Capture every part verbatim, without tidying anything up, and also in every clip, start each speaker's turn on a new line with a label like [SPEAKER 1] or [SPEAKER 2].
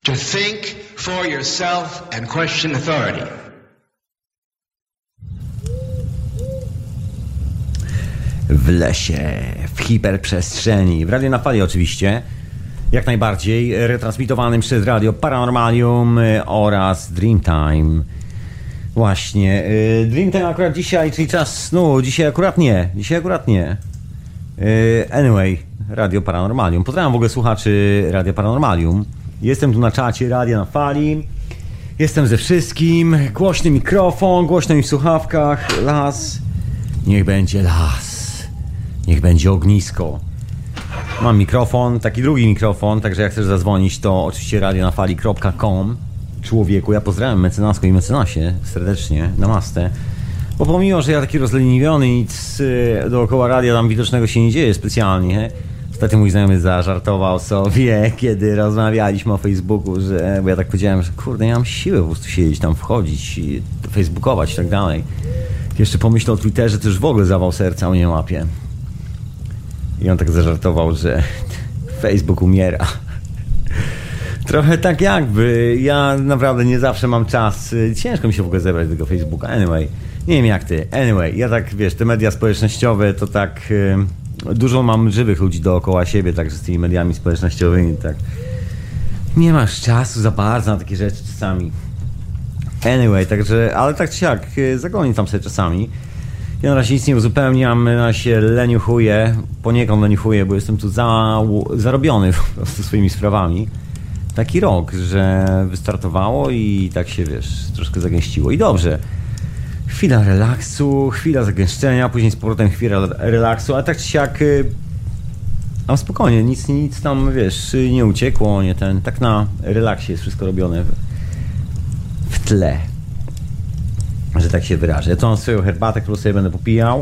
[SPEAKER 1] to think for yourself and question authority.
[SPEAKER 2] W lesie, w hiperprzestrzeni, w Radio na Fali oczywiście, jak najbardziej, retransmitowanym przez Radio Paranormalium oraz Dreamtime. Właśnie, Dreamtime akurat dzisiaj, czyli czas snu, dzisiaj akurat nie, dzisiaj akurat nie. Anyway, Radio Paranormalium. Pozdrawiam w ogóle słuchaczy Radio Paranormalium. Jestem tu na czacie Radia na Fali. Jestem ze wszystkim. Głośny mikrofon, głośno mi w słuchawkach. Las. Niech będzie las. Niech będzie ognisko. Mam mikrofon, taki drugi mikrofon, także jak chcesz zadzwonić, to oczywiście radio na fali kropka com. Człowieku, ja pozdrawiam mecenasko i mecenasie serdecznie, namaste. Bo pomimo, że ja taki rozleniwiony, nic dookoła radia tam widocznego się nie dzieje specjalnie. Ostatnio mój znajomy zażartował sobie, kiedy rozmawialiśmy o Facebooku, że, bo ja tak powiedziałem, że kurde, nie mam siły po prostu siedzieć tam, wchodzić, facebookować i tak dalej. Jeszcze pomyślał o Twitterze, to już w ogóle zawał serca mnie łapie. I on tak zażartował, że Facebook umiera. Trochę tak jakby. Ja naprawdę nie zawsze mam czas. Ciężko mi się w ogóle zebrać do tego Facebooka. Anyway, nie wiem jak ty. Anyway, ja tak, wiesz, te media społecznościowe to tak... Yy, dużo mam żywych ludzi dookoła siebie, także z tymi mediami społecznościowymi, tak... Nie masz czasu za bardzo na takie rzeczy czasami. Anyway, także... Ale tak czy jak, zagonię tam sobie czasami. Ja na razie nic nie uzupełniam, na się leniuchuję, poniekąd leniuchuję, bo jestem tu za, zarobiony po prostu swoimi sprawami. Taki rok, że wystartowało i tak się, wiesz, troszkę zagęściło. I dobrze. Chwila relaksu, chwila zagęszczenia, później z powrotem chwila relaksu, ale tak czy siak... A spokojnie, nic, nic tam, wiesz, nie uciekło, nie ten... Tak na relaksie jest wszystko robione w, w tle. Że tak się wyrażę. Ja to mam swoją herbatę, którą sobie będę popijał.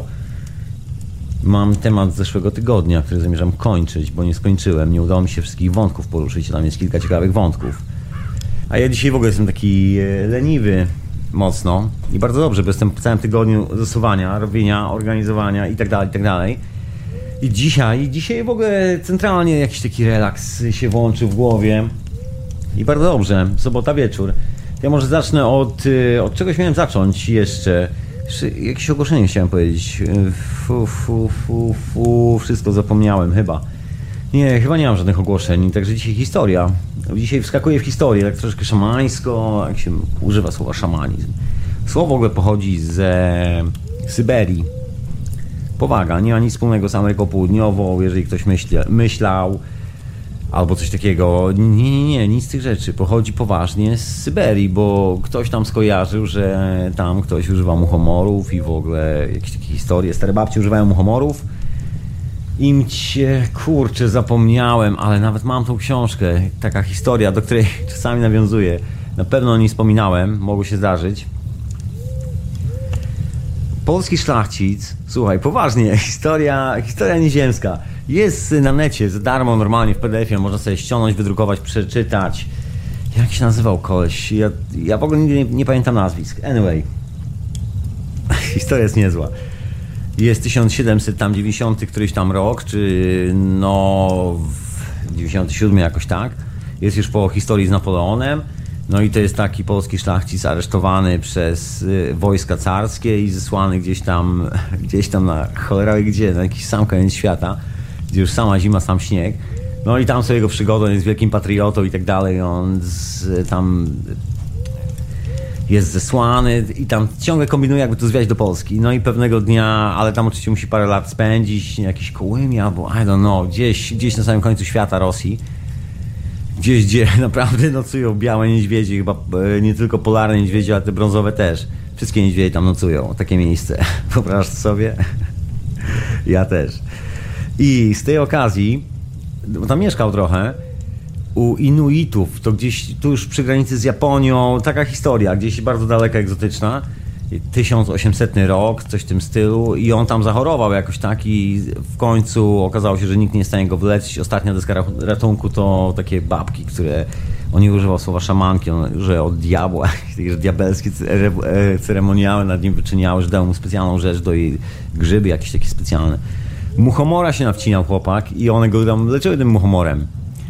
[SPEAKER 2] Mam temat z zeszłego tygodnia, który zamierzam kończyć, bo nie skończyłem. Nie udało mi się wszystkich wątków poruszyć. Tam jest kilka ciekawych wątków. A ja dzisiaj w ogóle jestem taki leniwy mocno. I bardzo dobrze, bo jestem po całym tygodniu zasuwania, robienia, organizowania i tak dalej, i tak dalej. I dzisiaj, dzisiaj w ogóle centralnie jakiś taki relaks się włączył w głowie. I bardzo dobrze. Sobota wieczór. Ja może zacznę od... Od czegoś miałem zacząć jeszcze. Jakieś ogłoszenie chciałem powiedzieć. Fu, fu, fu, fu. Wszystko zapomniałem chyba. Nie, chyba nie mam żadnych ogłoszeń. Także dzisiaj historia. Dzisiaj wskakuję w historię, tak troszkę szamańsko. Jak się używa słowa szamanizm. Słowo w ogóle pochodzi ze Syberii. Powaga, nie ma nic wspólnego z Ameryką Południową. Jeżeli ktoś myśli, myślał... Albo coś takiego. Nie, nie, nie, nic z tych rzeczy. Pochodzi poważnie z Syberii, bo ktoś tam skojarzył, że tam ktoś używa muchomorów i w ogóle jakieś takie historie. Stare babci używają muchomorów. Im cię, kurczę, zapomniałem, ale nawet mam tą książkę. Taka historia, do której czasami nawiązuję. Na pewno o niej wspominałem, mogło się zdarzyć. Polski szlachcic, słuchaj, poważnie, historia, historia nieziemska. Jest na necie, za darmo, normalnie w P D F-ie, można sobie ściągnąć, wydrukować, przeczytać. Jak się nazywał koleś? Ja, ja w ogóle nigdy nie, nie pamiętam nazwisk. Anyway. Historia jest niezła. Jest tysiąc siedemset dziewięćdziesiąty któryś tam rok, czy no... dziewięćdziesiąty siódmy jakoś tak. Jest już po historii z Napoleonem. No i to jest taki polski szlachcic aresztowany przez y, wojska carskie i zesłany gdzieś tam, gdzieś tam na cholera gdzie, na jakiś sam koniec świata, gdzie już sama zima, sam śnieg. No i tam sobie jego przygodą, jest wielkim patriotą i tak dalej. On z, tam jest zesłany i tam ciągle kombinuje, jakby to zwiać do Polski. No i pewnego dnia, ale tam oczywiście musi parę lat spędzić, jakiś Kołymia albo I don't know, gdzieś, gdzieś na samym końcu świata Rosji. Gdzieś, gdzie naprawdę nocują białe niedźwiedzie, chyba nie tylko polarne niedźwiedzie, ale te brązowe też. Wszystkie niedźwiedzie tam nocują, takie miejsce. Wyobrażasz to sobie? Ja też. I z tej okazji, bo tam mieszkał trochę, u Inuitów, to gdzieś tu już przy granicy z Japonią, taka historia, gdzieś bardzo daleka, egzotyczna. tysiąc osiemsetny rok, coś w tym stylu i on tam zachorował jakoś tak i w końcu okazało się, że nikt nie jest w stanie go wyleczyć. Ostatnia deska ratunku to takie babki, które on nie używał słowa szamanki, on używał od diabła, że diabelskie ceremoniały nad nim wyczyniały, że dały mu specjalną rzecz do jej grzyby jakieś takie specjalne. Muchomora się nawcinał chłopak i one go tam leczyły tym muchomorem.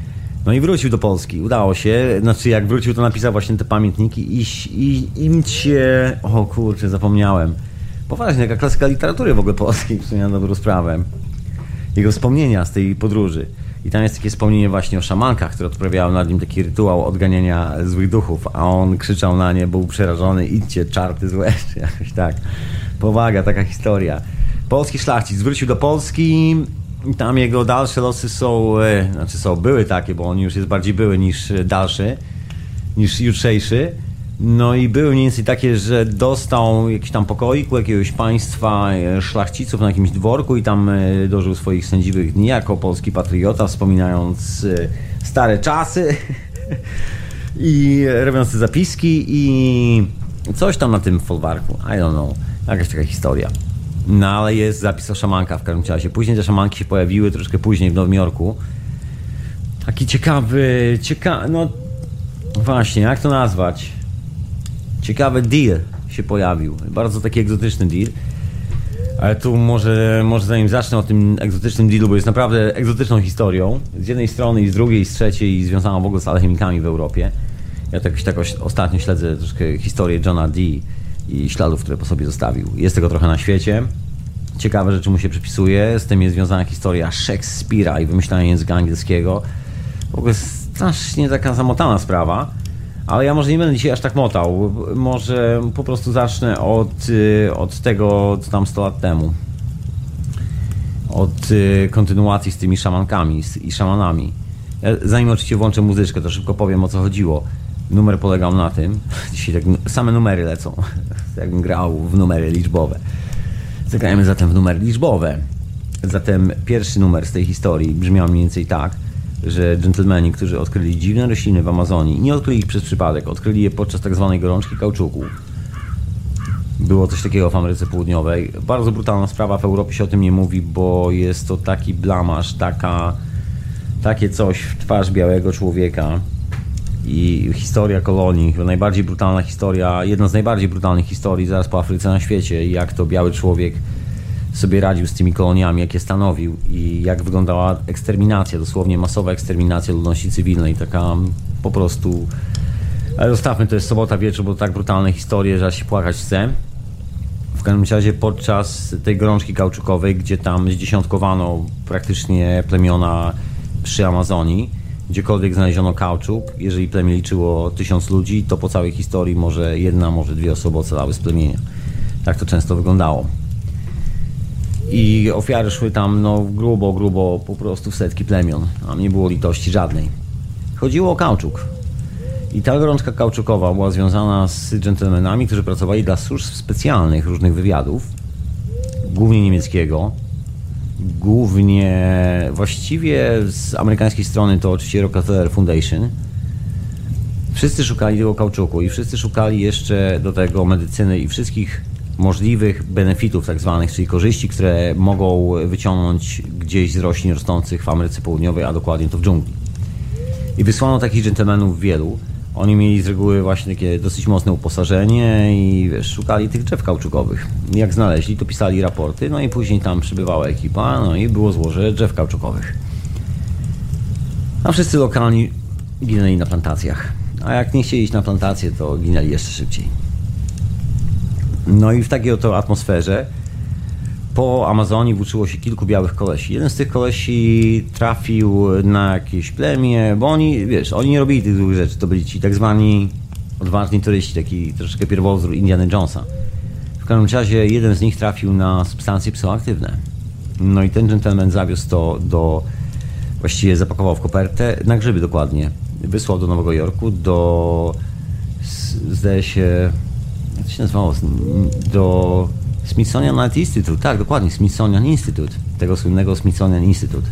[SPEAKER 2] No i wrócił do Polski, udało się. Znaczy jak wrócił, to napisał właśnie te pamiętniki i, i im cię... O kurczę, zapomniałem. Poważnie, taka klasyka literatury w ogóle polskiej, w sumie na dobrą sprawę. Jego wspomnienia z tej podróży. I tam jest takie wspomnienie właśnie o szamankach, które odprawiały nad nim taki rytuał odganiania złych duchów, a on krzyczał na nie, był przerażony, idźcie czarty złe, czy jakoś tak. Powaga, taka historia. Polski szlachcic wrócił do Polski. Tam jego dalsze losy są, znaczy są, były takie, bo on już jest bardziej były niż dalszy, niż jutrzejszy. No i były mniej więcej takie, że dostał jakiś tam pokoik u jakiegoś państwa szlachciców na jakimś dworku i tam dożył swoich sędziwych dni jako polski patriota, wspominając stare czasy i robiąc te zapiski i coś tam na tym folwarku, I don't know, jakaś taka historia. No ale jest zapis o szamankach w każdym razie. Później te szamanki się pojawiły troszkę później w Nowym Jorku. Taki ciekawy, ciekawy, no właśnie, jak to nazwać? Ciekawy deal się pojawił. Bardzo taki egzotyczny deal. Ale tu może, może zanim zacznę o tym egzotycznym dealu, bo jest naprawdę egzotyczną historią. Z jednej strony i z drugiej, i z trzeciej i związaną w ogóle z alchemikami w Europie. Ja tak, tak ostatnio śledzę troszkę historię Johna Dee i śladów, które po sobie zostawił. Jest tego trochę na świecie. Ciekawe rzeczy mu się przypisuje. Z tym jest związana historia Szekspira i wymyślania języka angielskiego. W ogóle strasznie taka zamotana sprawa. Ale ja może nie będę dzisiaj aż tak motał. Może po prostu zacznę od, od tego, co tam sto lat temu. Od kontynuacji z tymi szamankami i szamanami. Ja, zanim oczywiście włączę muzyczkę, to szybko powiem, o co chodziło. Numer polegał na tym, dzisiaj tak same numery lecą, jakbym grał w numery liczbowe. Zagrajmy zatem w numery liczbowe. Zatem pierwszy numer z tej historii brzmiał mniej więcej tak, że dżentelmeni, którzy odkryli dziwne rośliny w Amazonii, nie odkryli ich przez przypadek, odkryli je podczas tak zwanej gorączki kauczuku. Było coś takiego w Ameryce Południowej. Bardzo brutalna sprawa, w Europie się o tym nie mówi, bo jest to taki blamaż, taka, takie coś w twarz białego człowieka. I historia kolonii, chyba najbardziej brutalna historia, jedna z najbardziej brutalnych historii zaraz po Afryce na świecie, jak to biały człowiek sobie radził z tymi koloniami, jakie stanowił i jak wyglądała eksterminacja, dosłownie masowa eksterminacja ludności cywilnej, taka po prostu... Ale zostawmy, to jest sobota wieczór, bo to tak brutalne historie, że aż się płakać chce. W każdym razie podczas tej gorączki kauczukowej, gdzie tam zdziesiątkowano praktycznie plemiona przy Amazonii, gdziekolwiek znaleziono kauczuk, jeżeli plemię liczyło tysiąc ludzi, to po całej historii może jedna, może dwie osoby ocalały z plemienia. Tak to często wyglądało. I ofiary szły tam no grubo, grubo, po prostu w setki plemion. Tam nie było litości żadnej. Chodziło o kauczuk. I ta gorączka kauczukowa była związana z dżentelmenami, którzy pracowali dla służb specjalnych różnych wywiadów, głównie niemieckiego, głównie właściwie z amerykańskiej strony to oczywiście Rockefeller Foundation. Wszyscy szukali tego kauczuku i wszyscy szukali jeszcze do tego medycyny i wszystkich możliwych benefitów tak zwanych, czyli korzyści, które mogą wyciągnąć gdzieś z roślin rosnących w Ameryce Południowej, a dokładnie to w dżungli. I wysłano takich dżentelmenów wielu. Oni mieli z reguły właśnie takie dosyć mocne uposażenie i wiesz, szukali tych drzew kauczukowych. Jak znaleźli, to pisali raporty, no i później tam przybywała ekipa, no i było złoże drzew kauczukowych. A wszyscy lokalni ginęli na plantacjach. A jak nie chcieli iść na plantację, to ginęli jeszcze szybciej. No i w takiej oto atmosferze po Amazonii włóczyło się kilku białych kolesi. Jeden z tych kolesi trafił na jakieś plemię, bo oni, wiesz, oni nie robili tych złych rzeczy. To byli ci tak zwani odważni turyści, taki troszeczkę pierwowzór Indiana Jonesa. W każdym razie jeden z nich trafił na substancje psychoaktywne. No i ten gentleman zawiózł to do, właściwie zapakował w kopertę, na grzyby dokładnie. Wysłał do Nowego Jorku, do, zdaje się, jak to się nazywało, do Smithsonian Institute, tak, dokładnie, Smithsonian Institute, tego słynnego Smithsonian Institute,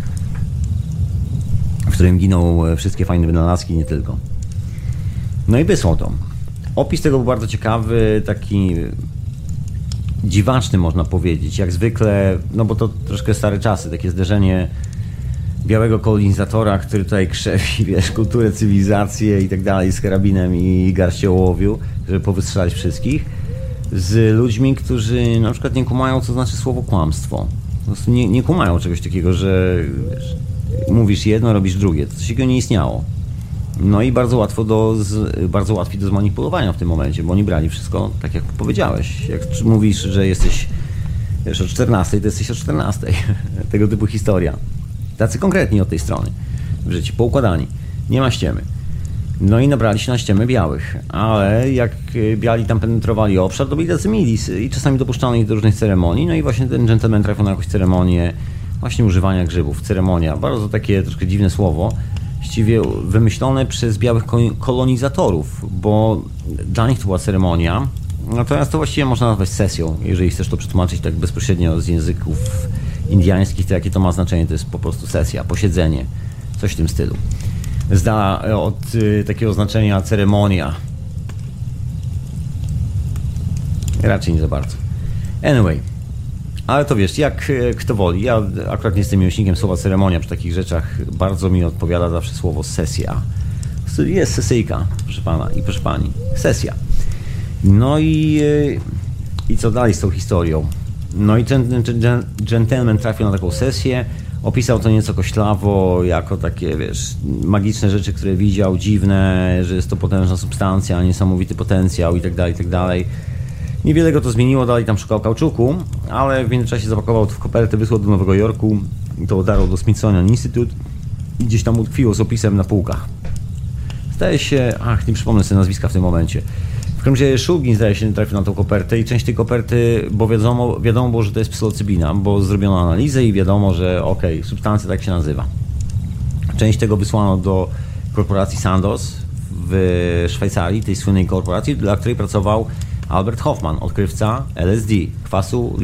[SPEAKER 2] w którym giną wszystkie fajne wynalazki, nie tylko. No i wysłał to. Opis tego był bardzo ciekawy, taki dziwaczny można powiedzieć, jak zwykle, no bo to troszkę stare czasy, takie zderzenie białego kolonizatora, który tutaj krzewi, wiesz, kulturę, cywilizację i tak dalej, z karabinem i garścią ołowiu, żeby powystrzelać wszystkich, z ludźmi, którzy na przykład nie kumają, co znaczy słowo kłamstwo. Po prostu nie, nie kumają czegoś takiego, że wiesz, mówisz jedno, robisz drugie. To coś takiego nie istniało. No i bardzo łatwo do, z, bardzo łatwi do zmanipulowania w tym momencie, bo oni brali wszystko tak, jak powiedziałeś. Jak mówisz, że jesteś wiesz, o czternastej, to jesteś o czternastej. Tego typu historia. Tacy konkretni od tej strony. W życiu, poukładani. Nie ma ściemy. No i nabrali się na ściemy białych. Ale jak biali tam penetrowali obszar, to byli tacy mili i czasami dopuszczano ich do różnych ceremonii. No i właśnie ten gentleman trafił na jakąś ceremonię właśnie używania grzybów. Ceremonia. Bardzo takie troszkę dziwne słowo. Właściwie wymyślone przez białych kolonizatorów, bo dla nich to była ceremonia. Natomiast to właściwie można nazwać sesją. Jeżeli chcesz to przetłumaczyć tak bezpośrednio z języków indiańskich, to jakie to ma znaczenie? To jest po prostu sesja, posiedzenie, coś w tym stylu. Z dala od y, takiego znaczenia ceremonia. Raczej nie za bardzo. Anyway. Ale to wiesz, jak kto woli. Ja akurat nie jestem miłośnikiem słowa ceremonia przy takich rzeczach. Bardzo mi odpowiada zawsze słowo sesja. Jest sesyjka, proszę pana i proszę pani. Sesja. No i, i co dalej z tą historią? No i ten, ten, ten gentleman trafił na taką sesję. Opisał to nieco koślawo, jako takie, wiesz, magiczne rzeczy, które widział, dziwne, że jest to potężna substancja, niesamowity potencjał i tak dalej, i tak dalej. Niewiele go to zmieniło, dalej tam szukał kauczuku, ale w międzyczasie zapakował to w kopertę, wysłał do Nowego Jorku i to odarł do Smithsonian Institute i gdzieś tam utkwiło z opisem na półkach. Zdaje się, ach, nie przypomnę sobie nazwiska w tym momencie. W każdym razie Shulgin, zdaje się, trafił na tą kopertę i część tej koperty, bo wiadomo, wiadomo było, że to jest psylocybina, bo zrobiono analizę i wiadomo, że okej, okay, substancja tak się nazywa. Część tego wysłano do korporacji Sandoz w Szwajcarii, tej słynnej korporacji, dla której pracował Albert Hoffman, odkrywca L S D, kwasu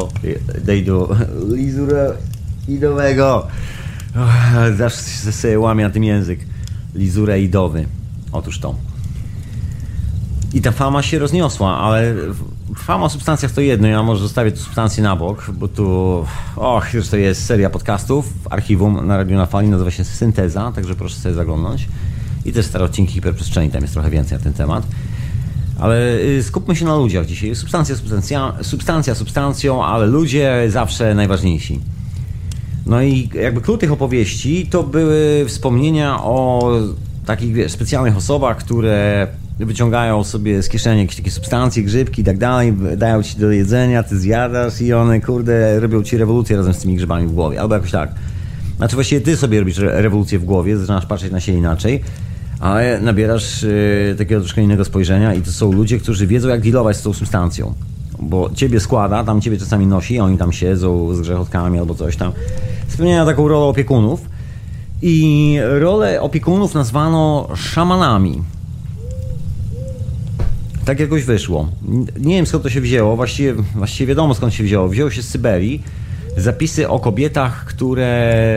[SPEAKER 2] lizureidowego. Zawsze sobie łamie na tym język. Lizureidowy. Otóż to. I ta fama się rozniosła, ale fama o substancjach to jedno. Ja może zostawię tę substancję na bok, bo tu, och, już to jest seria podcastów w archiwum na Radio na Fali, nazywa się Synteza, także proszę sobie zaglądnąć. I też stare odcinki hiperprzestrzeni, tam jest trochę więcej na ten temat. Ale skupmy się na ludziach dzisiaj. Substancja, substancja, substancja substancją, ale ludzie zawsze najważniejsi. No i jakby klucz tych opowieści to były wspomnienia o takich, wiesz, specjalnych osobach, które wyciągają sobie z kieszeni jakieś takie substancje, grzybki i tak dalej, dają ci do jedzenia, ty zjadasz i one, kurde, robią ci rewolucję razem z tymi grzybami w głowie. Albo jakoś tak. Znaczy właściwie ty sobie robisz rewolucję w głowie, zaczynasz patrzeć na siebie inaczej, ale nabierasz y, takiego troszkę innego spojrzenia i to są ludzie, którzy wiedzą, jak dealować z tą substancją. Bo ciebie składa, tam ciebie czasami nosi, oni tam siedzą z grzechotkami albo coś tam. Spełniają taką rolę opiekunów. I rolę opiekunów nazwano szamanami. Tak jakoś wyszło. Nie wiem, skąd to się wzięło. Właściwie, właściwie wiadomo, skąd się wzięło. Wzięło się z Syberii. Zapisy o kobietach, które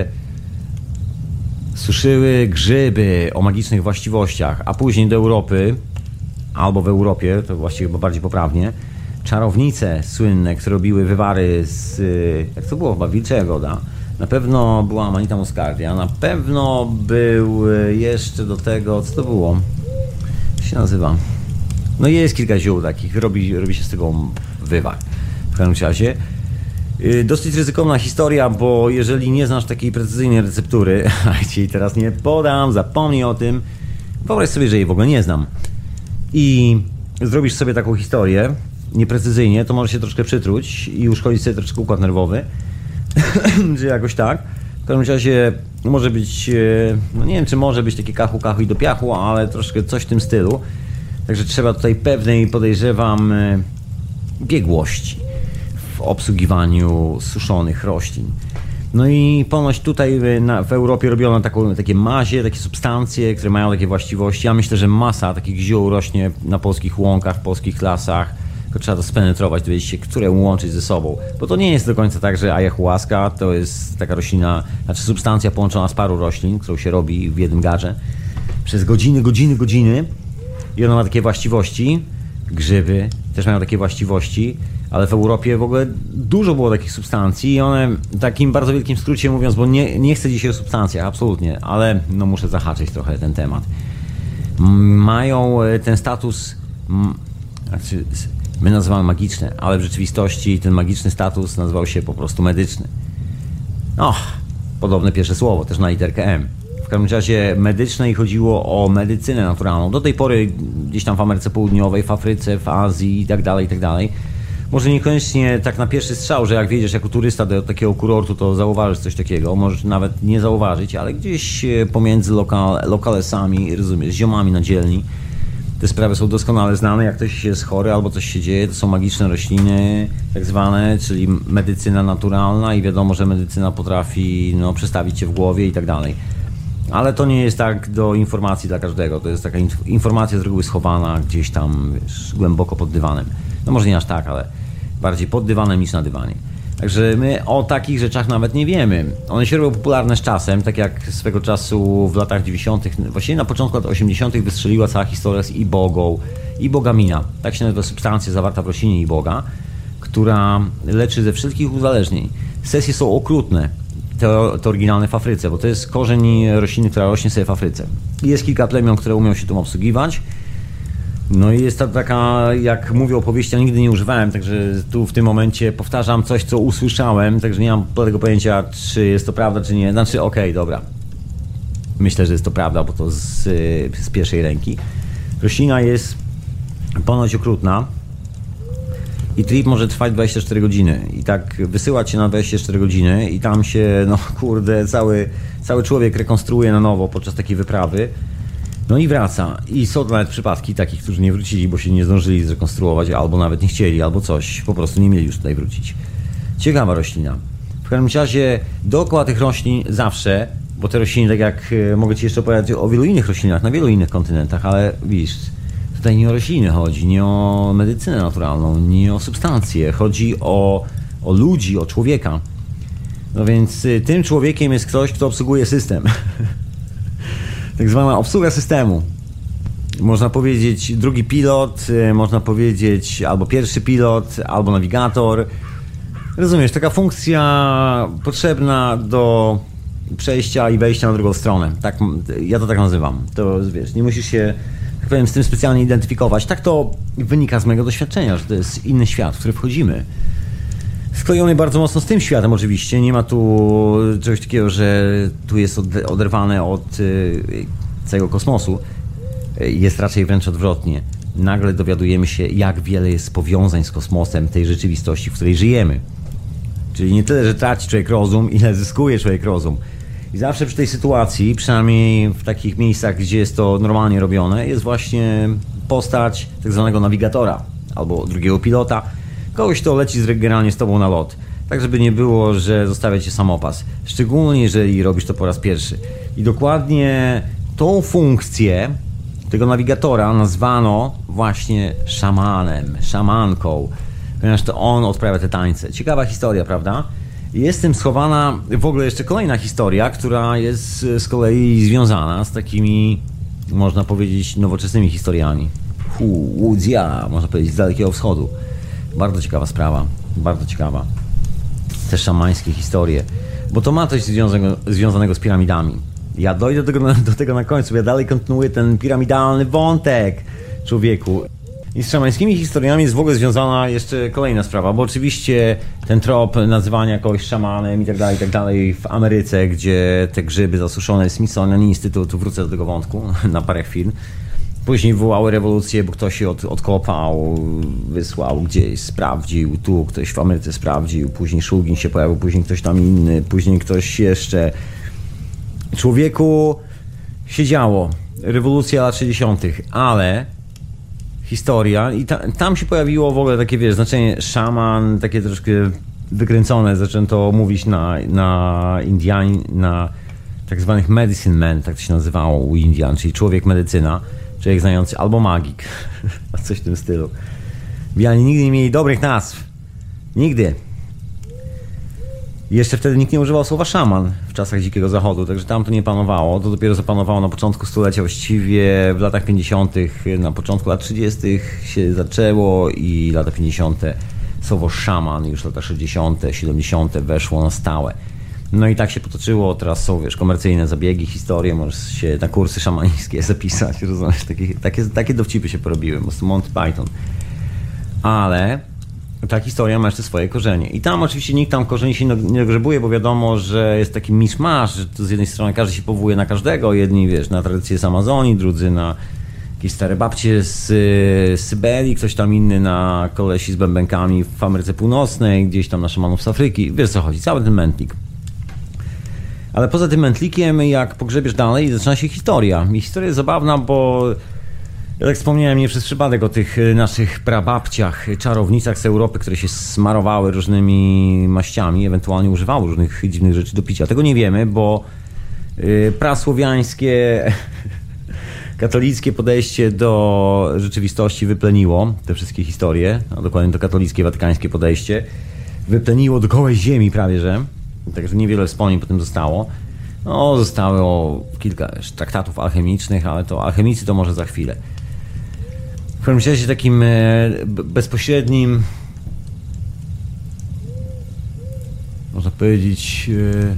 [SPEAKER 2] suszyły grzyby o magicznych właściwościach, a później do Europy, albo w Europie, to właściwie chyba bardziej poprawnie, czarownice słynne, które robiły wywary z, jak to było, chyba wilczego jagoda. Na pewno była Amanita Muscardia, na pewno był jeszcze do tego, co to było? Jak się nazywa? No jest kilka ziół takich, robi, robi się z tego wywar. W każdym razie dosyć ryzykowna historia, bo jeżeli nie znasz takiej precyzyjnej receptury, a ci jej teraz nie podam, zapomnij o tym, wyobraź sobie, że jej w ogóle nie znam i zrobisz sobie taką historię nieprecyzyjnie, to może się troszkę przytruć i uszkodzić sobie troszkę układ nerwowy, czy jakoś tak. W każdym razie może być, no nie wiem, czy może być takie kachu, kachu i do piachu, ale troszkę coś w tym stylu. Także trzeba tutaj pewnej, podejrzewam, biegłości w obsługiwaniu suszonych roślin. No i ponoć tutaj na, w Europie robiono taką, takie mazie, takie substancje, które mają takie właściwości. Ja myślę, że masa takich ziół rośnie na polskich łąkach, w polskich lasach. Tylko trzeba to spenetrować, dowiedzieć się, które łączyć ze sobą. Bo to nie jest do końca tak, że ayahuasca to jest taka roślina, znaczy substancja połączona z paru roślin, którą się robi w jednym garze przez godziny, godziny, godziny. I ona ma takie właściwości. Grzyby też mają takie właściwości, ale w Europie w ogóle dużo było takich substancji i one, w takim bardzo wielkim skrócie mówiąc, bo nie, nie chcę dzisiaj o substancjach, absolutnie, ale no muszę zahaczyć trochę ten temat. Mają ten status, znaczy my nazywamy magiczny, ale w rzeczywistości ten magiczny status nazywał się po prostu medyczny. No, Podobne pierwsze słowo, też na literkę M. W każdym razie medycznej chodziło o medycynę naturalną. Do tej pory gdzieś tam w Ameryce Południowej, w Afryce, w Azji i tak dalej, i tak dalej. Może niekoniecznie tak na pierwszy strzał, że jak wjedziesz jako turysta do takiego kurortu, to zauważysz coś takiego. Możesz nawet nie zauważyć, ale gdzieś pomiędzy lokal, lokalesami, rozumiesz, ziomami na dzielni, te sprawy są doskonale znane. Jak ktoś jest chory albo coś się dzieje, to są magiczne rośliny tak zwane, czyli medycyna naturalna i wiadomo, że medycyna potrafi no, przestawić cię w głowie i tak dalej. Ale to nie jest tak do informacji dla każdego. To jest taka informacja z reguły schowana gdzieś tam, wiesz, głęboko pod dywanem. No może nie aż tak, ale bardziej pod dywanem niż na dywanie. Także my o takich rzeczach nawet nie wiemy. One się robią popularne z czasem, tak jak swego czasu w latach dziewięćdziesiątych, właściwie na początku lat osiemdziesiątych wystrzeliła cała historia z ibogą. Ibogamina, tak się nazywa substancja zawarta w roślinie iboga, która leczy ze wszystkich uzależnień. Sesje są okrutne. To, to oryginalne w Afryce, bo to jest korzeń rośliny, która rośnie sobie w Afryce. Jest kilka plemion, które umią się tym obsługiwać. No i jest to taka, jak mówię opowieści, ja nigdy nie używałem, także tu w tym momencie powtarzam coś, co usłyszałem, także nie mam tego pojęcia, czy jest to prawda, czy nie. Znaczy, okej, okay, dobra. Myślę, że jest to prawda, bo to z, z pierwszej ręki. Roślina jest ponoć okrutna. I trip może trwać dwadzieścia cztery godziny i tak wysyłać się na dwadzieścia cztery godziny i tam się, no kurde, cały, cały człowiek rekonstruuje na nowo podczas takiej wyprawy. No i wraca. I są nawet przypadki takich, którzy nie wrócili, bo się nie zdążyli zrekonstruować, albo nawet nie chcieli, albo coś. Po prostu nie mieli już tutaj wrócić. Ciekawa roślina. W każdym razie dookoła tych roślin zawsze, bo te rośliny, tak jak mogę Ci jeszcze opowiadać o wielu innych roślinach, na wielu innych kontynentach, ale widzisz, tutaj nie o rośliny chodzi, nie o medycynę naturalną, nie o substancje. Chodzi o, o ludzi, o człowieka. No więc tym człowiekiem jest ktoś, kto obsługuje system. Tak zwana obsługa systemu. Można powiedzieć drugi pilot, można powiedzieć albo pierwszy pilot, albo nawigator. Rozumiesz, taka funkcja potrzebna do przejścia i wejścia na drugą stronę. Tak, ja to tak nazywam. To wiesz, nie musisz się, tak powiem, z tym specjalnie identyfikować. Tak to wynika z mojego doświadczenia, że to jest inny świat, w który wchodzimy. Sklejony bardzo mocno z tym światem oczywiście. Nie ma tu czegoś takiego, że tu jest oderwane od całego kosmosu. Jest raczej wręcz odwrotnie. Nagle dowiadujemy się, jak wiele jest powiązań z kosmosem tej rzeczywistości, w której żyjemy. Czyli nie tyle, że traci człowiek rozum, ile zyskuje człowiek rozum. I zawsze przy tej sytuacji, przynajmniej w takich miejscach, gdzie jest to normalnie robione, jest właśnie postać tak zwanego nawigatora albo drugiego pilota, kogoś, kto leci generalnie z tobą na lot. Tak, żeby nie było, że zostawia cię samopas. Szczególnie, jeżeli robisz to po raz pierwszy. I dokładnie tą funkcję tego nawigatora nazwano właśnie szamanem, szamanką. Ponieważ to on odprawia te tańce. Ciekawa historia, prawda? Jest tym schowana w ogóle jeszcze kolejna historia, która jest z kolei związana z takimi, można powiedzieć, nowoczesnymi historiami. Hu, Łudzia, można powiedzieć, z Dalekiego Wschodu. Bardzo ciekawa sprawa, bardzo ciekawa. Te szamańskie historie, bo to ma coś związanego, związanego z piramidami. Ja dojdę do tego, do tego na końcu, ja dalej kontynuuję ten piramidalny wątek, człowieku. I z szamańskimi historiami jest w ogóle związana jeszcze kolejna sprawa, bo oczywiście ten trop nazywania kogoś szamanem i tak dalej, i tak dalej w Ameryce, gdzie te grzyby zasuszone, Smithsonian Instytut, wrócę do tego wątku na parę chwil. Później wywołały rewolucję, bo ktoś się od, odkopał, wysłał gdzieś, sprawdził, tu ktoś w Ameryce sprawdził, później Szulgin się pojawił, później ktoś tam inny, później ktoś jeszcze. Człowieku się działo, rewolucja lat sześćdziesiątych, ale historia i ta, tam się pojawiło w ogóle takie, wiesz, znaczenie szaman, takie troszkę wykręcone, zaczęto mówić na, na Indian, na tak zwanych medicine men, tak to się nazywało u Indian, czyli człowiek medycyna. Człowiek znający, albo magik, coś w tym stylu. Biali nigdy nie mieli dobrych nazw. Nigdy. Jeszcze wtedy nikt nie używał słowa szaman w czasach Dzikiego Zachodu, także tam to nie panowało. To dopiero zapanowało na początku stulecia, właściwie w latach pięćdziesiątych, na początku lat trzydziestych się zaczęło i lata pięćdziesiąte słowo szaman, już lata sześćdziesiąte, siedemdziesiąte weszło na stałe. No i tak się potoczyło, teraz są, wiesz, komercyjne zabiegi, historie, możesz się na kursy szamańskie zapisać, rozumiesz, takie, takie, takie dowcipy się porobiły, po prostu Monty Python. Ale ta historia ma jeszcze swoje korzenie. I tam oczywiście nikt tam korzeni się nie dogrzebuje, bo wiadomo, że jest taki miszmasz, że to z jednej strony każdy się powołuje na każdego, jedni wiesz, na tradycję z Amazonii, drudzy na jakieś stare babcie z, z Syberii, ktoś tam inny na kolesi z bębenkami w Ameryce Północnej, gdzieś tam na szamanów z Afryki, wiesz co chodzi, cały ten mętlik. Ale poza tym mętlikiem, jak pogrzebiesz dalej, zaczyna się historia. I historia jest zabawna, bo ja tak wspomniałem nie przez przypadek o tych naszych prababciach, czarownicach z Europy, które się smarowały różnymi maściami, ewentualnie używały różnych dziwnych rzeczy do picia. Tego nie wiemy, bo prasłowiańskie, katolickie podejście do rzeczywistości wypleniło te wszystkie historie, a dokładnie to katolickie, watykańskie podejście, wypleniło do gołej ziemi prawie, że. Także niewiele wspomnień potem zostało. No, zostało kilka traktatów alchemicznych, ale to alchemicy to może za chwilę. W każdym razie takim bezpośrednim, można powiedzieć,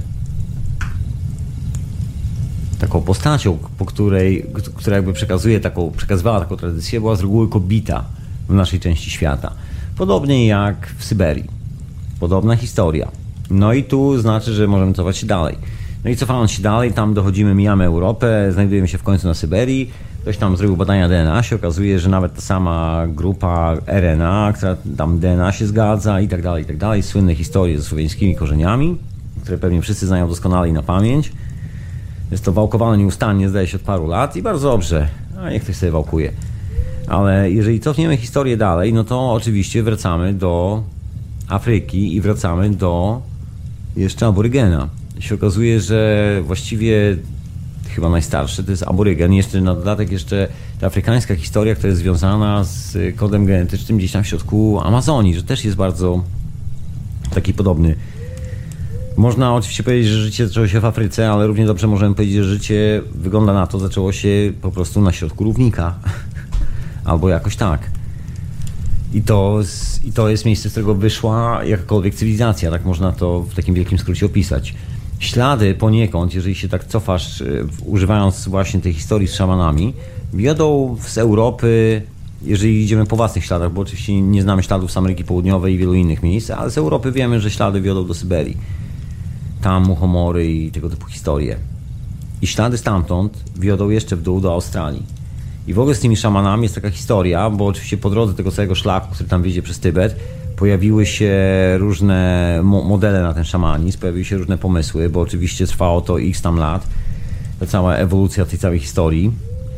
[SPEAKER 2] taką postacią, po której, która jakby przekazuje taką, przekazywała taką tradycję, była z reguły kobieta w naszej części świata. Podobnie jak w Syberii. Podobna historia. No i tu znaczy, że możemy cofać się dalej. No i cofając się dalej, tam dochodzimy, mijamy Europę, znajdujemy się w końcu na Syberii. Ktoś tam zrobił badania D N A, się okazuje, że nawet ta sama grupa R N A, która tam D N A się zgadza i tak dalej, i tak dalej. Słynne historie ze słowiańskimi korzeniami, które pewnie wszyscy znają doskonale i na pamięć. Jest to wałkowane nieustannie, zdaje się, od paru lat i bardzo dobrze. A niech ktoś sobie wałkuje. Ale jeżeli cofniemy historię dalej, no to oczywiście wracamy do Afryki i wracamy do jeszcze aborygena. Się okazuje, że właściwie chyba najstarszy to jest aborygen. Jeszcze na dodatek jeszcze ta afrykańska historia, która jest związana z kodem genetycznym gdzieś tam w środku Amazonii, że też jest bardzo taki podobny. Można oczywiście powiedzieć, że życie zaczęło się w Afryce, ale równie dobrze możemy powiedzieć, że życie wygląda na to, zaczęło się po prostu na środku równika. Albo jakoś tak. I to, I to jest miejsce, z którego wyszła jakakolwiek cywilizacja, tak można to w takim wielkim skrócie opisać. Ślady poniekąd, jeżeli się tak cofasz, używając właśnie tej historii z szamanami, wiodą z Europy, jeżeli idziemy po własnych śladach, bo oczywiście nie znamy śladów z Ameryki Południowej i wielu innych miejsc, ale z Europy wiemy, że ślady wiodą do Syberii. Tam muchomory i tego typu historie. I ślady stamtąd wiodą jeszcze w dół do Australii. I w ogóle z tymi szamanami jest taka historia, bo oczywiście po drodze tego całego szlaku, który tam wiedzie przez Tybet, pojawiły się różne mo- modele na ten szamanizm, pojawiły się różne pomysły, bo oczywiście trwało to x tam lat, ta cała ewolucja tej całej historii.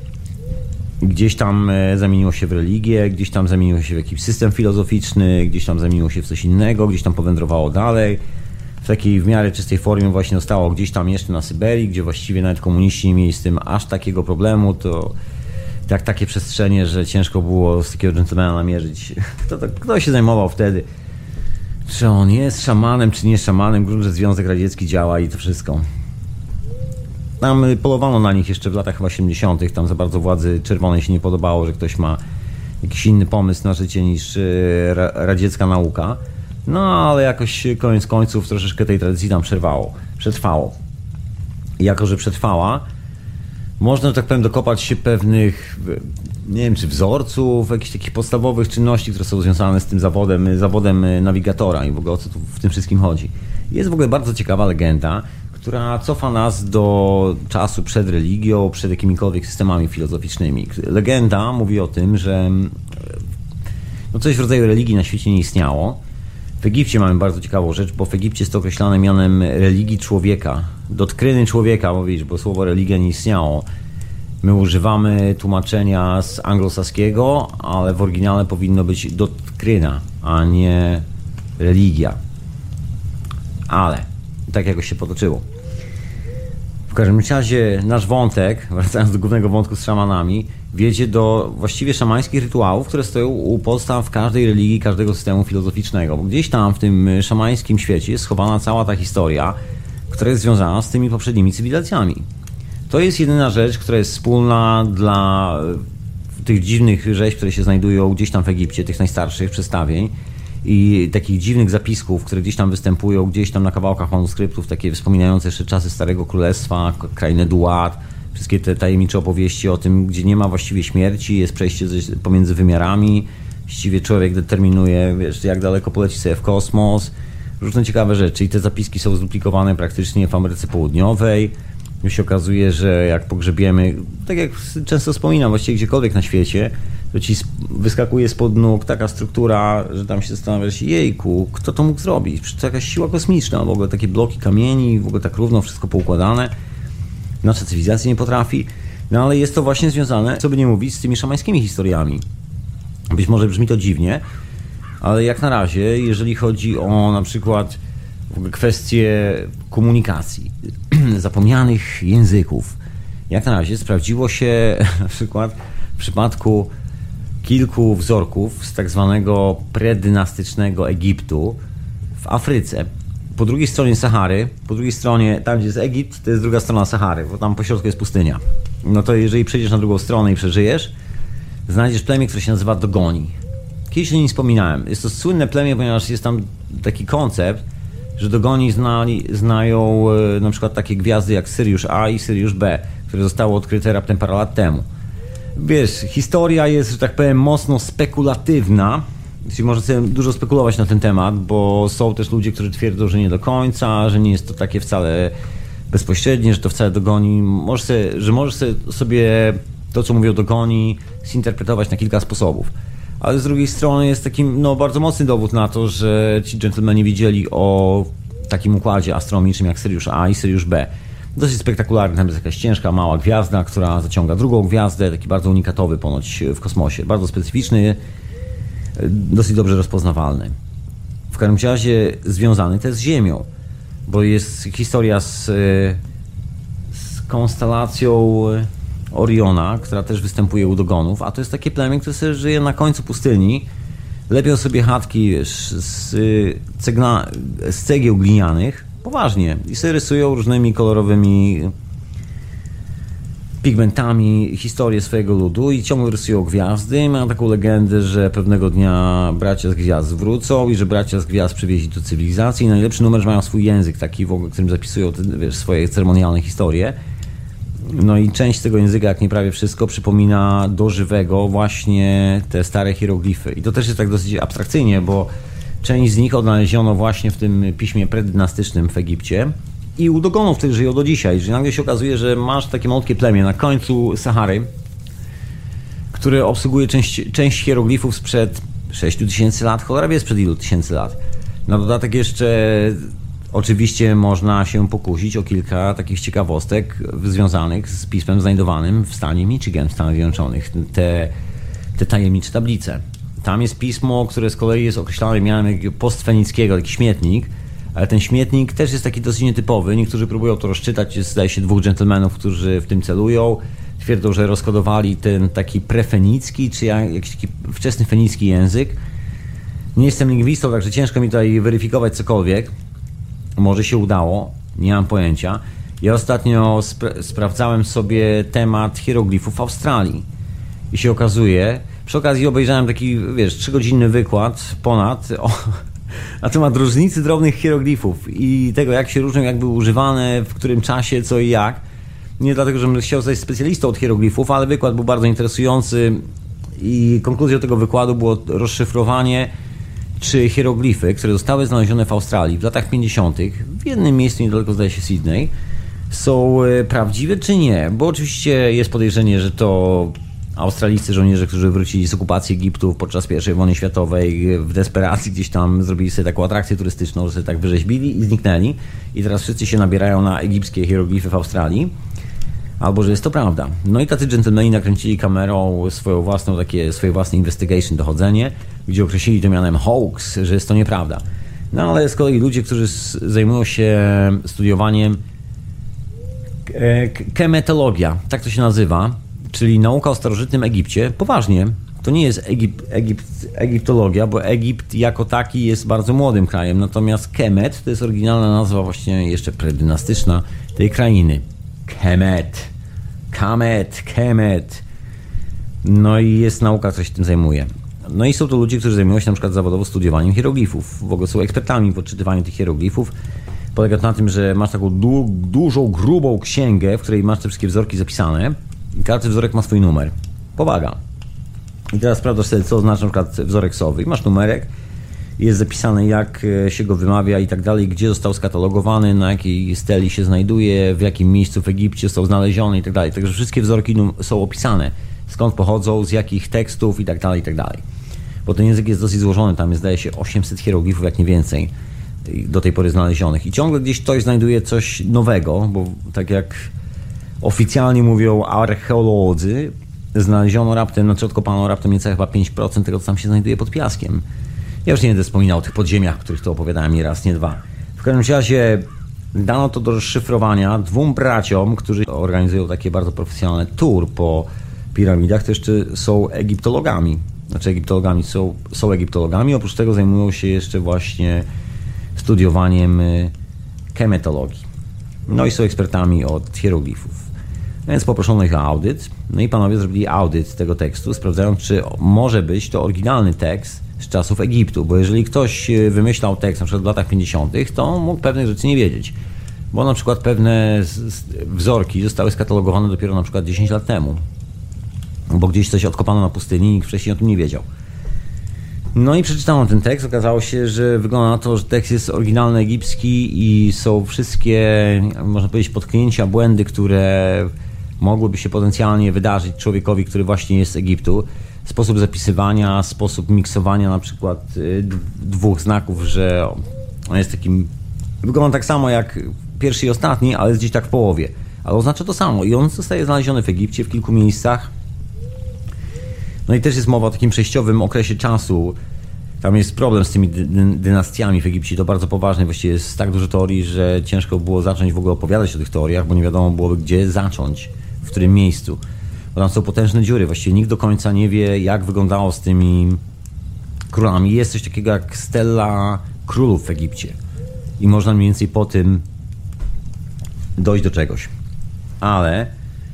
[SPEAKER 2] Gdzieś tam zamieniło się w religię, gdzieś tam zamieniło się w jakiś system filozoficzny, gdzieś tam zamieniło się w coś innego, gdzieś tam powędrowało dalej. W takiej w miarę czystej formie właśnie zostało gdzieś tam jeszcze na Syberii, gdzie właściwie nawet komuniści nie mieli z tym aż takiego problemu, to tak takie przestrzenie, że ciężko było z takiego dżentelmena namierzyć. Kto, to, kto się zajmował wtedy? Czy on jest szamanem, czy nie szamanem? Grunt, że Związek Radziecki działa i to wszystko. Tam polowano na nich jeszcze w latach chyba siedemdziesiątych. Tam za bardzo władzy czerwonej się nie podobało, że ktoś ma jakiś inny pomysł na życie niż radziecka nauka. No ale jakoś koniec końców troszeczkę tej tradycji tam przerwało, przetrwało. I jako, że przetrwała, można, że tak powiem, dokopać się pewnych, nie wiem, czy wzorców, jakichś takich podstawowych czynności, które są związane z tym zawodem, zawodem nawigatora i w ogóle o co tu w tym wszystkim chodzi. Jest w ogóle bardzo ciekawa legenda, która cofa nas do czasu przed religią, przed jakimikolwiek systemami filozoficznymi. Legenda mówi o tym, że no coś w rodzaju religii na świecie nie istniało. W Egipcie mamy bardzo ciekawą rzecz, bo w Egipcie jest to określane mianem religii człowieka. Dotkryny człowieka, bo widzisz, bo słowo religia nie istniało. My używamy tłumaczenia z anglosaskiego, ale w oryginale powinno być dotkryna, a nie religia. Ale tak jakoś się potoczyło. W każdym razie nasz wątek, wracając do głównego wątku z szamanami, wiedzie do właściwie szamańskich rytuałów, które stoją u podstaw każdej religii, każdego systemu filozoficznego. Bo gdzieś tam w tym szamańskim świecie jest schowana cała ta historia, która jest związana z tymi poprzednimi cywilizacjami. To jest jedyna rzecz, która jest wspólna dla tych dziwnych rzeźb, które się znajdują gdzieś tam w Egipcie, tych najstarszych przedstawień i takich dziwnych zapisków, które gdzieś tam występują, gdzieś tam na kawałkach manuskryptów, takie wspominające jeszcze czasy Starego Królestwa, krainę Duat, wszystkie te tajemnicze opowieści o tym, gdzie nie ma właściwie śmierci, jest przejście pomiędzy wymiarami, Właściwie człowiek determinuje, wiesz, jak daleko poleci sobie w kosmos, różne ciekawe rzeczy i te zapiski są zduplikowane praktycznie w Ameryce Południowej. I się okazuje, że jak pogrzebiemy, tak jak często wspominam, właściwie gdziekolwiek na świecie, to ci wyskakuje spod nóg taka struktura, że tam się zastanawiasz, jejku, kto to mógł zrobić? Przecież to jakaś siła kosmiczna, w ogóle takie bloki kamieni, w ogóle tak równo wszystko poukładane. Nasza cywilizacja nie potrafi. No ale jest to właśnie związane, co by nie mówić, z tymi szamańskimi historiami. Być może brzmi to dziwnie, ale jak na razie, jeżeli chodzi o na przykład kwestie komunikacji, zapomnianych języków, jak na razie sprawdziło się na przykład w przypadku kilku wzorków z tak zwanego predynastycznego Egiptu w Afryce. Po drugiej stronie Sahary, po drugiej stronie, tam gdzie jest Egipt, to jest druga strona Sahary, bo tam po środku jest pustynia. No to jeżeli przejdziesz na drugą stronę i przeżyjesz, znajdziesz plemię, które się nazywa Dogoni. Kiedyś o nim wspominałem. Jest to słynne plemię, ponieważ jest tam taki koncept, że Dogoni znali, znają e, na przykład takie gwiazdy jak Syriusz A i Syriusz B, które zostało odkryte raptem parę lat temu. Wiesz, historia jest, że tak powiem, mocno spekulatywna. Czyli można sobie dużo spekulować na ten temat, bo są też ludzie, którzy twierdzą, że nie do końca, że nie jest to takie wcale bezpośrednie, że to wcale Dogoni. Możesz sobie, że możesz sobie to, co mówią Dogoni, zinterpretować na kilka sposobów. Ale z drugiej strony jest taki no, bardzo mocny dowód na to, że ci dżentelmeni wiedzieli o takim układzie astronomicznym jak Syriusz A i Syriusz B. Dosyć spektakularny, tam jest jakaś ciężka, mała gwiazda, która zaciąga drugą gwiazdę, taki bardzo unikatowy ponoć w kosmosie, bardzo specyficzny, dosyć dobrze rozpoznawalny. W każdym razie związany też z Ziemią, bo jest historia z, z konstelacją Oriona, która też występuje u Dogonów, a to jest takie plemię, które sobie żyje na końcu pustyni, lepią sobie chatki wiesz, z, cegna, z cegieł glinianych, poważnie, i sobie rysują różnymi kolorowymi pigmentami historię swojego ludu i ciągle rysują gwiazdy. Mają taką legendę, że pewnego dnia bracia z gwiazd wrócą i że bracia z gwiazd przywieźli do cywilizacji. Najlepszy numer, że mają swój język taki, w ogóle, którym zapisują te, wiesz, swoje ceremonialne historie. No i część tego języka, jak nie prawie wszystko, przypomina do żywego właśnie te stare hieroglify. I to też jest tak dosyć abstrakcyjnie, bo część z nich odnaleziono właśnie w tym piśmie predynastycznym w Egipcie i u Dogonów, którzy żyją do dzisiaj. Że nagle się okazuje, że masz takie malutkie plemię na końcu Sahary, które obsługuje część, część hieroglifów sprzed sześciu tysięcy lat, cholera wie sprzed ilu tysięcy lat. Na dodatek jeszcze oczywiście można się pokusić o kilka takich ciekawostek związanych z pismem znajdowanym w stanie Michigan w Stanach Zjednoczonych. Te, te tajemnicze tablice. Tam jest pismo, które z kolei jest określane mianem postfenickiego, taki śmietnik, ale ten śmietnik też jest taki dosyć nietypowy. Niektórzy próbują to rozczytać, jest zdaje się dwóch dżentelmenów, którzy w tym celują. Twierdzą, że rozkodowali ten taki prefenicki, czy jakiś taki wczesny fenicki język. Nie jestem lingwistą, także ciężko mi tutaj weryfikować cokolwiek. Może się udało, nie mam pojęcia. Ja ostatnio spra- sprawdzałem sobie temat hieroglifów w Australii i się okazuje, przy okazji obejrzałem taki, wiesz, trzygodzinny wykład ponad o, na temat różnicy drobnych hieroglifów i tego, jak się różnią, jak były używane, w którym czasie, co i jak. Nie dlatego, żebym chciał zostać specjalistą od hieroglifów, ale wykład był bardzo interesujący i konkluzją tego wykładu było rozszyfrowanie, czy hieroglify, które zostały znalezione w Australii w latach pięćdziesiątych, w jednym miejscu niedaleko, zdaje się, Sydney, są prawdziwe czy nie? Bo oczywiście jest podejrzenie, że to australijscy żołnierze, którzy wrócili z okupacji Egiptu podczas pierwszej wojny światowej, w desperacji gdzieś tam zrobili sobie taką atrakcję turystyczną, że sobie tak wyrzeźbili i zniknęli. I teraz wszyscy się nabierają na egipskie hieroglify w Australii. Albo że jest to prawda. No i tacy dżentelmeni nakręcili kamerą swoją własną, takie swoje własne investigation, dochodzenie, gdzie określili to mianem hoax, że jest to nieprawda. No ale z kolei ludzie, którzy zajmują się studiowaniem kemetologia, tak to się nazywa, czyli nauka o starożytnym Egipcie, poważnie, to nie jest Egip, Egipt, egiptologia, bo Egipt jako taki jest bardzo młodym krajem, natomiast Kemet to jest oryginalna nazwa właśnie jeszcze predynastyczna tej krainy. Kemet, Kamet, Kemet. No i jest nauka, która się tym zajmuje. No i są to ludzie, którzy zajmują się na przykład zawodowo studiowaniem hieroglifów. W ogóle są ekspertami w odczytywaniu tych hieroglifów. Polega to na tym, że masz taką du- dużą, grubą księgę, w której masz te wszystkie wzorki zapisane i każdy wzorek ma swój numer. Powaga. I teraz sprawdzasz sobie, co oznacza na przykład wzorek sowy. I masz numerek, jest zapisane, jak się go wymawia i tak dalej, gdzie został skatalogowany, na jakiej steli się znajduje, w jakim miejscu w Egipcie został znaleziony i tak dalej. Także wszystkie wzorki są opisane, skąd pochodzą, z jakich tekstów i tak dalej, i tak dalej. Bo ten język jest dosyć złożony, tam jest, zdaje się, osiemset hieroglifów, jak nie więcej, do tej pory znalezionych. I ciągle gdzieś ktoś znajduje coś nowego, bo tak jak oficjalnie mówią archeolodzy, znaleziono raptem, znaczy odkopano raptem niecałe chyba pięć procent tego, co tam się znajduje pod piaskiem. Ja już nie będę wspominał o tych podziemiach, o których to opowiadałem nie raz, nie dwa. W każdym razie dano to do rozszyfrowania dwóm braciom, którzy organizują takie bardzo profesjonalne tour po piramidach, to jeszcze są egiptologami. Znaczy egiptologami są, są egiptologami, oprócz tego zajmują się jeszcze właśnie studiowaniem kemetologii. No i są ekspertami od hieroglifów. Więc poproszono ich o audyt. No i panowie zrobili audyt tego tekstu, sprawdzając, czy może być to oryginalny tekst z czasów Egiptu. Bo jeżeli ktoś wymyślał tekst na przykład w latach pięćdziesiątych, to mógł pewnych rzeczy nie wiedzieć. Bo na przykład pewne wzorki zostały skatalogowane dopiero na przykład dziesięć lat temu. Bo gdzieś coś odkopano na pustyni i nikt wcześniej o tym nie wiedział. No i przeczytałem ten tekst, okazało się, że wygląda na to, że tekst jest oryginalny egipski i są wszystkie, można powiedzieć, potknięcia, błędy, które mogłyby się potencjalnie wydarzyć człowiekowi, który właśnie jest z Egiptu. Sposób zapisywania, sposób miksowania na przykład dwóch znaków, że on jest takim, wygląda tak samo jak pierwszy i ostatni, ale jest gdzieś tak w połowie. Ale oznacza to samo i on zostaje znaleziony w Egipcie w kilku miejscach. No i też jest mowa o takim przejściowym okresie czasu. Tam jest problem z tymi dy- dynastiami w Egipcie, to bardzo poważne. Właściwie jest tak dużo teorii, że ciężko było zacząć w ogóle opowiadać o tych teoriach, bo nie wiadomo byłoby, gdzie zacząć, w którym miejscu. Bo tam są potężne dziury. Właściwie nikt do końca nie wie, jak wyglądało z tymi królami. Jest coś takiego jak stella królów w Egipcie. I można mniej więcej po tym dojść do czegoś. Ale...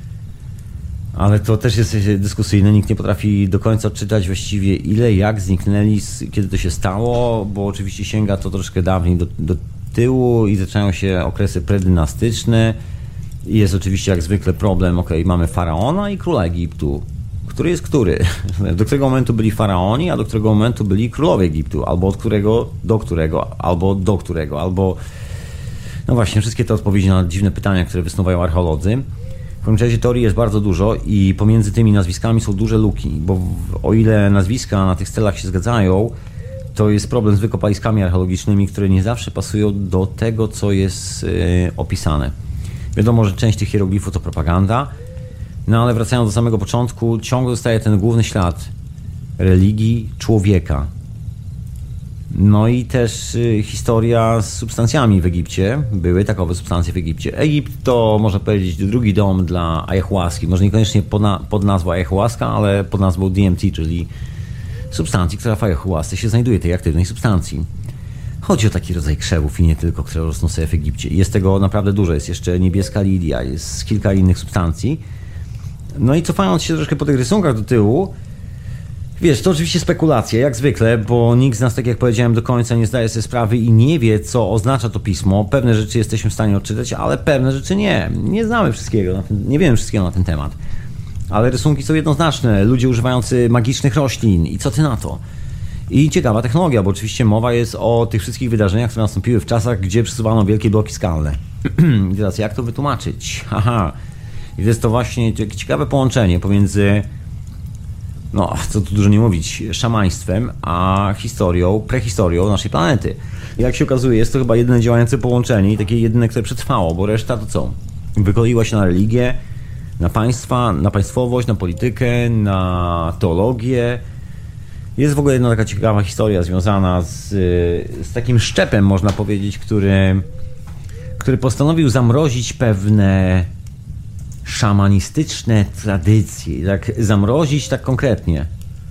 [SPEAKER 2] Ale to też jest dyskusyjne, nikt nie potrafi do końca odczytać właściwie ile, jak zniknęli, kiedy to się stało, bo oczywiście sięga to troszkę dawniej do, do tyłu i zaczynają się okresy predynastyczne i jest oczywiście jak zwykle problem, ok, mamy faraona i króla Egiptu, który jest który? Do którego momentu byli faraoni, a do którego momentu byli królowie Egiptu, albo od którego do którego, albo do którego, albo... No właśnie, wszystkie te odpowiedzi na dziwne pytania, które wysnuwają archeolodzy. W każdym razie teorii jest bardzo dużo i pomiędzy tymi nazwiskami są duże luki, bo o ile nazwiska na tych stelach się zgadzają, to jest problem z wykopaliskami archeologicznymi, które nie zawsze pasują do tego, co jest yy, opisane. Wiadomo, że część tych hieroglifów to propaganda, no ale wracając do samego początku, ciągle zostaje ten główny ślad religii człowieka. No i też y, historia z substancjami w Egipcie. Były takowe substancje w Egipcie. Egipt to, można powiedzieć, drugi dom dla ayahuaski. Może niekoniecznie pod, na, pod nazwą ayahuasca, ale pod nazwą D M T, czyli substancji, która w ayahuasce się znajduje, tej aktywnej substancji. Chodzi o taki rodzaj krzewów i nie tylko, które rosną sobie w Egipcie. Jest tego naprawdę dużo. Jest jeszcze niebieska lilia, jest kilka innych substancji. No i cofając się troszkę po tych rysunkach do tyłu, wiesz, to oczywiście spekulacja, jak zwykle, bo nikt z nas, tak jak powiedziałem, do końca nie zdaje sobie sprawy i nie wie, co oznacza to pismo. Pewne rzeczy jesteśmy w stanie odczytać, ale pewne rzeczy nie. Nie znamy wszystkiego, na ten, nie wiemy wszystkiego na ten temat. Ale rysunki są jednoznaczne. Ludzie używający magicznych roślin. I co ty na to? I ciekawa technologia, bo oczywiście mowa jest o tych wszystkich wydarzeniach, które nastąpiły w czasach, gdzie przesuwano wielkie bloki skalne. I teraz jak to wytłumaczyć? Haha. I to jest to właśnie ciekawe połączenie pomiędzy, no co tu dużo nie mówić, szamaństwem, a historią, prehistorią naszej planety. Jak się okazuje, jest to chyba jedyne działające połączenie i takie jedyne, które przetrwało, bo reszta to co? Wykoleiła się na religię, na państwa, na państwowość, na politykę, na teologię. Jest w ogóle jedna taka ciekawa historia związana z, z takim szczepem, można powiedzieć, który, który postanowił zamrozić pewne szamanistyczne tradycje. Tak zamrozić tak konkretnie.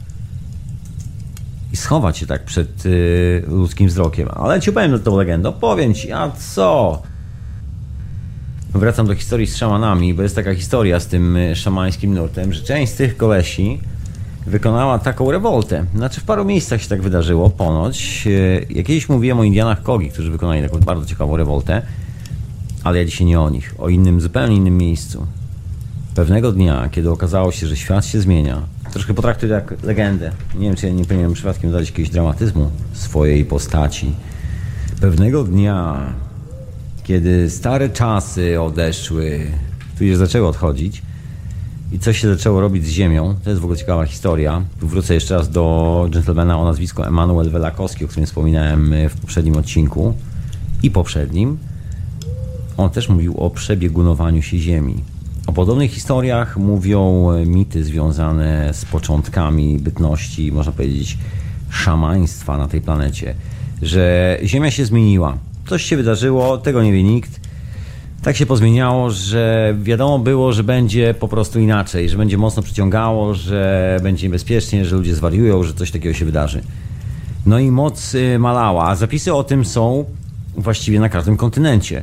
[SPEAKER 2] I schować się tak przed y, ludzkim wzrokiem. Ale ci opowiem tą legendę. Powiem ci, a co? Wracam do historii z szamanami, bo jest taka historia z tym szamańskim nurtem, że część z tych kolesi wykonała taką rewoltę. Znaczy w paru miejscach się tak wydarzyło, ponoć. Ja kiedyś mówiłem o Indianach Kogi, którzy wykonali taką bardzo ciekawą rewoltę, ale ja dzisiaj nie o nich, o innym, zupełnie innym miejscu. Pewnego dnia, kiedy okazało się, że świat się zmienia, troszkę potraktuję jak legendę. Nie wiem, czy ja nie powinienem przypadkiem dać jakiegoś dramatyzmu swojej postaci. Pewnego dnia, kiedy stare czasy odeszły, tudzież zaczęły odchodzić i coś się zaczęło robić z ziemią, to jest w ogóle ciekawa historia. Tu wrócę jeszcze raz do dżentelmena o nazwisku Emanuel Velakowski, o którym wspominałem w poprzednim odcinku i poprzednim. On też mówił o przebiegunowaniu się ziemi. O podobnych historiach mówią mity związane z początkami bytności, można powiedzieć, szamaństwa na tej planecie. Że Ziemia się zmieniła. Coś się wydarzyło, tego nie wie nikt. Tak się pozmieniało, że wiadomo było, że będzie po prostu inaczej, że będzie mocno przyciągało, że będzie niebezpiecznie, że ludzie zwariują, że coś takiego się wydarzy. No i moc malała, a zapisy o tym są właściwie na każdym kontynencie.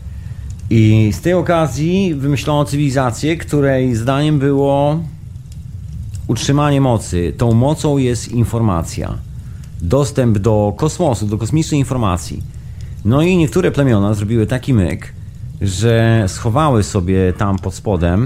[SPEAKER 2] I z tej okazji wymyślono cywilizację, której zdaniem było utrzymanie mocy. Tą mocą jest informacja. Dostęp do kosmosu, do kosmicznej informacji. No i niektóre plemiona zrobiły taki myk, że schowały sobie tam pod spodem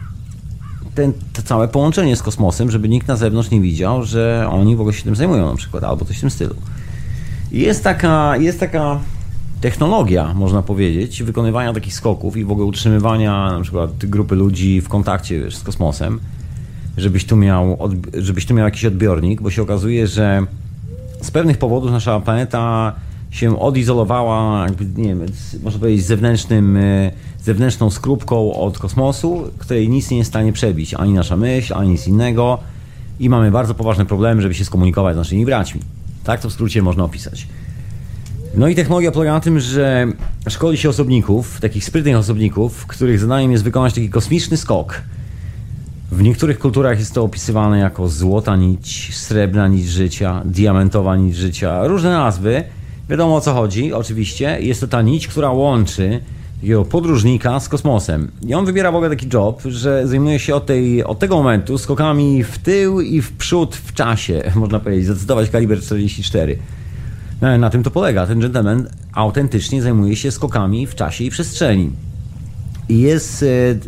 [SPEAKER 2] ten, to całe połączenie z kosmosem, żeby nikt na zewnątrz nie widział, że oni w ogóle się tym zajmują na przykład, albo coś w tym stylu. I jest taka, jest taka technologia, można powiedzieć, wykonywania takich skoków i w ogóle utrzymywania na przykład grupy ludzi w kontakcie, wiesz, z kosmosem, żebyś tu miał, żebyś tu miał jakiś odbiornik, bo się okazuje, że z pewnych powodów nasza planeta się odizolowała, jakby, nie wiem, można powiedzieć, zewnętrznym, zewnętrzną skorupką od kosmosu, której nic nie jest w stanie przebić, ani nasza myśl, ani nic innego, i mamy bardzo poważne problemy, żeby się skomunikować z naszymi braćmi. Tak to w skrócie można opisać. No i technologia polega na tym, że szkoli się osobników, takich sprytnych osobników, których zadaniem jest wykonać taki kosmiczny skok. W niektórych kulturach jest to opisywane jako złota nić, srebrna nić życia, diamentowa nić życia, różne nazwy. Wiadomo, o co chodzi, oczywiście. Jest to ta nić, która łączy takiego podróżnika z kosmosem. I on wybiera w ogóle taki job, że zajmuje się od, tej, od tego momentu skokami w tył i w przód w czasie, można powiedzieć, zdecydować kaliber czterdzieści cztery. No, na tym to polega. Ten gentleman autentycznie zajmuje się skokami w czasie i przestrzeni. I jest,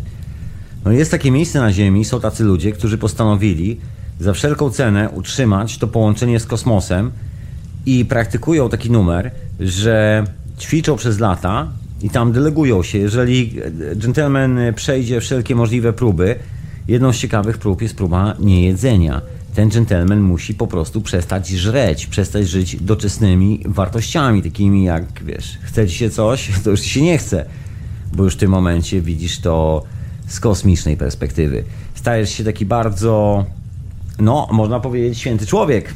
[SPEAKER 2] no jest takie miejsce na Ziemi, są tacy ludzie, którzy postanowili za wszelką cenę utrzymać to połączenie z kosmosem i praktykują taki numer, że ćwiczą przez lata i tam delegują się. Jeżeli gentleman przejdzie wszelkie możliwe próby, jedną z ciekawych prób jest próba niejedzenia. Ten gentleman musi po prostu przestać żreć, przestać żyć doczesnymi wartościami, takimi jak, wiesz, chce ci się coś, to już ci się nie chce, bo już w tym momencie widzisz to z kosmicznej perspektywy. Stajesz się taki bardzo, no, można powiedzieć, święty człowiek.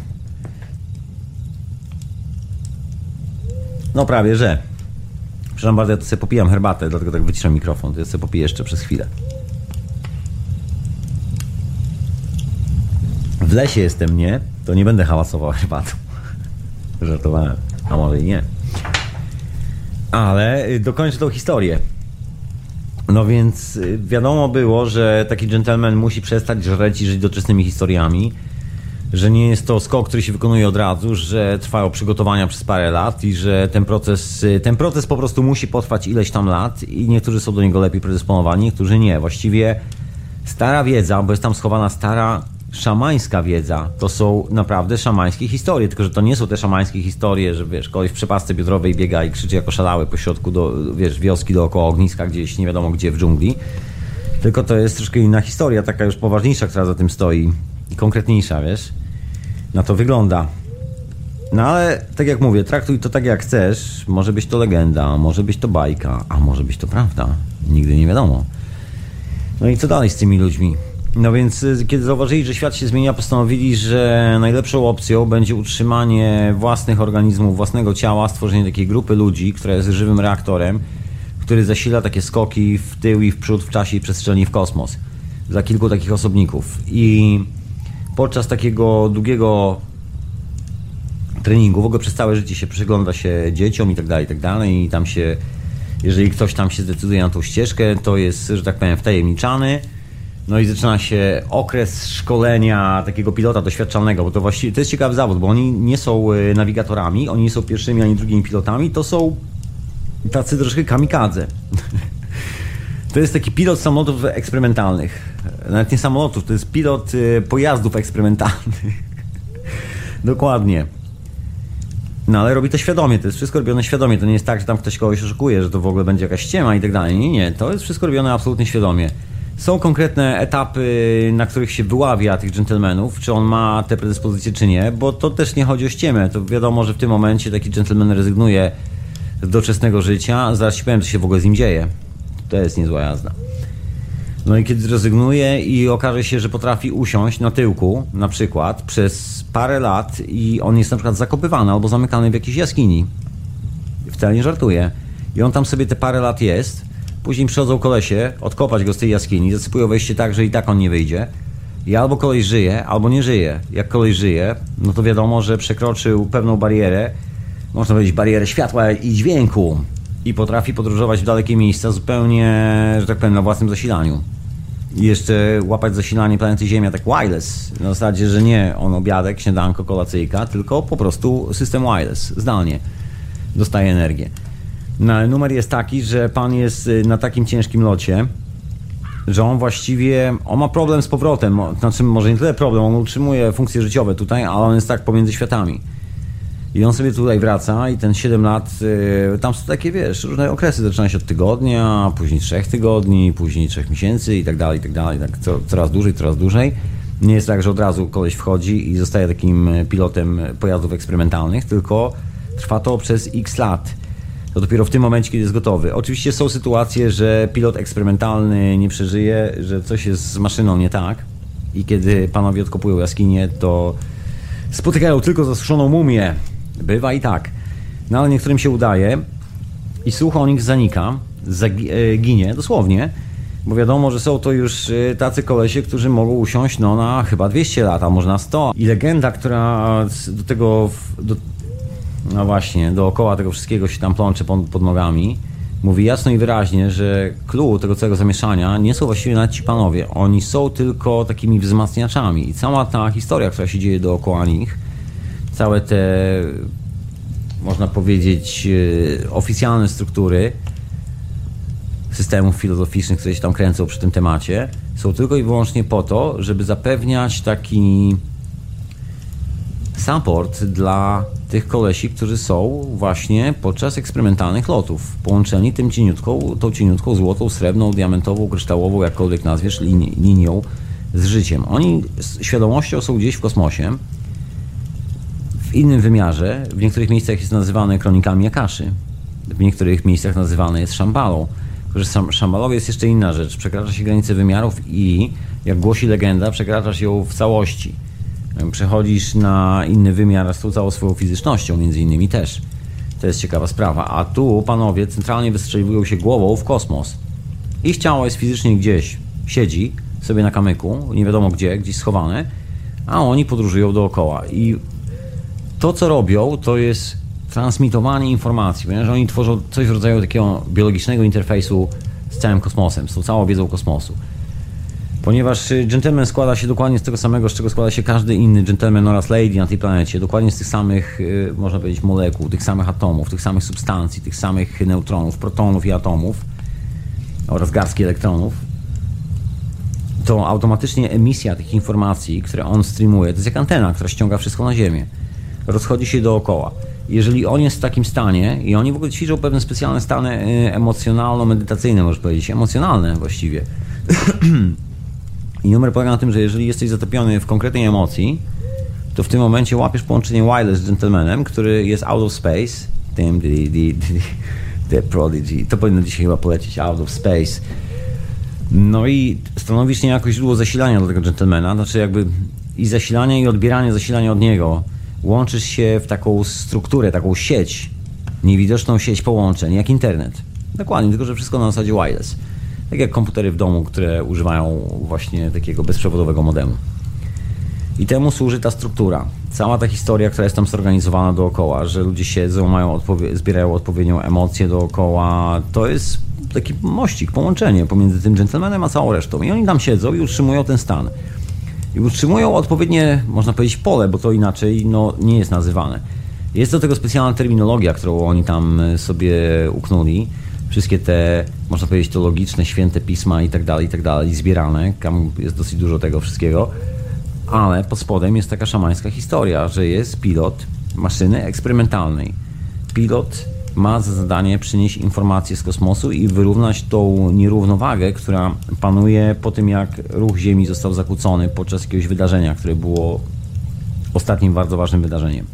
[SPEAKER 2] No prawie, że. Przepraszam bardzo, ja tu sobie popijam herbatę, dlatego tak wyciszam mikrofon, to ja sobie popiję jeszcze przez chwilę. W lesie jestem, nie? To nie będę hałasował herbatą. Żartowałem, a może i nie. Ale dokończę tą historię. No więc wiadomo było, że taki gentleman musi przestać żreć i żyć doczesnymi historiami, że nie jest to skok, który się wykonuje od razu, że trwają przygotowania przez parę lat i że ten proces, ten proces po prostu musi potrwać ileś tam lat i niektórzy są do niego lepiej predysponowani, niektórzy nie. Właściwie stara wiedza, bo jest tam schowana stara szamańska wiedza, to są naprawdę szamańskie historie, tylko że to nie są te szamańskie historie, że wiesz, koleś w przepasce biodrowej biega i krzyczy jako szalały po środku do, wiesz, wioski dookoła ogniska gdzieś, nie wiadomo gdzie, w dżungli, tylko to jest troszkę inna historia, taka już poważniejsza, która za tym stoi i konkretniejsza, wiesz, na to wygląda. No ale, tak jak mówię, traktuj to tak jak chcesz, może być to legenda, może być to bajka, a może być to prawda, nigdy nie wiadomo. No i co dalej z tymi ludźmi? No więc kiedy zauważyli, że świat się zmienia, postanowili, że najlepszą opcją będzie utrzymanie własnych organizmów, własnego ciała, stworzenie takiej grupy ludzi, która jest żywym reaktorem, który zasila takie skoki w tył i w przód w czasie i przestrzeni w kosmos. Dla kilku takich osobników. I podczas takiego długiego treningu, w ogóle przez całe życie się przygląda się dzieciom i tak dalej, i tak dalej. I tam się, jeżeli ktoś tam się zdecyduje na tą ścieżkę, to jest, że tak powiem, wtajemniczany. No i zaczyna się okres szkolenia takiego pilota doświadczalnego, bo to właściwie to jest ciekawy zawód, bo oni nie są nawigatorami, oni nie są pierwszymi ani drugimi pilotami, to są tacy troszkę kamikadze. To jest taki pilot samolotów eksperymentalnych. Nawet nie samolotów, to jest pilot pojazdów eksperymentalnych. Dokładnie. No ale robi to świadomie, to jest wszystko robione świadomie. To nie jest tak, że tam ktoś kogoś oszukuje, że to w ogóle będzie jakaś ściema i tak dalej. Nie, nie, to jest wszystko robione absolutnie świadomie. Są konkretne etapy, na których się wyławia tych dżentelmenów, czy on ma te predyspozycje, czy nie, bo to też nie chodzi o ściemę. To wiadomo, że w tym momencie taki dżentelmen rezygnuje z doczesnego życia. Zaraz ci powiem, co się w ogóle z nim dzieje. To jest niezła jazda. No i kiedy zrezygnuje i okaże się, że potrafi usiąść na tyłku, na przykład, przez parę lat i on jest na przykład zakopywany albo zamykany w jakiejś jaskini. Wcale nie żartuje. I on tam sobie te parę lat jest. Później przychodzą kolesie, odkopać go z tej jaskini, zasypują wejście tak, że i tak on nie wyjdzie. I albo koleś żyje, albo nie żyje. Jak koleś żyje, no to wiadomo, że przekroczył pewną barierę, można powiedzieć barierę światła i dźwięku i potrafi podróżować w dalekie miejsca zupełnie, że tak powiem, na własnym zasilaniu. I jeszcze łapać zasilanie planety Ziemia tak wireless. Na zasadzie, że nie on obiadek, śniadanko, kolacyjka, tylko po prostu system wireless, zdalnie dostaje energię. No ale numer jest taki, że pan jest na takim ciężkim locie, że on właściwie, on ma problem z powrotem, znaczy może nie tyle problem, on utrzymuje funkcje życiowe tutaj, ale on jest tak pomiędzy światami. I on sobie tutaj wraca i ten siedem lat, yy, tam są takie, wiesz, różne okresy, zaczyna się od tygodnia, później trzech tygodni, później trzech miesięcy i tak dalej, i tak dalej, tak co, coraz dłużej, coraz dłużej. Nie jest tak, że od razu koleś wchodzi i zostaje takim pilotem pojazdów eksperymentalnych, tylko trwa to przez x lat. To dopiero w tym momencie, kiedy jest gotowy. Oczywiście są sytuacje, że pilot eksperymentalny nie przeżyje, że coś jest z maszyną nie tak i kiedy panowie odkopują jaskinię, to spotykają tylko zasuszoną mumię. Bywa i tak. No ale niektórym się udaje i słuch o nich zanika, ginie dosłownie, bo wiadomo, że są to już tacy kolesie, którzy mogą usiąść no, na chyba dwieście lat, a może na sto. I legenda, która do tego, do, no właśnie, dookoła tego wszystkiego się tam plącze pod, pod nogami, mówi jasno i wyraźnie, że clue tego całego zamieszania nie są właściwie nawet ci panowie. Oni są tylko takimi wzmacniaczami. I cała ta historia, która się dzieje dookoła nich, całe te, można powiedzieć, oficjalne struktury systemów filozoficznych, które się tam kręcą przy tym temacie, są tylko i wyłącznie po to, żeby zapewniać taki support dla tych kolesi, którzy są właśnie podczas eksperymentalnych lotów, połączeni tym cieniutką, tą cieniutką, złotą, srebrną, diamentową, kryształową, jakkolwiek nazwiesz, lini- linią z życiem. Oni z świadomością są gdzieś w kosmosie, w innym wymiarze. W niektórych miejscach jest nazywane kronikami Akaszy, w niektórych miejscach nazywane jest Szambalą. Tylko że Szambalowie jest jeszcze inna rzecz. Przekracza się granicę wymiarów i, jak głosi legenda, przekraczasz ją w całości. Przechodzisz na inny wymiar z tą całą swoją fizycznością, między innymi też. To jest ciekawa sprawa. A tu panowie centralnie wystrzeliwują się głową w kosmos. Ich ciało jest fizycznie gdzieś, siedzi sobie na kamyku, nie wiadomo gdzie, gdzieś schowane, a oni podróżują dookoła. I to, co robią, to jest transmitowanie informacji, ponieważ oni tworzą coś w rodzaju takiego biologicznego interfejsu z całym kosmosem, z tą całą wiedzą kosmosu. Ponieważ gentleman składa się dokładnie z tego samego, z czego składa się każdy inny gentleman oraz lady na tej planecie, dokładnie z tych samych, można powiedzieć, molekuł, tych samych atomów, tych samych substancji, tych samych neutronów, protonów i atomów oraz garstki elektronów. To automatycznie emisja tych informacji, które on streamuje, to jest jak antena, która ściąga wszystko na Ziemię, rozchodzi się dookoła. Jeżeli on jest w takim stanie i oni w ogóle ćwiczą pewne specjalne stany emocjonalno-medytacyjne, można powiedzieć, emocjonalne właściwie. I numer polega na tym, że jeżeli jesteś zatopiony w konkretnej emocji, to w tym momencie łapiesz połączenie wireless z gentlemanem, który jest out of space, tym the, the, the, the prodigy, to powinno dzisiaj chyba polecieć, out of space. No i stanowisz niejako źródło zasilania dla tego gentlemana, znaczy jakby i zasilanie i odbieranie zasilania od niego. Łączysz się w taką strukturę, taką sieć, niewidoczną sieć połączeń, jak internet. Dokładnie, tylko że wszystko na zasadzie wireless. Tak jak komputery w domu, które używają właśnie takiego bezprzewodowego modemu. I temu służy ta struktura. Cała ta historia, która jest tam zorganizowana dookoła, że ludzie siedzą, mają odpowie- zbierają odpowiednią emocje dookoła, to jest taki mościk, połączenie pomiędzy tym gentlemanem a całą resztą. I oni tam siedzą i utrzymują ten stan. I utrzymują odpowiednie, można powiedzieć, pole, bo to inaczej no, nie jest nazywane. Jest do tego specjalna terminologia, którą oni tam sobie uknuli. wszystkie te, można powiedzieć, teologiczne, święte pisma i tak dalej, i tak dalej, zbierane. Tam jest dosyć dużo tego wszystkiego. Ale pod spodem jest taka szamańska historia, że jest pilot maszyny eksperymentalnej. Pilot ma za zadanie przynieść informacje z kosmosu i wyrównać tą nierównowagę, która panuje po tym, jak ruch Ziemi został zakłócony podczas jakiegoś wydarzenia, które było ostatnim bardzo ważnym wydarzeniem.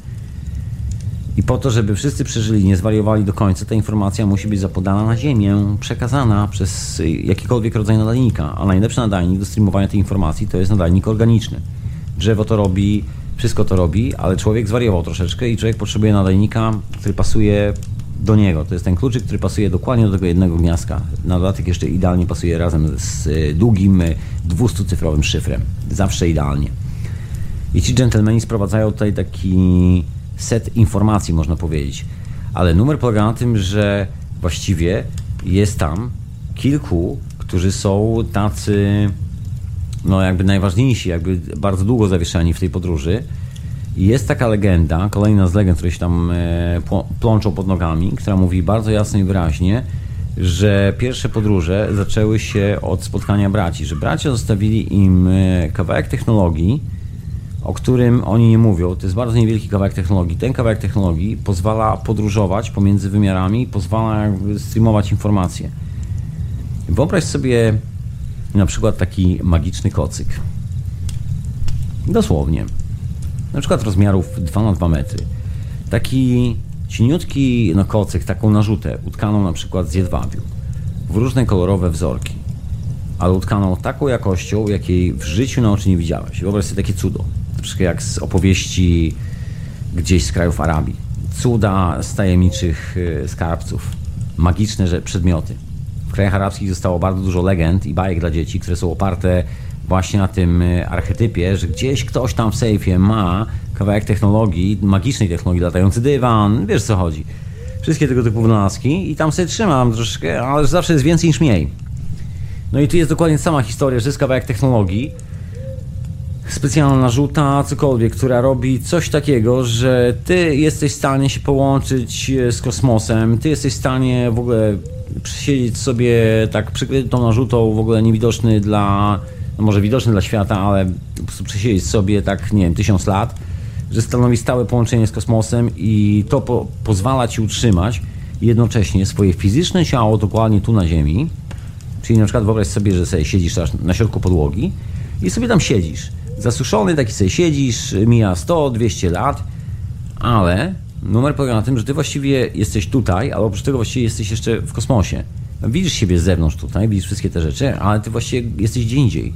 [SPEAKER 2] I po to, żeby wszyscy przeżyli, nie zwariowali do końca, ta informacja musi być zapodana na Ziemię, przekazana przez jakikolwiek rodzaj nadajnika. A najlepszy nadajnik do streamowania tej informacji to jest nadajnik organiczny. Drzewo to robi, wszystko to robi, ale człowiek zwariował troszeczkę i człowiek potrzebuje nadajnika, który pasuje do niego. To jest ten kluczyk, który pasuje dokładnie do tego jednego gniazdka. Na dodatek jeszcze idealnie pasuje razem z długim, dwustucyfrowym szyfrem. Zawsze idealnie. I ci dżentelmeni sprowadzają tutaj taki set informacji, można powiedzieć. Ale numer polega na tym, że właściwie jest tam kilku, którzy są tacy, no jakby najważniejsi, jakby bardzo długo zawieszeni w tej podróży. I jest taka legenda, kolejna z legend, które się tam plączą pod nogami, która mówi bardzo jasno i wyraźnie, że pierwsze podróże zaczęły się od spotkania braci, że bracia zostawili im kawałek technologii, o którym oni nie mówią. To jest bardzo niewielki kawałek technologii. Ten kawałek technologii pozwala podróżować pomiędzy wymiarami, pozwala jakby streamować informacje. Wyobraź sobie na przykład taki magiczny kocyk. Dosłownie. Na przykład rozmiarów dwa na dwa metry. Taki cieniutki no, kocyk, taką narzutę, utkaną na przykład z jedwabiu. W różne kolorowe wzorki. Ale utkaną taką jakością, jakiej w życiu na oczy nie widziałeś. Wyobraź sobie takie cudo. Troszkę jak z opowieści gdzieś z krajów Arabii. Cuda z tajemniczych skarbców. Magiczne przedmioty. W krajach arabskich zostało bardzo dużo legend i bajek dla dzieci, które są oparte właśnie na tym archetypie, że gdzieś ktoś tam w sejfie ma kawałek technologii, magicznej technologii, latający dywan, wiesz co chodzi. Wszystkie tego typu wynalazki i tam sobie trzymam troszeczkę, ale zawsze jest więcej niż mniej. No i tu jest dokładnie sama historia, że jest kawałek technologii, specjalna narzuta, cokolwiek, która robi coś takiego, że ty jesteś w stanie się połączyć z kosmosem, ty jesteś w stanie w ogóle przesiedzieć sobie tak przykrytą narzutą, w ogóle niewidoczny dla, no może widoczny dla świata, ale po prostu przesiedzieć sobie tak, nie wiem, tysiąc lat, że stanowi stałe połączenie z kosmosem i to po, pozwala ci utrzymać jednocześnie swoje fizyczne ciało dokładnie tu na Ziemi. Czyli na przykład wyobraź sobie, że sobie siedzisz na środku podłogi i sobie tam siedzisz. Zasuszony taki sobie siedzisz, mija sto dwieście lat, ale numer polega na tym, że ty właściwie jesteś tutaj, ale oprócz tego właściwie jesteś jeszcze w kosmosie. Widzisz siebie z zewnątrz tutaj, widzisz wszystkie te rzeczy, ale ty właściwie jesteś gdzie indziej.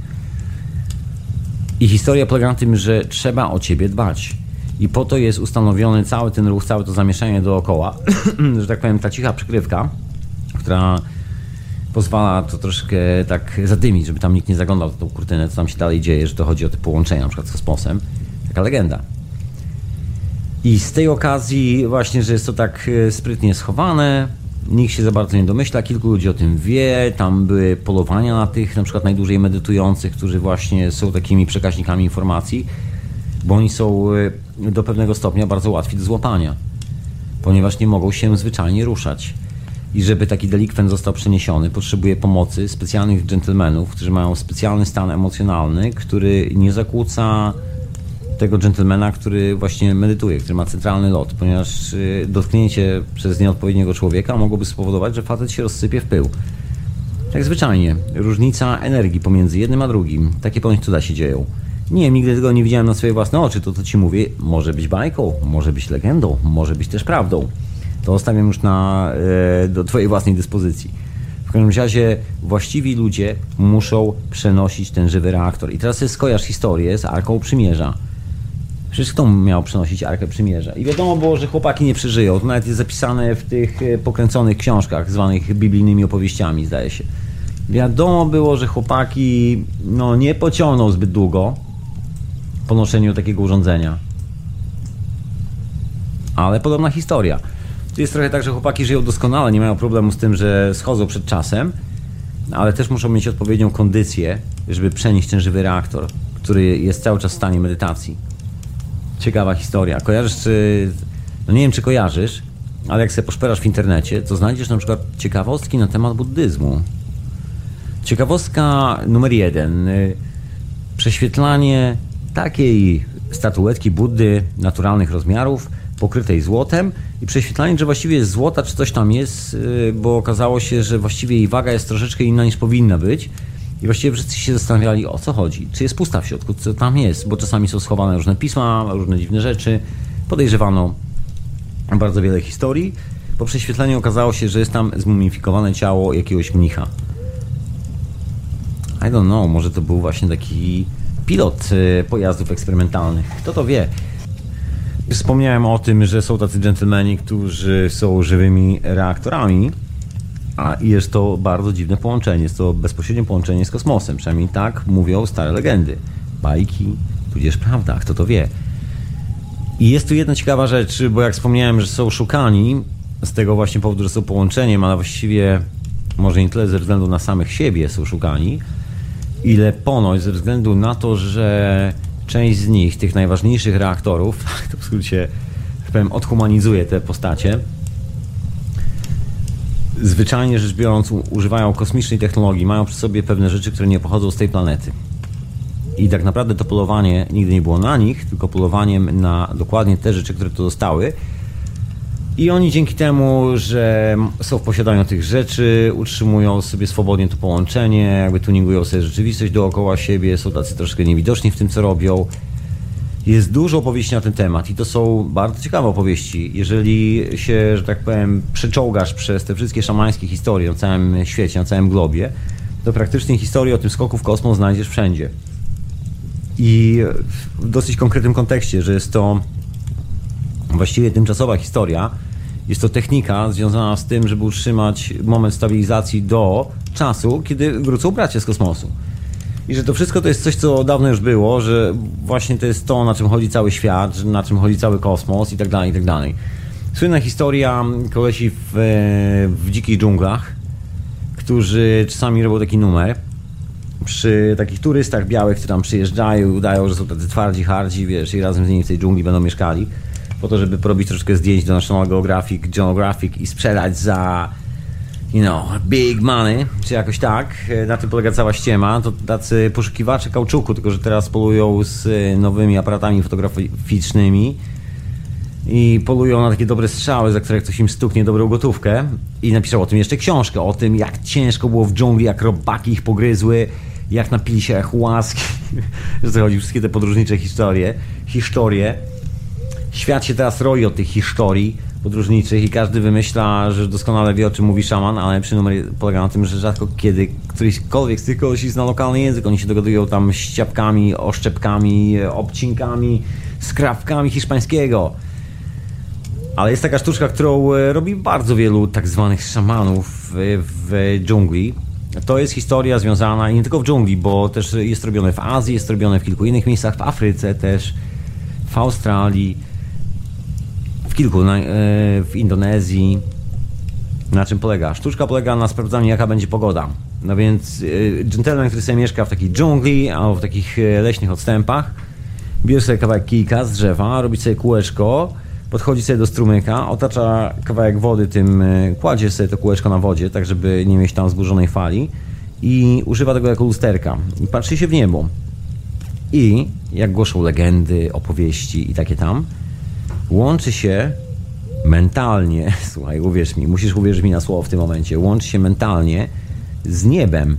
[SPEAKER 2] I historia polega na tym, że trzeba o ciebie dbać. I po to jest ustanowiony cały ten ruch, całe to zamieszanie dookoła, że tak powiem, ta cicha przykrywka, która pozwala to troszkę tak zadymić, żeby tam nikt nie zaglądał w tą kurtynę, co tam się dalej dzieje, że to chodzi o te połączenia na przykład z kosmosem. Taka legenda. I z tej okazji właśnie, że jest to tak sprytnie schowane, nikt się za bardzo nie domyśla, kilku ludzi o tym wie, tam były polowania na tych na przykład najdłużej medytujących, którzy właśnie są takimi przekaźnikami informacji, bo oni są do pewnego stopnia bardzo łatwi do złapania, ponieważ nie mogą się zwyczajnie ruszać. I żeby taki delikwent został przeniesiony, potrzebuje pomocy specjalnych dżentelmenów, którzy mają specjalny stan emocjonalny, który nie zakłóca tego dżentelmena, który właśnie medytuje, który ma centralny lot, ponieważ dotknięcie przez nieodpowiedniego człowieka mogłoby spowodować, że facet się rozsypie w pył. Tak zwyczajnie. Różnica energii pomiędzy jednym a drugim. Takie ponoć cuda się dzieją. Nie wiem, nigdy tego nie widziałem na swoje własne oczy. To, co ci mówię, może być bajką, może być legendą, może być też prawdą. To zostawiam już na, e, do twojej własnej dyspozycji. W każdym razie właściwi ludzie muszą przenosić ten żywy reaktor. I teraz sobie skojarz historię z Arką Przymierza. Przecież kto miał przenosić Arkę Przymierza? I wiadomo było, że chłopaki nie przeżyją. To nawet jest zapisane w tych pokręconych książkach, zwanych biblijnymi opowieściami, zdaje się. Wiadomo było, że chłopaki no, nie pociągną zbyt długo po noszeniu takiego urządzenia. Ale podobna historia. To jest trochę tak, że chłopaki żyją doskonale, nie mają problemu z tym, że schodzą przed czasem, ale też muszą mieć odpowiednią kondycję, żeby przenieść ten żywy reaktor, który jest cały czas w stanie medytacji. Ciekawa historia. Kojarzysz, czy... No nie wiem, czy kojarzysz, ale jak sobie poszperasz w internecie, to znajdziesz na przykład ciekawostki na temat buddyzmu. Ciekawostka numer jeden. Prześwietlanie takiej statuetki Buddy naturalnych rozmiarów, pokrytej złotem i prześwietlanie, że właściwie jest złota, czy coś tam jest, bo okazało się, że właściwie jej waga jest troszeczkę inna niż powinna być i właściwie wszyscy się zastanawiali, o co chodzi, czy jest pusta w środku, co tam jest, bo czasami są schowane różne pisma, różne dziwne rzeczy, podejrzewano bardzo wiele historii. Po prześwietleniu okazało się, że jest tam zmumifikowane ciało jakiegoś mnicha. I don't know, może to był właśnie taki pilot pojazdów eksperymentalnych, kto to wie. Wspomniałem o tym, że są tacy dżentelmeni, którzy są żywymi reaktorami, a jest to bardzo dziwne połączenie, jest to bezpośrednie połączenie z kosmosem, przynajmniej tak mówią stare legendy, bajki, tudzież prawda, kto to wie. I jest tu jedna ciekawa rzecz, bo jak wspomniałem, że są szukani z tego właśnie powodu, że są połączeniem, ale właściwie może nie tyle ze względu na samych siebie są szukani, ile ponoć ze względu na to, że część z nich, tych najważniejszych reaktorów, to w skrócie, tak powiem, odhumanizuje te postacie, zwyczajnie rzecz biorąc używają kosmicznej technologii, mają przy sobie pewne rzeczy, które nie pochodzą z tej planety. I tak naprawdę to polowanie nigdy nie było na nich, tylko polowaniem na dokładnie te rzeczy, które tu zostały. I oni dzięki temu, że są w posiadaniu tych rzeczy, utrzymują sobie swobodnie to połączenie, jakby tuningują sobie rzeczywistość dookoła siebie, są tacy troszkę niewidoczni w tym, co robią. Jest dużo opowieści na ten temat i to są bardzo ciekawe opowieści. Jeżeli się, że tak powiem, przeczołgasz przez te wszystkie szamańskie historie na całym świecie, na całym globie, to praktycznie historię o tym skoku w kosmos znajdziesz wszędzie. I w dosyć konkretnym kontekście, że jest to właściwie tymczasowa historia, jest to technika związana z tym, żeby utrzymać moment stabilizacji do czasu, kiedy wrócą bracia z kosmosu. I że to wszystko to jest coś, co dawno już było, że właśnie to jest to, na czym chodzi cały świat, na czym chodzi cały kosmos i tak dalej, i tak dalej. Słynna historia kolesi w, w dzikich dżunglach, którzy czasami robią taki numer przy takich turystach białych, którzy tam przyjeżdżają i udają, że są tacy twardzi, hardzi, wiesz, i razem z nimi w tej dżungli będą mieszkali, po to, żeby porobić troszkę zdjęć do National Geographic, Geographic i sprzedać za, you know, big money, czy jakoś tak. Na tym polega cała ściema. To tacy poszukiwacze kauczuku, tylko że teraz polują z nowymi aparatami fotograficznymi i polują na takie dobre strzały, za które ktoś im stuknie dobrą gotówkę i napiszą o tym jeszcze książkę, o tym, jak ciężko było w dżungli, jak robaki ich pogryzły, jak napili się jak łaski, że to chodzi, wszystkie te podróżnicze historie, historie. Świat się teraz roi od tych historii podróżniczych i każdy wymyśla, że doskonale wie, o czym mówi szaman, ale przy numer polega na tym, że rzadko kiedy któryśkolwiek z tych kogoś zna lokalny język, oni się dogadują tam ściapkami, oszczepkami, obcinkami, skrawkami hiszpańskiego. Ale jest taka sztuczka, którą robi bardzo wielu tak zwanych szamanów w, w dżungli. To jest historia związana i nie tylko w dżungli, bo też jest robione w Azji, jest robione w kilku innych miejscach, w Afryce też, w Australii, w kilku, w Indonezji. Na czym polega? Sztuczka polega na sprawdzaniu, jaka będzie pogoda. No więc dżentelmen, który sobie mieszka w takiej dżungli albo w takich leśnych odstępach, bierze sobie kawałek kijka z drzewa, robi sobie kółeczko, podchodzi sobie do strumyka, otacza kawałek wody tym, kładzie sobie to kółeczko na wodzie, tak żeby nie mieć tam zburzonej fali i używa tego jako lusterka i patrzy się w niebo. I jak głoszą legendy, opowieści i takie tam, łączy się mentalnie, słuchaj, uwierz mi, musisz uwierzyć mi na słowo w tym momencie, łączy się mentalnie z niebem.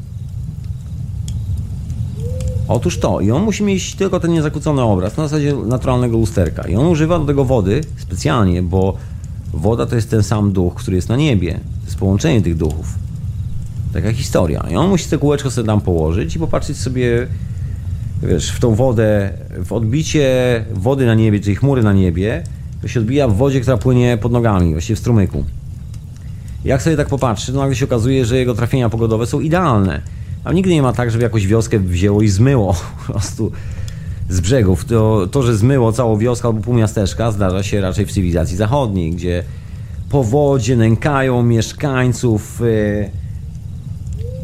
[SPEAKER 2] Otóż to, i on musi mieć tylko ten niezakłócony obraz, na zasadzie naturalnego lusterka. I on używa do tego wody specjalnie, bo woda to jest ten sam duch, który jest na niebie. To jest połączenie tych duchów. Taka historia. I on musi te kółeczko sobie tam położyć i popatrzeć sobie, wiesz, w tą wodę, w odbicie wody na niebie, czyli chmury na niebie, to się odbija w wodzie, która płynie pod nogami, właściwie w strumyku. Jak sobie tak popatrzy, to nagle się okazuje, że jego trafienia pogodowe są idealne. A nigdy nie ma tak, żeby jakąś wioskę wzięło i zmyło po prostu z brzegów. To, to, że zmyło całą wioskę albo pół miasteczka, zdarza się raczej w cywilizacji zachodniej, gdzie powodzie nękają mieszkańców yy,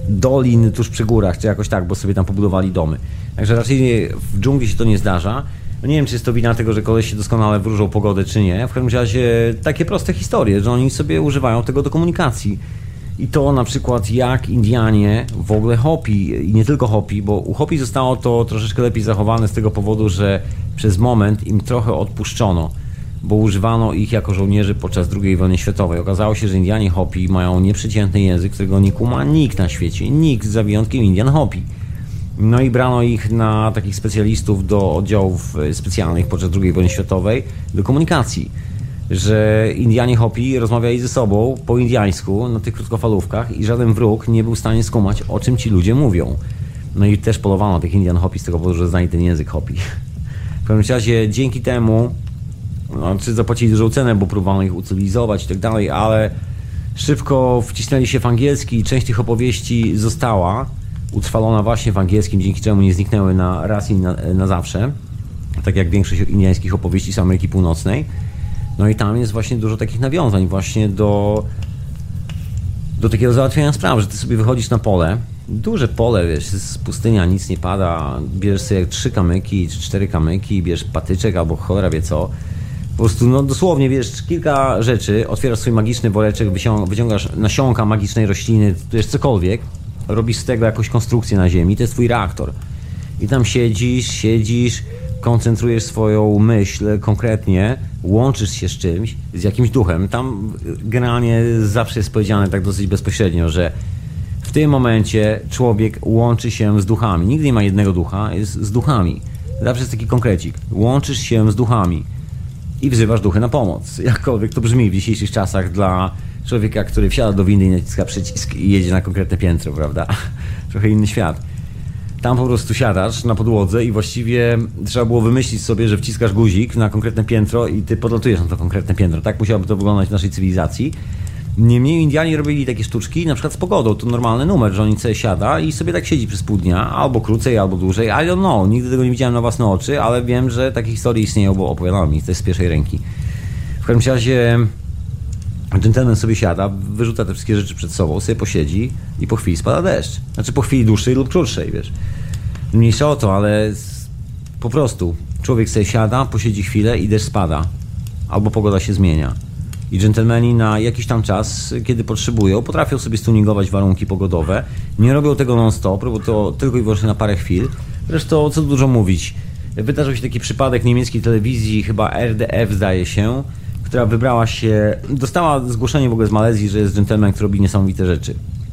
[SPEAKER 2] dolin tuż przy górach, czy jakoś tak, bo sobie tam pobudowali domy. Także raczej w dżungli się to nie zdarza. No nie wiem, czy jest to wina tego, że koleś się doskonale wróżą pogodę, czy nie. W każdym razie takie proste historie, że oni sobie używają tego do komunikacji. I to na przykład jak Indianie w ogóle Hopi, i nie tylko Hopi, bo u Hopi zostało to troszeczkę lepiej zachowane z tego powodu, że przez moment im trochę odpuszczono, bo używano ich jako żołnierzy podczas drugiej wojny światowej. Okazało się, że Indianie Hopi mają nieprzeciętny język, którego nie kuma nikt na świecie, nikt za wyjątkiem Indian Hopi. No i brano ich na takich specjalistów do oddziałów specjalnych podczas drugiej wojny światowej do komunikacji, że Indianie Hopi rozmawiali ze sobą po indiańsku na tych krótkofalówkach i żaden wróg nie był w stanie skumać, o czym ci ludzie mówią. No i też polowano na tych Indian Hopi z tego powodu, że znali ten język Hopi. W każdym razie dzięki temu, no, czy zapłacili dużą cenę, bo próbowano ich ucywilizować i tak dalej, ale szybko wcisnęli się w angielski i część tych opowieści została utrwalona właśnie w angielskim, dzięki czemu nie zniknęły na raz i na, na zawsze, tak jak większość indiańskich opowieści z Ameryki Północnej. No i tam jest właśnie dużo takich nawiązań właśnie do do takiego załatwiania spraw, że ty sobie wychodzisz na pole, duże pole, wiesz, z pustynia, nic nie pada, bierzesz sobie trzy kamyki czy cztery kamyki, bierzesz patyczek albo cholera wie co. Po prostu, no dosłownie, wiesz, kilka rzeczy, otwierasz swój magiczny woreczek, wyciągasz nasionka magicznej rośliny, wiesz, cokolwiek, robisz z tego jakąś konstrukcję na ziemi, to jest twój reaktor. I tam siedzisz, siedzisz, koncentrujesz swoją myśl konkretnie, łączysz się z czymś, z jakimś duchem. Tam generalnie zawsze jest powiedziane tak dosyć bezpośrednio, że w tym momencie człowiek łączy się z duchami. Nigdy nie ma jednego ducha, jest z duchami. Zawsze jest taki konkrecik. Łączysz się z duchami i wzywasz duchy na pomoc. Jakkolwiek to brzmi w dzisiejszych czasach dla człowieka, który wsiada do windy i naciska przycisk i jedzie na konkretne piętro, prawda? Trochę inny świat. Tam po prostu siadasz na podłodze i właściwie trzeba było wymyślić sobie, że wciskasz guzik na konkretne piętro i ty podlatujesz na to konkretne piętro. Tak musiałoby to wyglądać w naszej cywilizacji. Niemniej Indianie robili takie sztuczki, na przykład z pogodą. To normalny numer, że oni sobie siada i sobie tak siedzi przez pół dnia, albo krócej, albo dłużej. I don't know, nigdy tego nie widziałem na własne oczy, ale wiem, że takie historie istnieją, bo opowiadano mi to z pierwszej ręki. W każdym razie dżentelmen sobie siada, wyrzuca te wszystkie rzeczy przed sobą, sobie posiedzi i po chwili spada deszcz. Znaczy po chwili dłuższej lub krótszej, wiesz. Mniejsza o to, ale po prostu człowiek sobie siada, posiedzi chwilę i deszcz spada. Albo pogoda się zmienia. I dżentelmeni na jakiś tam czas, kiedy potrzebują, potrafią sobie stuningować warunki pogodowe. Nie robią tego non-stop, bo to tylko i wyłącznie na parę chwil. Zresztą, co dużo mówić, wydarzył się taki przypadek niemieckiej telewizji, chyba R D F zdaje się, która wybrała się, dostała zgłoszenie w ogóle z Malezji, że jest dżentelmen, który robi niesamowite rzeczy.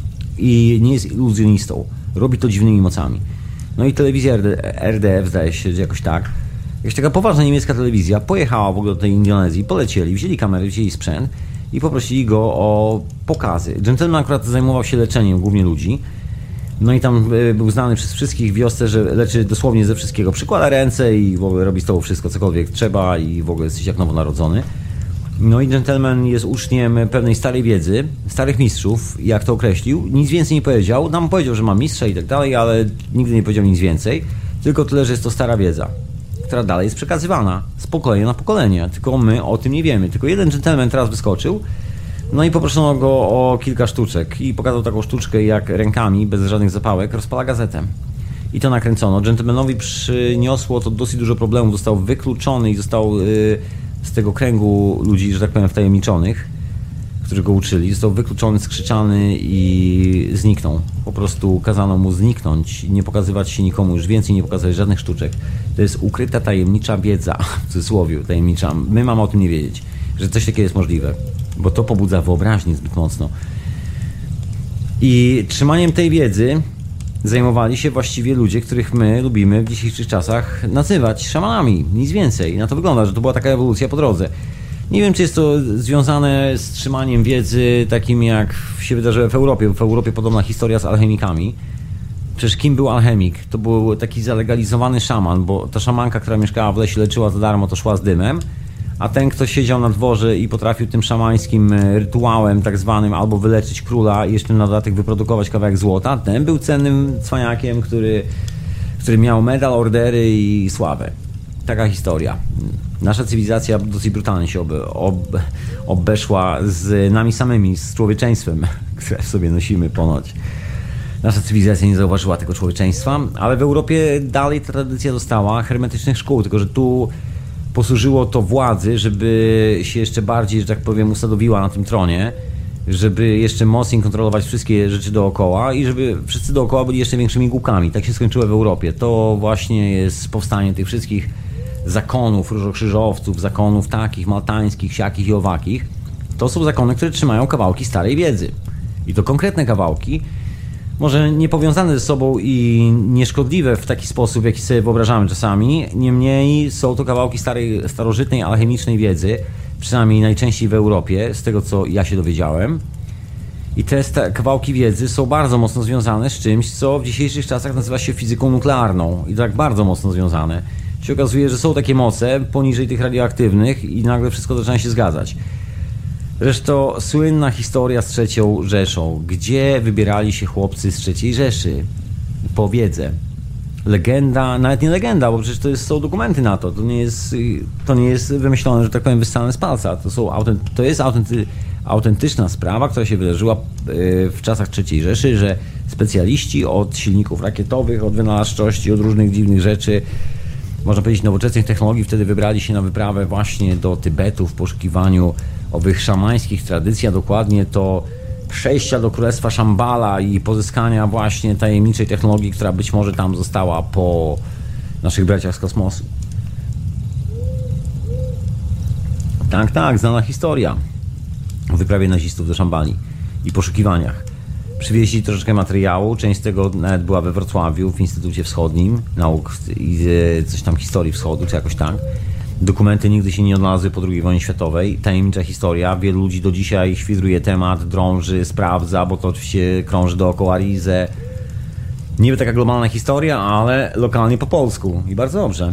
[SPEAKER 2] I nie jest iluzjonistą. Robi to dziwnymi mocami. No i telewizja R D F, zdaje się, że jakoś tak, jakaś taka poważna niemiecka telewizja pojechała w ogóle do tej Indonezji, polecieli, wzięli kamery, wzięli sprzęt i poprosili go o pokazy. Gentleman akurat zajmował się leczeniem głównie ludzi. No i tam był znany przez wszystkich w wiosce, że leczy dosłownie ze wszystkiego. Przykłada ręce i w ogóle robi z tobą wszystko, cokolwiek trzeba i w ogóle jesteś jak nowonarodzony. No i gentleman jest uczniem pewnej starej wiedzy, starych mistrzów, jak to określił. Nic więcej nie powiedział. Nam powiedział, że ma mistrza i tak dalej, ale nigdy nie powiedział nic więcej. Tylko tyle, że jest to stara wiedza, która dalej jest przekazywana z pokolenia na pokolenie. Tylko my o tym nie wiemy. Tylko jeden gentleman teraz wyskoczył, no i poproszono go o kilka sztuczek i pokazał taką sztuczkę, jak rękami, bez żadnych zapałek, rozpala gazetę. I to nakręcono. Gentlemanowi przyniosło to dosyć dużo problemów. Został wykluczony i został yy, z tego kręgu ludzi, że tak powiem, wtajemniczonych, którzy go uczyli. Został wykluczony, skrzyczany i zniknął. Po prostu kazano mu zniknąć, nie pokazywać się nikomu, już więcej nie pokazywać żadnych sztuczek. To jest ukryta, tajemnicza wiedza, w cudzysłowie tajemnicza. My mamy o tym nie wiedzieć, że coś takiego jest możliwe, bo to pobudza wyobraźnię zbyt mocno. I trzymaniem tej wiedzy zajmowali się właściwie ludzie, których my lubimy w dzisiejszych czasach nazywać szamanami. Nic więcej. Na to wygląda, że to była taka ewolucja po drodze. Nie wiem, czy jest to związane z trzymaniem wiedzy takim, jak się wydarzyło w Europie. W Europie podobna historia z alchemikami. Przecież kim był alchemik? To był taki zalegalizowany szaman, bo ta szamanka, która mieszkała w lesie, leczyła za darmo, to szła z dymem. A ten, kto siedział na dworze i potrafił tym szamańskim rytuałem tak zwanym albo wyleczyć króla i jeszcze na dodatek wyprodukować kawałek złota, ten był cennym cwaniakiem, który, który miał medal, ordery i sławę. Taka historia. Nasza cywilizacja dosyć brutalnie się ob, ob, obeszła z nami samymi, z człowieczeństwem, które w sobie nosimy ponoć. nasza cywilizacja nie zauważyła tego człowieczeństwa, ale w Europie dalej ta tradycja została hermetycznych szkół, tylko że tu posłużyło to władzy, żeby się jeszcze bardziej, że tak powiem, usadowiła na tym tronie, żeby jeszcze mocniej kontrolować wszystkie rzeczy dookoła i żeby wszyscy dookoła byli jeszcze większymi głupkami. Tak się skończyło w Europie. To właśnie jest powstanie tych wszystkich zakonów, różokrzyżowców, zakonów takich, maltańskich, siakich i owakich. To są zakony, które trzymają kawałki starej wiedzy. I to konkretne kawałki, może nie powiązane ze sobą i nieszkodliwe w taki sposób, w jaki sobie wyobrażamy czasami, niemniej są to kawałki starej, starożytnej, alchemicznej wiedzy, przynajmniej najczęściej w Europie, z tego co ja się dowiedziałem. I te kawałki wiedzy są bardzo mocno związane z czymś, co w dzisiejszych czasach nazywa się fizyką nuklearną. I tak bardzo mocno związane. Się okazuje, że są takie moce poniżej tych radioaktywnych i nagle wszystko zaczyna się zgadzać. Zresztą słynna historia z trzecią Rzeszą. Gdzie wybierali się chłopcy z trzeciej Rzeszy? Po wiedzę. Legenda, nawet nie legenda, bo przecież to jest, są dokumenty na to. To nie jest, to nie jest wymyślone, że tak powiem, wyssane z palca. To, są autenty, to jest autenty, autentyczna sprawa, która się wydarzyła w czasach trzeciej Rzeszy, że specjaliści od silników rakietowych, od wynalazczości, od różnych dziwnych rzeczy, można powiedzieć nowoczesnych technologii, wtedy wybrali się na wyprawę właśnie do Tybetu w poszukiwaniu owych szamańskich tradycji, a dokładnie to przejścia do królestwa Szambala i pozyskania właśnie tajemniczej technologii, która być może tam została po naszych braciach z kosmosu. Tak, tak, znana historia o wyprawie nazistów do Szambali i poszukiwaniach. Przywieźli troszeczkę materiału, część z tego nawet była we Wrocławiu, w Instytucie Wschodnim Nauk i coś tam historii wschodu, czy jakoś tak. Dokumenty nigdy się nie odnalazły po drugiej wojnie światowej. Tajemnicza historia. Wielu ludzi do dzisiaj świdruje temat, drąży, sprawdza, bo to oczywiście krąży dookoła Rize. Niby taka globalna historia, ale lokalnie po polsku. I bardzo dobrze.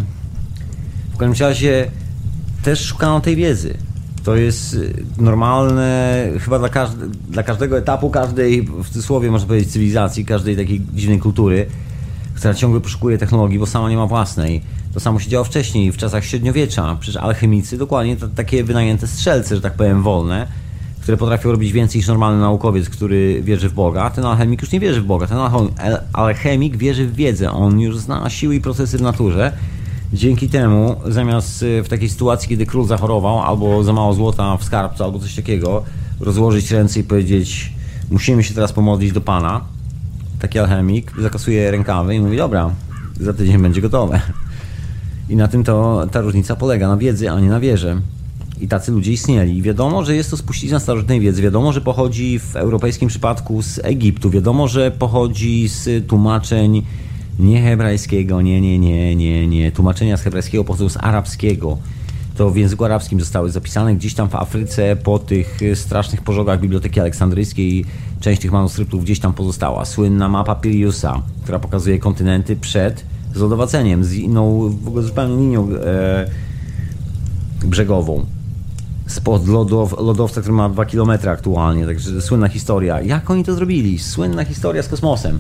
[SPEAKER 2] W każdym razie też szukano tej wiedzy. To jest normalne chyba dla, każde, dla każdego etapu, każdej, w cudzysłowie można powiedzieć, cywilizacji, każdej takiej dziwnej kultury, która ciągle poszukuje technologii, bo sama nie ma własnej. To samo się działo wcześniej, w czasach średniowiecza. Przecież alchemicy, dokładnie to, takie wynajęte strzelce, że tak powiem, wolne, które potrafią robić więcej niż normalny naukowiec, który wierzy w Boga. Ten alchemik już nie wierzy w Boga. Ten alchemik wierzy w wiedzę. On już zna siły i procesy w naturze. Dzięki temu, zamiast w takiej sytuacji, kiedy król zachorował, albo za mało złota w skarbcu, albo coś takiego, rozłożyć ręce i powiedzieć: musimy się teraz pomodlić do Pana, taki alchemik zakasuje rękawy i mówi: dobra, za tydzień będzie gotowe. I na tym to ta różnica polega, na wiedzy, a nie na wierze. I tacy ludzie istnieli. I wiadomo, że jest to spuścizna starożytnej wiedzy. Wiadomo, że pochodzi w europejskim przypadku z Egiptu. Wiadomo, że pochodzi z tłumaczeń nie hebrajskiego, nie, nie, nie, nie, nie. Tłumaczenia z hebrajskiego pochodzą z arabskiego. To w języku arabskim zostały zapisane gdzieś tam w Afryce po tych strasznych pożogach Biblioteki Aleksandryjskiej. Część tych manuskryptów gdzieś tam pozostała. Słynna mapa Piriusa, która pokazuje kontynenty przed zlodowaceniem, z inną, w ogóle zupełnie linią e, brzegową. Spod lodow, lodowca, który ma dwa kilometry aktualnie. Także słynna historia. Jak oni to zrobili? Słynna historia z kosmosem.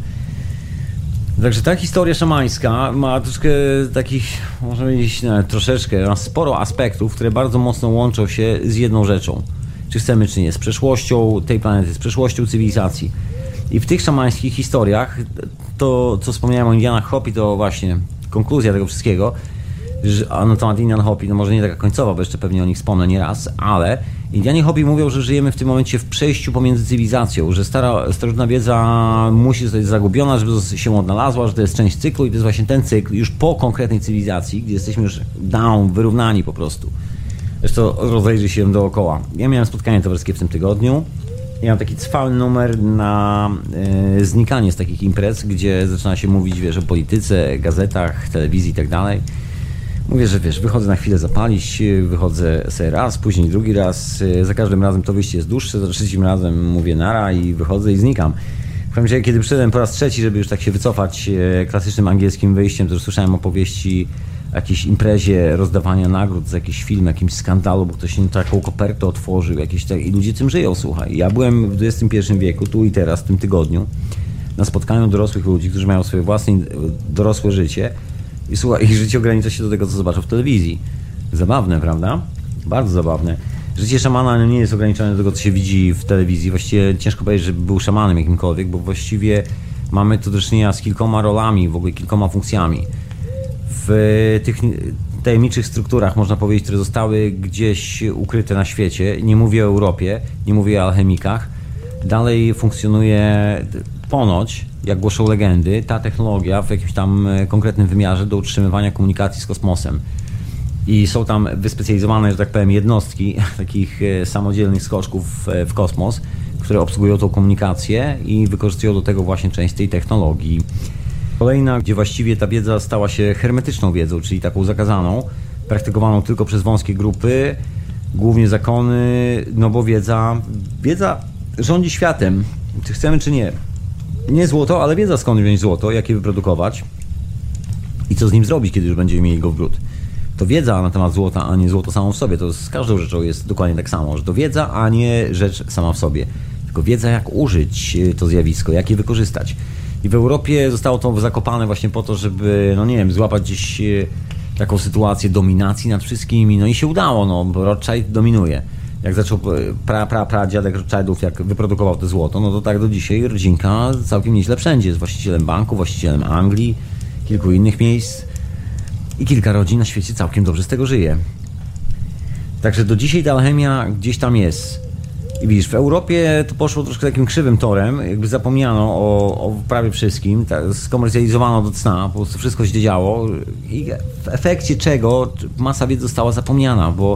[SPEAKER 2] Także ta historia szamańska ma troszkę takich, można powiedzieć, no, troszeczkę, ma sporo aspektów, które bardzo mocno łączą się z jedną rzeczą. Czy chcemy, czy nie. Z przeszłością tej planety, z przeszłością cywilizacji. I w tych szamańskich historiach, to co wspomniałem o Indianach Hopi, to właśnie konkluzja tego wszystkiego, że, a na temat Indian Hopi, no może nie taka końcowa, bo jeszcze pewnie o nich wspomnę nie raz, ale Indianie Hopi mówią, że żyjemy w tym momencie w przejściu pomiędzy cywilizacją, że stara, starożytna wiedza musi zostać zagubiona, żeby się odnalazła, że to jest część cyklu i to jest właśnie ten cykl już po konkretnej cywilizacji, gdzie jesteśmy już down, wyrównani po prostu. Zresztą rozejrzy się dookoła. Ja miałem spotkanie towarzyskie w tym tygodniu. Ja mam taki cwały numer na e, znikanie z takich imprez, gdzie zaczyna się mówić, wiesz, o polityce, gazetach, telewizji i tak dalej. Mówię, że wiesz, wychodzę na chwilę zapalić, wychodzę sobie raz, później drugi raz. Za każdym razem to wyjście jest dłuższe, za trzecim razem mówię nara i wychodzę i znikam. W każdym razie, kiedy przyszedłem po raz trzeci, żeby już tak się wycofać klasycznym angielskim wyjściem, to już słyszałem opowieści o jakiejś imprezie rozdawania nagród za jakiś film, jakimś skandalu, bo ktoś taką kopertę otworzył, jakieś tak, i ludzie tym żyją, słuchaj. Ja byłem w dwudziestym pierwszym wieku, tu i teraz, w tym tygodniu, na spotkaniu dorosłych ludzi, którzy mają swoje własne dorosłe życie i słuchaj, ich życie ogranicza się do tego, co zobaczą w telewizji. Zabawne, prawda? Bardzo zabawne. Życie szamana nie jest ograniczone do tego, co się widzi w telewizji. Właściwie ciężko powiedzieć, żeby był szamanem jakimkolwiek, bo właściwie Mamy tu do czynienia z kilkoma rolami, w ogóle kilkoma funkcjami. W tych tajemniczych strukturach, można powiedzieć, które zostały gdzieś ukryte na świecie, nie mówię o Europie, nie mówię o alchemikach, dalej funkcjonuje ponoć, jak głoszą legendy, ta technologia w jakimś tam konkretnym wymiarze do utrzymywania komunikacji z kosmosem. I są tam wyspecjalizowane, że tak powiem, jednostki takich samodzielnych skoczków w kosmos, które obsługują tą komunikację i wykorzystują do tego właśnie część tej technologii. Kolejna, gdzie właściwie ta wiedza stała się hermetyczną wiedzą, czyli taką zakazaną, praktykowaną tylko przez wąskie grupy, głównie zakony, no bo wiedza, wiedza rządzi światem, czy chcemy, czy nie. Nie złoto, ale wiedza, skąd wziąć złoto, jak je wyprodukować i co z nim zrobić, kiedy już będziemy mieli go w bród. To wiedza na temat złota, a nie złoto samo w sobie. To z każdą rzeczą jest dokładnie tak samo, że to wiedza, a nie rzecz sama w sobie. Tylko wiedza, jak użyć to zjawisko, jak je wykorzystać. I w Europie zostało to zakopane właśnie po to, żeby, no nie wiem, złapać gdzieś taką sytuację dominacji nad wszystkimi. No i się udało, no, bo Rothschild dominuje. Jak zaczął pra, pra, pra dziadek Rothschildów, jak wyprodukował to złoto, no to tak do dzisiaj rodzinka całkiem nieźle wszędzie. Jest właścicielem banku, właścicielem Anglii, kilku innych miejsc. I kilka rodzin na świecie całkiem dobrze z tego żyje. Także do dzisiaj ta alchemia gdzieś tam jest. I widzisz, w Europie to poszło troszkę takim krzywym torem, jakby zapomniano o, o prawie wszystkim, tak, skomercjalizowano do cna, po prostu wszystko się działo i w efekcie czego masa wiedzy została zapomniana, bo,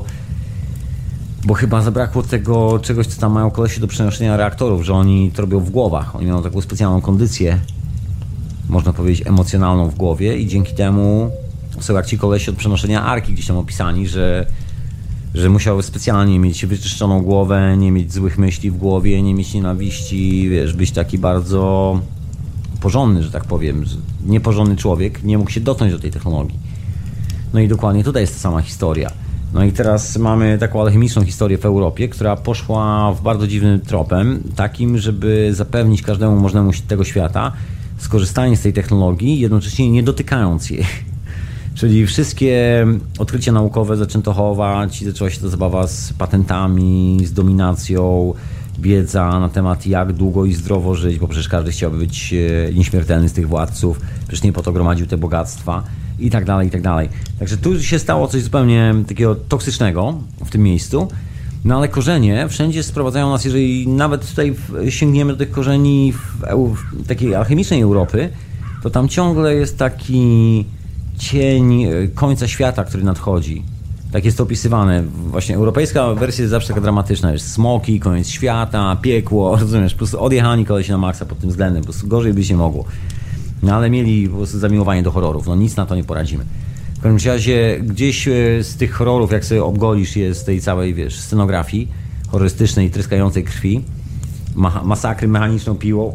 [SPEAKER 2] bo chyba zabrakło tego czegoś, co tam mają kolesi do przenoszenia reaktorów, że oni to robią w głowach, oni mają taką specjalną kondycję, można powiedzieć emocjonalną w głowie i dzięki temu są jak ci kolesi od przenoszenia arki gdzieś tam opisani, że że musiał specjalnie mieć wyczyszczoną głowę, nie mieć złych myśli w głowie, nie mieć nienawiści, wiesz, być taki bardzo porządny, że tak powiem. Nieporządny człowiek nie mógł się dotknąć do tej technologii. No i dokładnie tutaj jest ta sama historia. No i teraz mamy taką alchemiczną historię w Europie, która poszła w bardzo dziwnym tropem, takim, żeby zapewnić każdemu możnemu tego świata skorzystanie z tej technologii, jednocześnie nie dotykając jej. Czyli wszystkie odkrycia naukowe zaczęto chować, zaczęła się ta zabawa z patentami, z dominacją, wiedza na temat jak długo i zdrowo żyć, bo przecież każdy chciałby być nieśmiertelny z tych władców, przecież nie po to gromadził te bogactwa i tak dalej, i tak dalej. Także tu się stało coś zupełnie takiego toksycznego w tym miejscu, no ale korzenie wszędzie sprowadzają nas, jeżeli nawet tutaj sięgniemy do tych korzeni w, w takiej alchemicznej Europy, to tam ciągle jest taki cień końca świata, który nadchodzi. Tak jest to opisywane. Właśnie europejska wersja jest zawsze taka dramatyczna. Jest smoki, koniec świata, piekło, rozumiesz? Po prostu odjechani kolesi na maksa pod tym względem. Po prostu gorzej by się mogło. No ale mieli po prostu zamiłowanie do horrorów. No nic na to nie poradzimy. W każdym razie gdzieś z tych horrorów, jak sobie obgolisz je z tej całej, wiesz, scenografii horrorystycznej, tryskającej krwi, ma- masakry mechaniczną piłą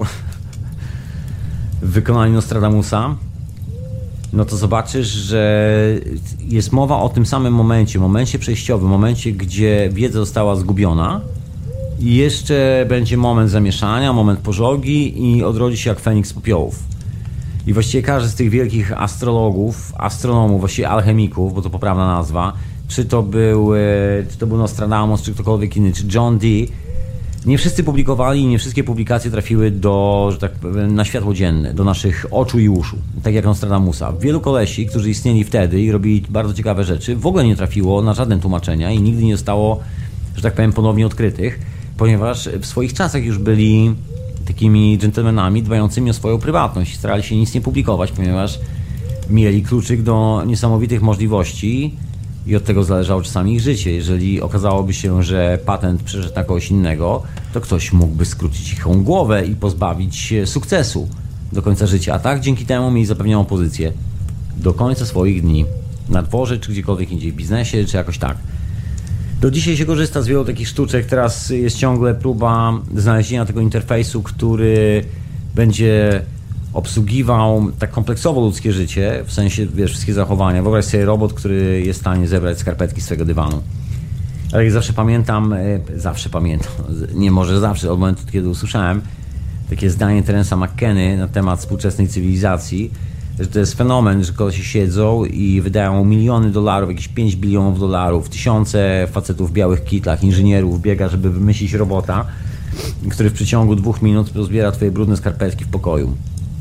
[SPEAKER 2] w wykonaniu Nostradamusa, no to zobaczysz, że jest mowa o tym samym momencie, momencie przejściowym, momencie, gdzie wiedza została zgubiona i jeszcze będzie moment zamieszania, moment pożogi i odrodzi się jak Feniks z popiołów. I właściwie każdy z tych wielkich astrologów, astronomów, właściwie alchemików, bo to poprawna nazwa, czy to był, czy to był Nostradamus, czy ktokolwiek inny, czy John Dee, nie wszyscy publikowali i nie wszystkie publikacje trafiły do, że tak powiem, na światło dzienne, do naszych oczu i uszu, tak jak Nostradamusa. Wielu kolesi, którzy istnieli wtedy i robili bardzo ciekawe rzeczy, w ogóle nie trafiło na żadne tłumaczenia i nigdy nie zostało, że tak powiem, ponownie odkrytych, ponieważ w swoich czasach już byli takimi dżentelmenami dbającymi o swoją prywatność. Starali się nic nie publikować, ponieważ mieli kluczyk do niesamowitych możliwości i od tego zależało czasami ich życie. Jeżeli okazałoby się, że patent przeszedł na kogoś innego, to ktoś mógłby skrócić ich głowę i pozbawić się sukcesu do końca życia. A tak dzięki temu mieli zapewnioną pozycję do końca swoich dni. Na dworze, czy gdziekolwiek indziej w biznesie, czy jakoś tak. Do dzisiaj się korzysta z wielu takich sztuczek. Teraz jest ciągle próba znalezienia tego interfejsu, który będzie obsługiwał tak kompleksowo ludzkie życie, w sensie, wiesz, wszystkie zachowania. Wyobraź sobie robot, który jest w stanie zebrać skarpetki z swojego dywanu. Ale jak zawsze pamiętam, zawsze pamiętam, nie może zawsze, od momentu, kiedy usłyszałem takie zdanie Terence'a McKenny na temat współczesnej cywilizacji, że to jest fenomen, że kogoś siedzą i wydają miliony dolarów, jakieś pięć bilionów dolarów, tysiące facetów w białych kitlach, inżynierów biega, żeby wymyślić robota, który w przeciągu dwóch minut zbiera twoje brudne skarpetki w pokoju.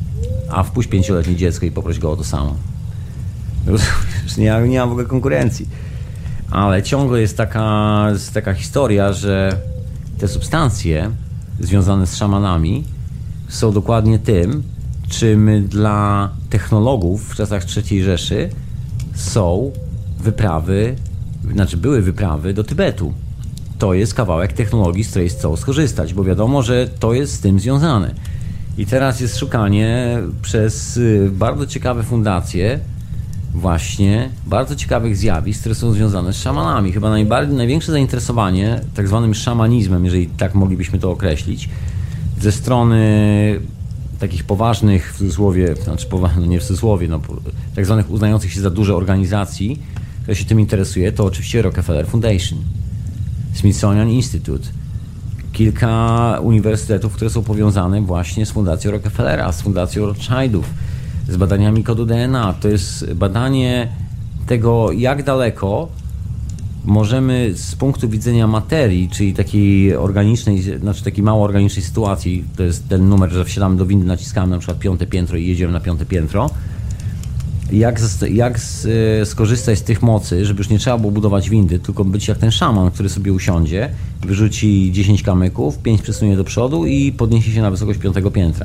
[SPEAKER 2] a wpuść pięcioletnie dziecko i poproś go o to samo. Nie, nie ma w ogóle konkurencji. Ale ciągle jest taka, jest taka historia, że te substancje związane z szamanami są dokładnie tym, czym dla technologów w czasach trzeciej Rzeszy są wyprawy, znaczy były wyprawy do Tybetu. To jest kawałek technologii, z której chcą skorzystać, bo wiadomo, że to jest z tym związane. I teraz jest szukanie przez bardzo ciekawe fundacje właśnie bardzo ciekawych zjawisk, które są związane z szamanami. Chyba najbardziej, największe zainteresowanie tak zwanym szamanizmem, jeżeli tak moglibyśmy to określić, ze strony takich poważnych, w cudzysłowie, znaczy no nie w cudzysłowie, no, tak zwanych uznających się za duże organizacji, które się tym interesuje, to oczywiście Rockefeller Foundation, Smithsonian Institute, kilka uniwersytetów, które są powiązane właśnie z Fundacją Rockefellera, z Fundacją Rothschildów, z badaniami kodu D N A. To jest badanie tego, jak daleko możemy z punktu widzenia materii, czyli takiej organicznej, znaczy takiej mało organicznej sytuacji, to jest ten numer, że wsiadamy do windy, naciskamy na przykład piąte piętro i jedziemy na piąte piętro, jak, jak skorzystać z tych mocy, żeby już nie trzeba było budować windy, tylko być jak ten szaman, który sobie usiądzie, wyrzuci dziesięć kamyków, pięć przesunie do przodu i podniesie się na wysokość piątego piętra.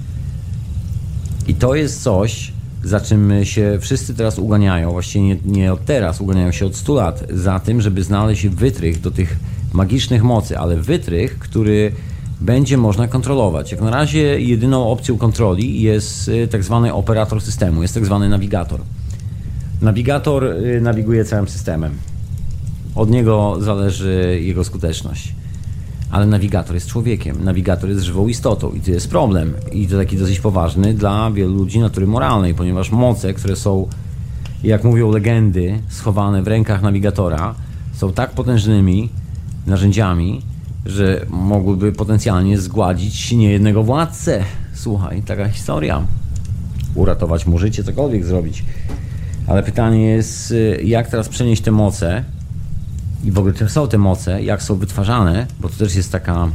[SPEAKER 2] I to jest coś, za czym się wszyscy teraz uganiają, właściwie nie, nie od teraz, uganiają się od stu lat, za tym, żeby znaleźć wytrych do tych magicznych mocy, ale wytrych, który będzie można kontrolować. Jak na razie jedyną opcją kontroli jest tak zwany operator systemu, jest tak zwany nawigator. Nawigator nawiguje całym systemem. Od niego zależy jego skuteczność. Ale nawigator jest człowiekiem, nawigator jest żywą istotą i to jest problem. I to taki dosyć poważny dla wielu ludzi natury moralnej, ponieważ moce, które są, jak mówią legendy, schowane w rękach nawigatora, są tak potężnymi narzędziami, że mogłyby potencjalnie zgładzić niejednego władcę. Słuchaj, taka historia. Uratować mu życie, cokolwiek zrobić. Ale pytanie jest, jak teraz przenieść te moce i w ogóle czym są te moce, jak są wytwarzane, bo to też jest taka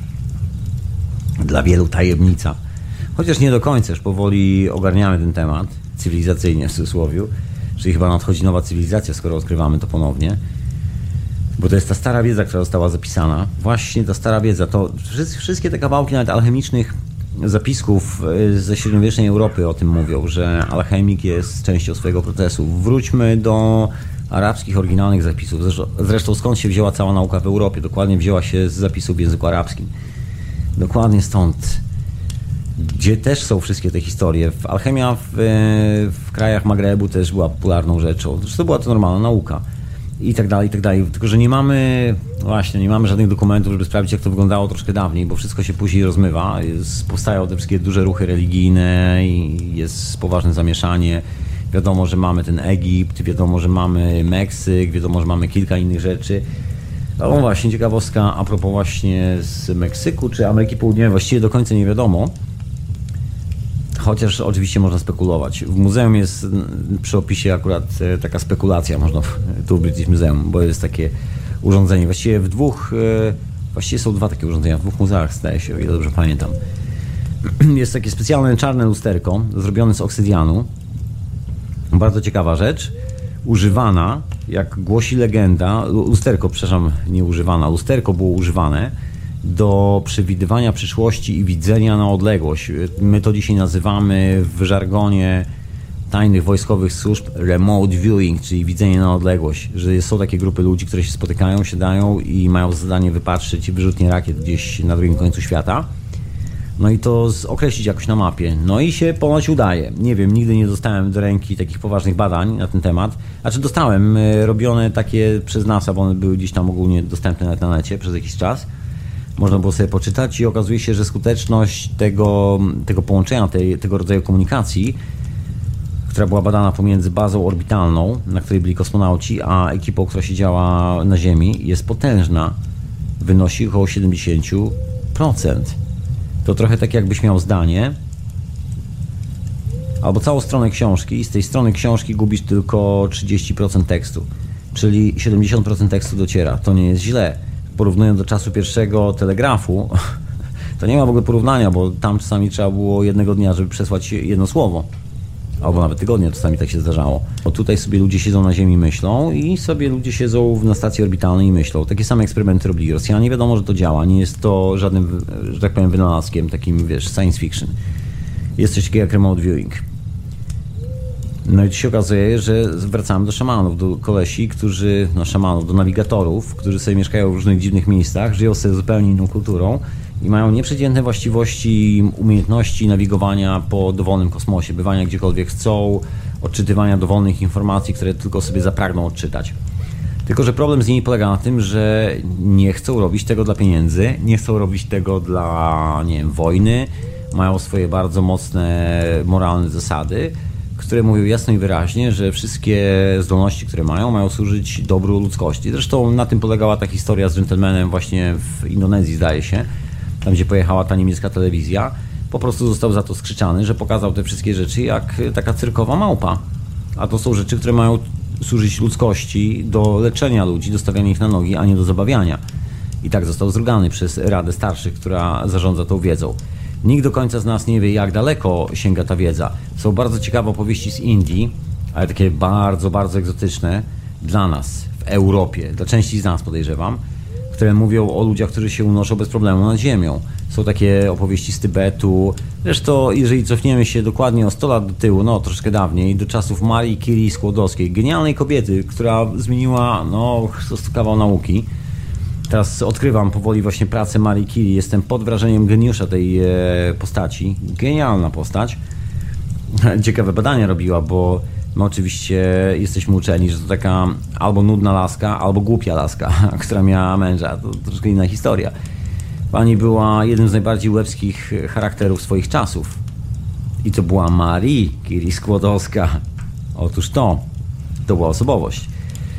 [SPEAKER 2] dla wielu tajemnica. Chociaż nie do końca, już powoli ogarniamy ten temat, cywilizacyjnie w cudzysłowie, czyli chyba nadchodzi nowa cywilizacja, skoro odkrywamy to ponownie. Bo to jest ta stara wiedza, która została zapisana. Właśnie ta stara wiedza, to wszystkie te kawałki nawet alchemicznych zapisków ze średniowiecznej Europy o tym mówią, że alchemik jest częścią swojego procesu. Wróćmy do arabskich, oryginalnych zapisów. Zresztą, zresztą skąd się wzięła cała nauka w Europie? Dokładnie wzięła się z zapisów w języku arabskim. Dokładnie stąd, gdzie też są wszystkie te historie. Alchemia w, w krajach Magrebu też była popularną rzeczą. Zresztą była to normalna nauka. I tak dalej, i tak dalej. Tylko, że nie mamy, właśnie, nie mamy żadnych dokumentów, żeby sprawdzić, jak to wyglądało troszkę dawniej, bo wszystko się później rozmywa. Jest, powstają te wszystkie duże ruchy religijne i jest poważne zamieszanie. Wiadomo, że mamy ten Egipt, wiadomo, że mamy Meksyk, wiadomo, że mamy kilka innych rzeczy. No właśnie, ciekawostka a propos właśnie z Meksyku czy Ameryki Południowej, właściwie do końca nie wiadomo. Chociaż oczywiście można spekulować. W muzeum jest przy opisie akurat taka spekulacja, można tu w British Museum, bo jest takie urządzenie. Właściwie w dwóch, właściwie są dwa takie urządzenia, w dwóch muzeach zdaje się, o ile dobrze pamiętam. Jest takie specjalne czarne lusterko, zrobione z oksydianu. Bardzo ciekawa rzecz. Używana, jak głosi legenda, lusterko, przepraszam, nie używana, lusterko było używane do przewidywania przyszłości i widzenia na odległość. My to dzisiaj nazywamy w żargonie tajnych wojskowych służb remote viewing, czyli widzenie na odległość, że są takie grupy ludzi, które się spotykają, siadają i mają zadanie wypatrzyć wyrzutnie rakiet gdzieś na drugim końcu świata. No i to określić jakoś na mapie. No i się ponoć udaje. Nie wiem, nigdy nie dostałem do ręki takich poważnych badań na ten temat. Znaczy dostałem, robione takie przez NASA, bo one były gdzieś tam ogólnie dostępne na necie przez jakiś czas. Można było sobie poczytać i okazuje się, że skuteczność tego, tego połączenia, tej, tego rodzaju komunikacji, która była badana pomiędzy bazą orbitalną, na której byli kosmonauci, a ekipą, która siedziała na Ziemi, jest potężna. Wynosi około siedemdziesiąt procent. To trochę tak, jakbyś miał zdanie albo całą stronę książki i z tej strony książki gubisz tylko trzydzieści procent tekstu, czyli siedemdziesiąt procent tekstu dociera. To nie jest źle. Porównując do czasu pierwszego telegrafu, To nie ma w ogóle porównania, bo tam czasami trzeba było jednego dnia, żeby przesłać jedno słowo. Albo nawet tygodnia, czasami tak się zdarzało. Bo tutaj sobie ludzie siedzą na Ziemi i myślą i sobie ludzie siedzą na stacji orbitalnej i myślą. Takie same eksperymenty robili Rosjanie. Wiadomo, że to działa. Nie jest to żadnym, że tak powiem, wynalazkiem takim, wiesz, science fiction. Jest coś takiego jak remote viewing. No i tu się okazuje, że wracamy do szamanów, do kolesi, którzy, no szamanów, do nawigatorów, którzy sobie mieszkają w różnych dziwnych miejscach, żyją sobie zupełnie inną kulturą i mają nieprzeciętne właściwości, umiejętności nawigowania po dowolnym kosmosie, bywania gdziekolwiek chcą, odczytywania dowolnych informacji, które tylko sobie zapragną odczytać. Tylko że problem z nimi polega na tym, że nie chcą robić tego dla pieniędzy, nie chcą robić tego dla, nie wiem, wojny, mają swoje bardzo mocne moralne zasady, które mówią jasno i wyraźnie, że wszystkie zdolności, które mają, mają służyć dobru ludzkości. Zresztą na tym polegała ta historia z dżentelmenem właśnie w Indonezji, zdaje się, tam gdzie pojechała ta niemiecka telewizja. Po prostu został za to skrzyczany, że pokazał te wszystkie rzeczy jak taka cyrkowa małpa. A to są rzeczy, które mają służyć ludzkości do leczenia ludzi, do stawiania ich na nogi, a nie do zabawiania. I tak został zrugany przez Radę Starszych, która zarządza tą wiedzą. Nikt do końca z nas nie wie, jak daleko sięga ta wiedza. Są bardzo ciekawe opowieści z Indii, ale takie bardzo, bardzo egzotyczne dla nas, w Europie, dla części z nas podejrzewam, które mówią o ludziach, którzy się unoszą bez problemu nad ziemią. Są takie opowieści z Tybetu. Zresztą, jeżeli cofniemy się dokładnie o sto lat do tyłu, no troszkę dawniej, do czasów Marii Curie Skłodowskiej, genialnej kobiety, która zmieniła, no, kawał nauki. Teraz odkrywam powoli właśnie pracę Marii Curie. Jestem pod wrażeniem geniusza tej e, postaci. Genialna postać. Ciekawe badania robiła, bo my oczywiście jesteśmy uczeni, że to taka albo nudna laska, albo głupia laska, która miała męża. To troszkę inna historia. Pani była jednym z najbardziej łebskich charakterów swoich czasów. I to była Marii Curie Skłodowska. Otóż to. To była osobowość.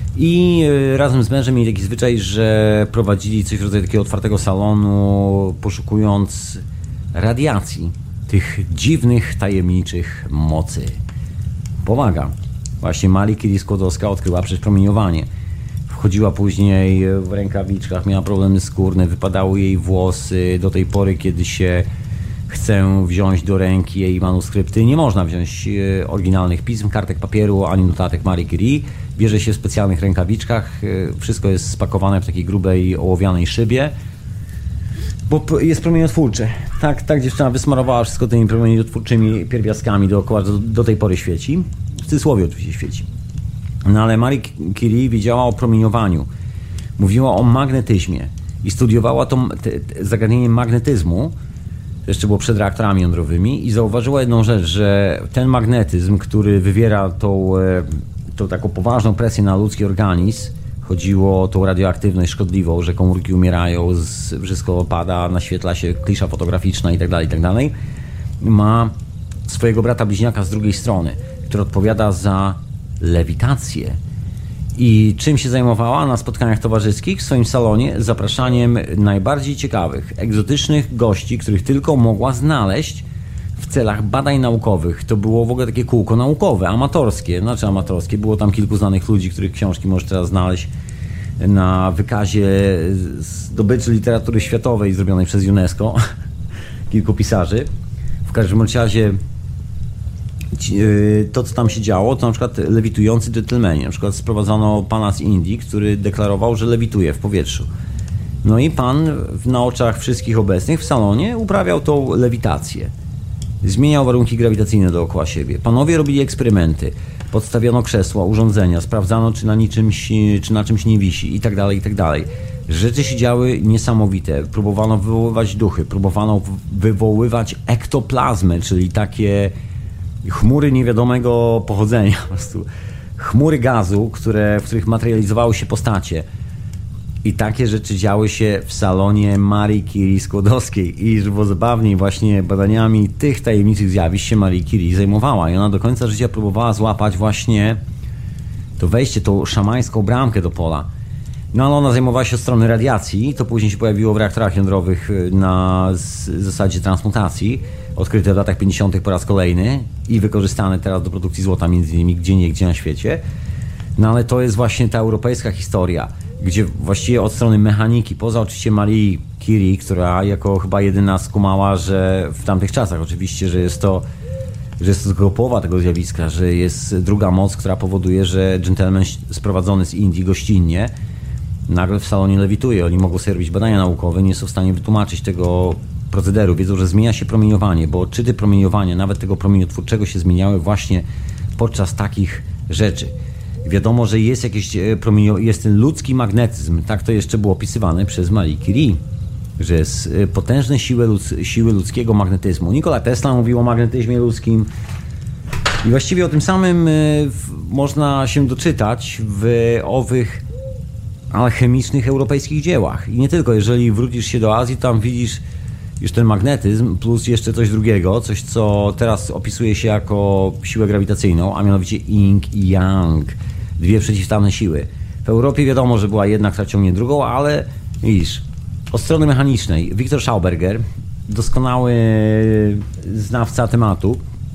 [SPEAKER 2] I razem z mężem mieli taki zwyczaj, że prowadzili coś w rodzaju takiego otwartego salonu, poszukując radiacji, tych dziwnych, tajemniczych mocy. Pomaga. Właśnie Marii Curie Skłodowska odkryła przez promieniowanie. Wchodziła później w rękawiczkach, miała problemy skórne, wypadały jej włosy. Do tej pory, kiedy się chce wziąć do ręki jej manuskrypty, nie można wziąć oryginalnych pism, kartek papieru, ani notatek Marii Curie. Bierze się w specjalnych rękawiczkach, wszystko jest spakowane w takiej grubej, ołowianej szybie, bo jest promieniotwórcze. Tak, tak dziewczyna wysmarowała wszystko tymi promieniotwórczymi pierwiastkami dookoła, do, do tej pory świeci. W cudzysłowie oczywiście świeci. No ale Marie Curie wiedziała o promieniowaniu. Mówiła o magnetyzmie i studiowała to te, te zagadnienie magnetyzmu, to jeszcze było przed reaktorami jądrowymi, i zauważyła jedną rzecz, że ten magnetyzm, który wywiera tą, tą taką poważną presję na ludzki organizm, chodziło o tą radioaktywność szkodliwą, że komórki umierają, z, wszystko opada, naświetla się klisza fotograficzna itd., itd., ma swojego brata bliźniaka z drugiej strony, który odpowiada za lewitację. I czym się zajmowała na spotkaniach towarzyskich w swoim salonie? Zapraszaniem najbardziej ciekawych, egzotycznych gości, których tylko mogła znaleźć w celach badań naukowych. To było w ogóle takie kółko naukowe, amatorskie. Znaczy amatorskie. Było tam kilku znanych ludzi, których książki możesz teraz znaleźć na wykazie zdobyczy literatury światowej zrobionej przez UNESCO. Kilku pisarzy. W każdym razie to, co tam się działo, to na przykład lewitujący dżentelmeni. Na przykład sprowadzono pana z Indii, który deklarował, że lewituje w powietrzu. No i pan na oczach wszystkich obecnych w salonie uprawiał tą lewitację. Zmieniał warunki grawitacyjne dookoła siebie. Panowie robili eksperymenty. Podstawiono krzesła, urządzenia, sprawdzano, czy na niczymś, czy na czymś nie wisi i tak dalej, i tak dalej. Rzeczy się działy niesamowite. Próbowano wywoływać duchy, próbowano wywoływać ektoplazmę, czyli takie chmury niewiadomego pochodzenia, po prostu chmury gazu, które, w których materializowały się postacie. I takie rzeczy działy się w salonie Marii Curie Skłodowskiej. I żeby było zabawniej, właśnie badaniami tych tajemniczych zjawisk się Marie Curie zajmowała. I ona do końca życia próbowała złapać właśnie to wejście, tą szamańską bramkę do pola. No ale ona zajmowała się od strony radiacji. To później się pojawiło w reaktorach jądrowych na zasadzie transmutacji. Odkryte w latach pięćdziesiątych po raz kolejny i wykorzystane teraz do produkcji złota między innymi gdzie niegdzie na świecie. No ale to jest właśnie ta europejska historia, gdzie właściwie od strony mechaniki, poza oczywiście Marii Curie, która jako chyba jedyna skumała, że w tamtych czasach oczywiście, że jest to że jest to tylko połowa tego zjawiska, że jest druga moc, która powoduje, że dżentelmen sprowadzony z Indii gościnnie nagle w salonie lewituje. Oni mogą sobie robić badania naukowe, nie są w stanie wytłumaczyć tego procederu. Wiedzą, że zmienia się promieniowanie, bo odczyty promieniowania, nawet tego promieniotwórczego, się zmieniały właśnie podczas takich rzeczy. Wiadomo, że jest jakiś promienio... jest ten ludzki magnetyzm. Tak to jeszcze było opisywane przez Marie Curie, że jest potężne siły, ludz... siły ludzkiego magnetyzmu. Nikola Tesla mówił o magnetyzmie ludzkim i właściwie o tym samym w... można się doczytać w owych alchemicznych europejskich dziełach. I nie tylko, jeżeli wrócisz się do Azji, tam widzisz już ten magnetyzm, plus jeszcze coś drugiego, coś co teraz opisuje się jako siłę grawitacyjną, a mianowicie Yin i Yang. Dwie przeciwstawne siły. W Europie wiadomo, że była jedna, która ciągnie drugą, ale widzisz, od strony mechanicznej Victor Schauberger, doskonały znawca tematu,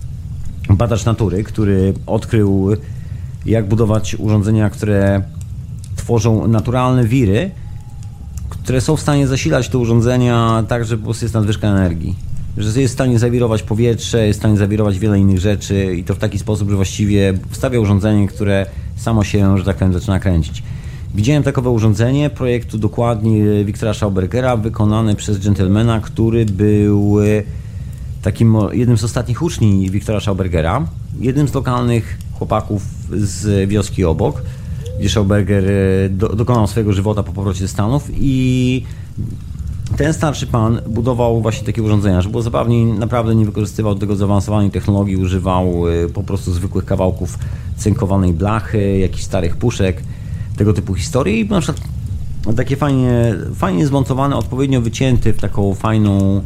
[SPEAKER 2] badacz natury, który odkrył, jak budować urządzenia, które tworzą naturalne wiry, które są w stanie zasilać te urządzenia tak, że po prostu jest nadwyżka energii. Że jest w stanie zawirować powietrze, jest w stanie zawirować wiele innych rzeczy i to w taki sposób, że właściwie wstawia urządzenie, które samo się, że tak powiem, zaczyna kręcić. Widziałem takowe urządzenie projektu dokładnie Victora Schaubergera, wykonane przez dżentelmena, który był takim jednym z ostatnich uczniów Victora Schaubergera, jednym z lokalnych chłopaków z wioski obok, gdzie Schauberger do, dokonał swojego żywota po powrocie ze Stanów i ten starszy pan budował właśnie takie urządzenia, że było zabawniej, naprawdę nie wykorzystywał do tego zaawansowanej technologii, używał po prostu zwykłych kawałków cynkowanej blachy, jakichś starych puszek, tego typu historii i na przykład takie fajnie, fajnie zmontowane, odpowiednio wycięty w taką fajną,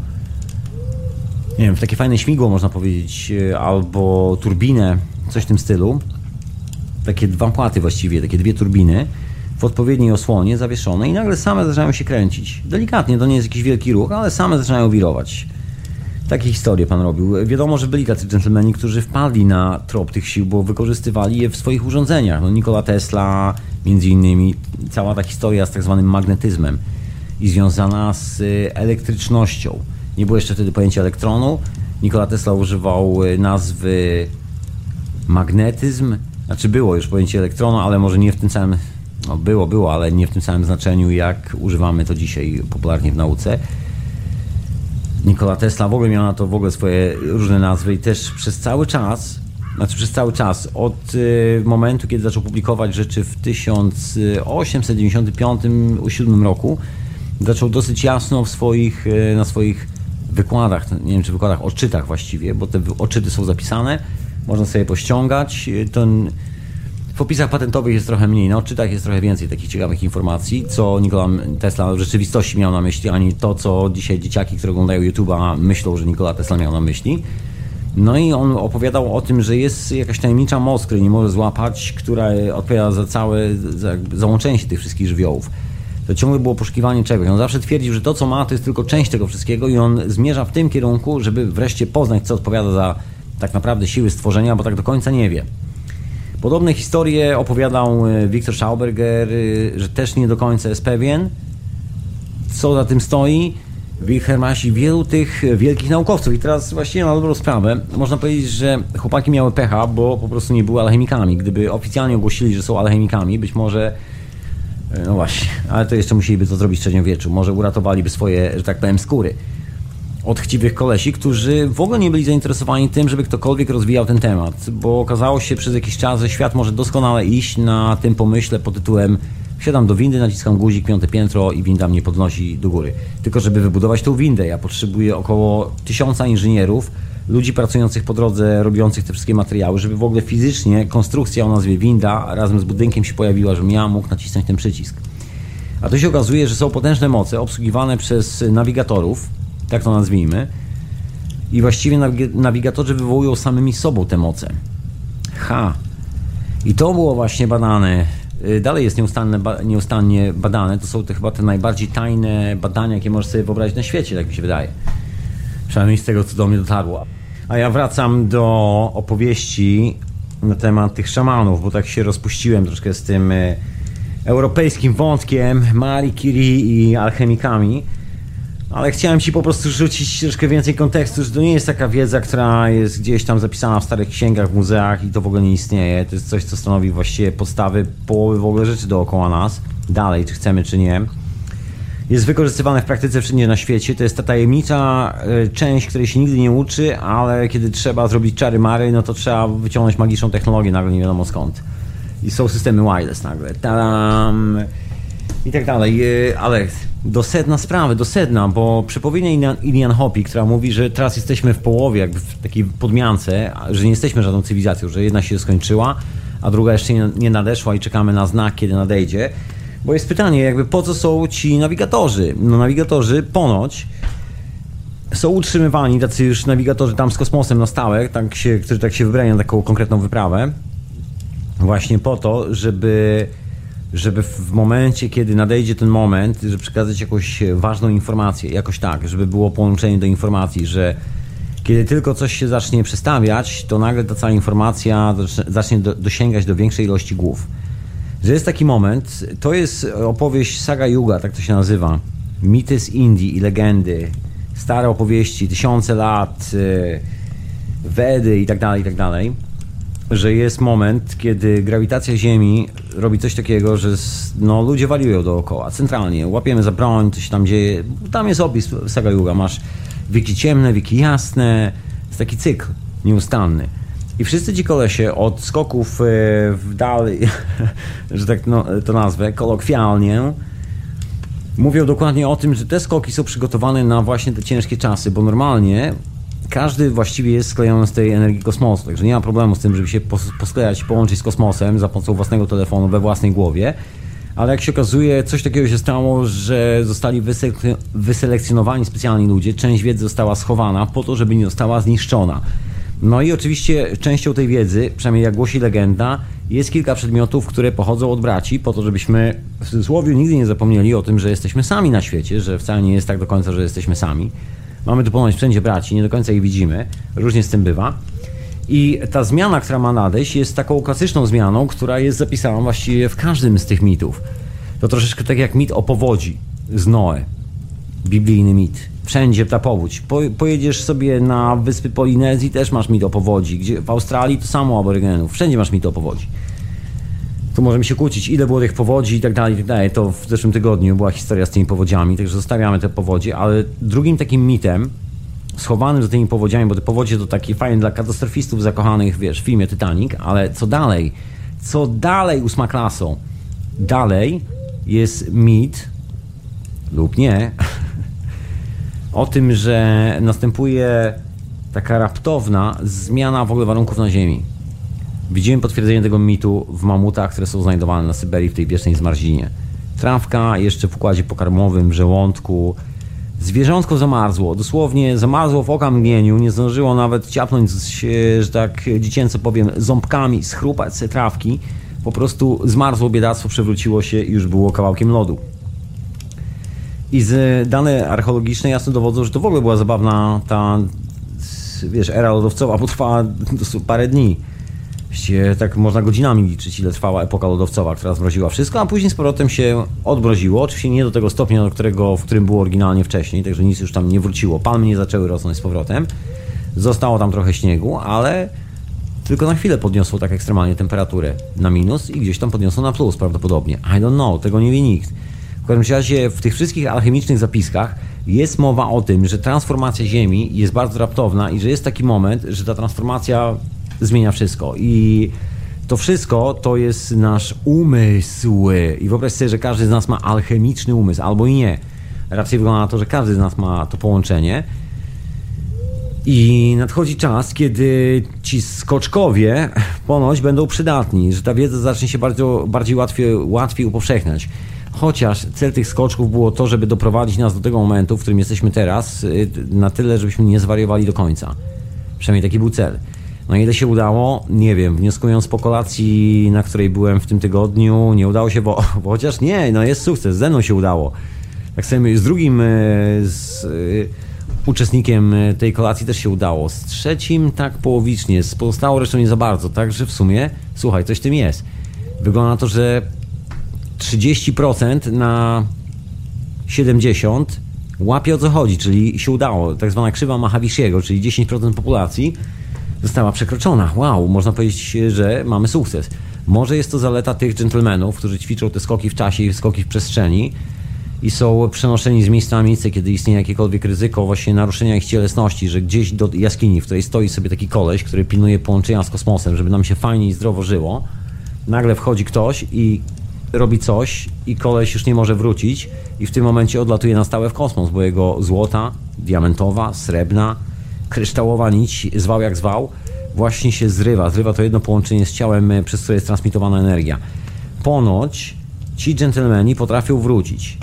[SPEAKER 2] nie wiem, w takie fajne śmigło można powiedzieć, albo turbinę, coś w tym stylu. Takie dwa płaty właściwie, takie dwie turbiny w odpowiedniej osłonie zawieszone i nagle same zaczynają się kręcić. Delikatnie, to nie jest jakiś wielki ruch, ale same zaczynają wirować. Takie historie pan robił. Wiadomo, że byli tacy dżentelmeni, którzy wpadli na trop tych sił, bo wykorzystywali je w swoich urządzeniach. No, Nikola Tesla, między innymi, cała ta historia z tak zwanym magnetyzmem i związana z elektrycznością. Nie było jeszcze wtedy pojęcia elektronu. Nikola Tesla używał nazwy magnetyzm. Znaczy było już pojęcie elektronu, ale może nie w tym samym, no było, było, ale nie w tym samym znaczeniu, jak używamy to dzisiaj popularnie w nauce. Nikola Tesla w ogóle miał na to w ogóle swoje różne nazwy i też przez cały czas, znaczy przez cały czas, od y, momentu, kiedy zaczął publikować rzeczy w tysiąc osiemset dziewięćdziesiątym piątym do tysiąc osiemset siódmym roku, zaczął dosyć jasno w swoich, y, na swoich wykładach, nie wiem czy wykładach, odczytach właściwie, bo te odczyty są zapisane, można sobie pościągać. Ten, w opisach patentowych jest trochę mniej, na odczytach jest trochę więcej takich ciekawych informacji, co Nikola Tesla w rzeczywistości miał na myśli, ani to, co dzisiaj dzieciaki, które oglądają YouTube'a, myślą, że Nikola Tesla miał na myśli. No i on opowiadał o tym, że jest jakaś tajemnicza moc, której nie może złapać, która odpowiada za całe za załączenie się tych wszystkich żywiołów. To ciągle było poszukiwanie czegoś. On zawsze twierdził, że to, co ma, to jest tylko część tego wszystkiego i on zmierza w tym kierunku, żeby wreszcie poznać, co odpowiada za tak naprawdę siły stworzenia, bo tak do końca nie wie. Podobne historie opowiadał Victor Schauberger, że też nie do końca jest pewien, co za tym stoi. Wilhelm Reich i wielu tych wielkich naukowców. I teraz właściwie na dobrą sprawę można powiedzieć, że chłopaki miały pecha, bo po prostu nie były alchemikami. Gdyby oficjalnie ogłosili, że są alchemikami, być może, no właśnie, ale to jeszcze musieliby to zrobić w średniowieczu. Może uratowaliby swoje, że tak powiem, skóry od chciwych kolesi, którzy w ogóle nie byli zainteresowani tym, żeby ktokolwiek rozwijał ten temat, bo okazało się przez jakiś czas, że świat może doskonale iść na tym pomyśle pod tytułem wsiadam do windy, naciskam guzik, piąte piętro i winda mnie podnosi do góry. Tylko żeby wybudować tą windę, ja potrzebuję około tysiąca inżynierów, ludzi pracujących po drodze, robiących te wszystkie materiały, żeby w ogóle fizycznie konstrukcja o nazwie winda razem z budynkiem się pojawiła, żebym ja mógł nacisnąć ten przycisk. A to się okazuje, że są potężne moce obsługiwane przez nawigatorów, tak to nazwijmy, i właściwie nawigatorzy wywołują samymi sobą te moce. Ha! I to było właśnie badane, dalej jest nieustannie, nieustannie badane, to są te chyba te najbardziej tajne badania, jakie możesz sobie wyobrazić na świecie, tak mi się wydaje. Przynajmniej z tego, co do mnie dotarło. A ja wracam do opowieści na temat tych szamanów, bo tak się rozpuściłem troszkę z tym europejskim wątkiem Marie Curie i alchemikami. Ale chciałem Ci po prostu rzucić troszkę więcej kontekstu, że to nie jest taka wiedza, która jest gdzieś tam zapisana w starych księgach, w muzeach i to w ogóle nie istnieje. To jest coś, co stanowi właściwie podstawy połowy w ogóle rzeczy dookoła nas. Dalej, czy chcemy, czy nie. Jest wykorzystywane w praktyce wszędzie na świecie. To jest ta tajemnicza część, której się nigdy nie uczy, ale kiedy trzeba zrobić czary-mary, no to trzeba wyciągnąć magiczną technologię, nagle nie wiadomo skąd. I są systemy wireless nagle. Tadam! I tak dalej. Ale do sedna sprawy, do sedna, bo przepowiednia Ilian Hopi, która mówi, że teraz jesteśmy w połowie, jakby w takiej podmiance, że nie jesteśmy żadną cywilizacją, że jedna się skończyła, a druga jeszcze nie nadeszła i czekamy na znak, kiedy nadejdzie. Bo jest pytanie, jakby po co są ci nawigatorzy? No nawigatorzy ponoć są utrzymywani, tacy już nawigatorzy tam z kosmosem na stałe, tak się, którzy tak się wybrali na taką konkretną wyprawę, właśnie po to, żeby, żeby w momencie, kiedy nadejdzie ten moment, żeby przekazać jakąś ważną informację, jakoś tak, żeby było połączenie do informacji, że kiedy tylko coś się zacznie przestawiać, to nagle ta cała informacja zacznie do, dosięgać do większej ilości głów. Że jest taki moment, to jest opowieść Saga Yuga, tak to się nazywa. Mity z Indii i legendy, stare opowieści, tysiące lat, Wedy i tak dalej, i tak dalej. Że jest moment, kiedy grawitacja Ziemi robi coś takiego, że no, ludzie wariują dookoła, centralnie. Łapiemy za broń, coś się tam dzieje. Tam jest opis Saga Yuga, masz wieki ciemne, wieki jasne. Jest taki cykl nieustanny. I wszyscy ci kolesie od skoków w dal, że tak no, to nazwę, kolokwialnie, mówią dokładnie o tym, że te skoki są przygotowane na właśnie te ciężkie czasy, bo normalnie każdy właściwie jest sklejony z tej energii kosmosu, także nie ma problemu z tym, żeby się posklejać, połączyć z kosmosem za pomocą własnego telefonu we własnej głowie, ale jak się okazuje, coś takiego się stało, że zostali wyselek- wyselekcjonowani specjalni ludzie, część wiedzy została schowana po to, żeby nie została zniszczona. No i oczywiście częścią tej wiedzy, przynajmniej jak głosi legenda, jest kilka przedmiotów, które pochodzą od braci, po to, żebyśmy w cudzysłowie nigdy nie zapomnieli o tym, że jesteśmy sami na świecie, że wcale nie jest tak do końca, że jesteśmy sami. Mamy tu ponoć wszędzie braci, nie do końca ich widzimy, różnie z tym bywa. I ta zmiana, która ma nadejść, jest taką klasyczną zmianą, która jest zapisana właściwie w każdym z tych mitów. To troszeczkę tak jak mit o powodzi z Noe, biblijny mit. Wszędzie ta powódź. Po, pojedziesz sobie na wyspy Polinezji, też masz mit o powodzi. Gdzie, w Australii to samo aborygenów. Wszędzie masz mit o powodzi. Tu możemy się kłócić, ile było tych powodzi i tak dalej, i tak dalej. To w zeszłym tygodniu była historia z tymi powodziami, także zostawiamy te powodzie, ale drugim takim mitem, schowanym za tymi powodziami, bo te powodzie to takie fajne dla katastrofistów zakochanych, wiesz, w filmie Titanic, ale co dalej? Co dalej ósma klasą? Dalej jest mit, lub nie, o tym, że następuje taka raptowna zmiana w ogóle warunków na Ziemi. Widzimy potwierdzenie tego mitu w mamutach, które są znajdowane na Syberii w tej wiecznej zmarzinie. Trawka jeszcze w układzie pokarmowym, w żołądku. Zwierzątko zamarzło, dosłownie zamarzło w oka mgnieniu, nie zdążyło nawet ciapnąć, że tak dziecięco powiem, ząbkami, schrupać sobie trawki. Po prostu zmarzło biedactwo, przewróciło się i już było kawałkiem lodu. I z dane archeologiczne jasno dowodzą, że to w ogóle była zabawna ta, wiesz, era lodowcowa, bo trwała parę dni. Właściwie tak można godzinami liczyć, ile trwała epoka lodowcowa, która zmroziła wszystko, a później z powrotem się odmroziło. Oczywiście nie do tego stopnia, do którego, w którym było oryginalnie wcześniej, także nic już tam nie wróciło. Palmy nie zaczęły rosnąć z powrotem. Zostało tam trochę śniegu, ale tylko na chwilę podniosło tak ekstremalnie temperaturę na minus i gdzieś tam podniosło na plus prawdopodobnie. I don't know, tego nie wie nikt. W każdym razie w tych wszystkich alchemicznych zapiskach jest mowa o tym, że transformacja Ziemi jest bardzo raptowna i że jest taki moment, że ta transformacja zmienia wszystko. I to wszystko to jest nasz umysł. I wyobraź sobie, że każdy z nas ma alchemiczny umysł, albo i nie. Raczej wygląda na to, że każdy z nas ma to połączenie. I nadchodzi czas, kiedy ci skoczkowie ponoć będą przydatni, że ta wiedza zacznie się bardzo, bardziej łatwiej, łatwiej upowszechniać. Chociaż cel tych skoczków było to, żeby doprowadzić nas do tego momentu, w którym jesteśmy teraz, na tyle, żebyśmy nie zwariowali do końca. Przynajmniej taki był cel. No ile się udało? Nie wiem. Wnioskując po kolacji, na której byłem w tym tygodniu, nie udało się, bo, bo chociaż nie, no jest sukces, ze mną się udało. Tak sobie z drugim z uczestnikiem tej kolacji też się udało. Z trzecim tak połowicznie, z pozostałą resztą nie za bardzo. Także w sumie, słuchaj, coś w tym jest. Wygląda na to, że trzydzieści procent na siedemdziesiąt procent łapie o co chodzi, czyli się udało. Tak zwana krzywa Mahavishego, czyli dziesięć procent populacji została przekroczona. Wow, można powiedzieć, że mamy sukces. Może jest to zaleta tych dżentelmenów, którzy ćwiczą te skoki w czasie i skoki w przestrzeni i są przenoszeni z miejsca na miejsce, kiedy istnieje jakiekolwiek ryzyko właśnie naruszenia ich cielesności, że gdzieś do jaskini, w której stoi sobie taki koleś, który pilnuje połączenia z kosmosem, żeby nam się fajnie i zdrowo żyło, nagle wchodzi ktoś i robi coś i koleś już nie może wrócić i w tym momencie odlatuje na stałe w kosmos, bo jego złota, diamentowa, srebrna, kryształowa nić, zwał jak zwał, właśnie się zrywa. Zrywa to jedno połączenie z ciałem, przez które jest transmitowana energia. Ponoć ci dżentelmeni potrafią wrócić.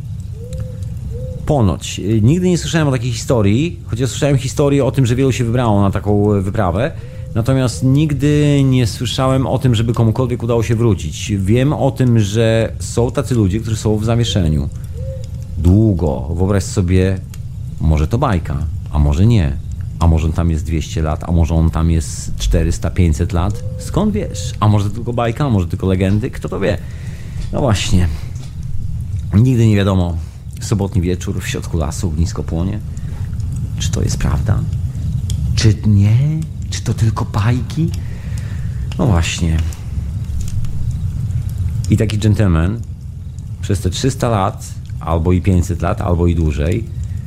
[SPEAKER 2] Ponoć. Nigdy nie słyszałem o takiej historii, chociaż słyszałem historię o tym, że wielu się wybrało na taką wyprawę. Natomiast nigdy nie słyszałem o tym, żeby komukolwiek udało się wrócić. Wiem o tym, że są tacy ludzie, którzy są w zawieszeniu. Długo. Wyobraź sobie, może to bajka, a może nie. A może on tam jest dwieście lat, a może on tam jest czterysta pięćset lat. Skąd wiesz? A może to tylko bajka, a może tylko legendy? Kto to wie? No właśnie. Nigdy nie wiadomo. Sobotni wieczór w środku lasu, ognisko płonie. Czy to jest prawda? Czy nie? Czy to tylko bajki? No właśnie. I taki dżentelmen przez te trzysta lat, albo i pięćset lat, albo i dłużej,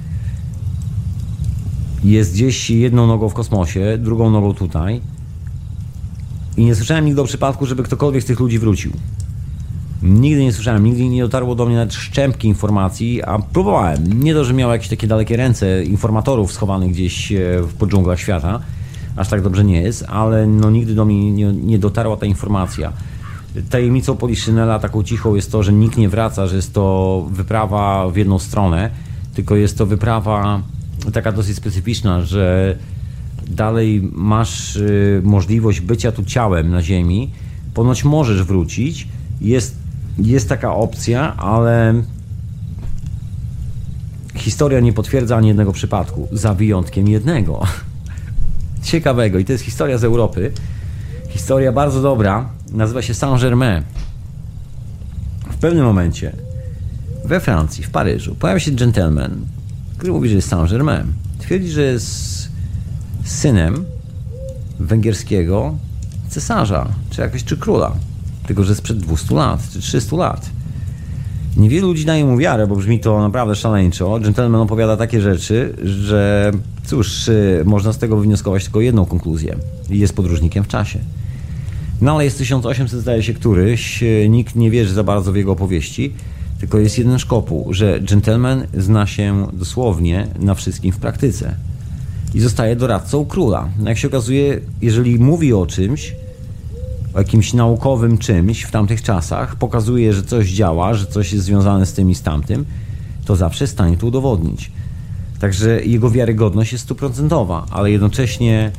[SPEAKER 2] jest gdzieś jedną nogą w kosmosie, drugą nogą tutaj. I nie słyszałem nigdy o przypadku, żeby ktokolwiek z tych ludzi wrócił. Nigdy nie słyszałem, nigdy nie dotarło do mnie nawet szczępki informacji, a próbowałem. Nie to, że miał jakieś takie dalekie ręce informatorów schowanych gdzieś w podżunglach świata, aż tak dobrze nie jest, ale no nigdy do mnie nie, nie dotarła ta informacja. Tajemnicą Poliszynela, taką cichą, jest to, że nikt nie wraca, że jest to wyprawa w jedną stronę, tylko jest to wyprawa taka dosyć specyficzna, że dalej masz y, możliwość bycia tu ciałem na ziemi, ponoć możesz wrócić, jest, jest taka opcja, ale historia nie potwierdza ani jednego przypadku, za wyjątkiem jednego ciekawego, i to jest historia z Europy, historia bardzo dobra, nazywa się Saint-Germain. W pewnym momencie we Francji, w Paryżu pojawia się gentleman, który mówi, że jest Saint-Germain. Twierdzi, że jest synem węgierskiego cesarza, czy jakoś, czy króla. Tylko że sprzed dwustu lat, czy trzystu lat. Niewielu ludzi daje mu wiarę, bo brzmi to naprawdę szaleńczo. Gentleman opowiada takie rzeczy, że cóż, można z tego wywnioskować tylko jedną konkluzję. Jest podróżnikiem w czasie. No ale jest tysiąc osiemset, zdaje się, któryś. Nikt nie wierzy za bardzo w jego opowieści. Tylko jest jeden szkopuł, że gentleman zna się dosłownie na wszystkim w praktyce. I zostaje doradcą króla. Jak się okazuje, jeżeli mówi o czymś, o jakimś naukowym czymś w tamtych czasach, pokazuje, że coś działa, że coś jest związane z tym i z tamtym, to zawsze jest w stanie to udowodnić. Także jego wiarygodność jest stuprocentowa, ale jednocześnie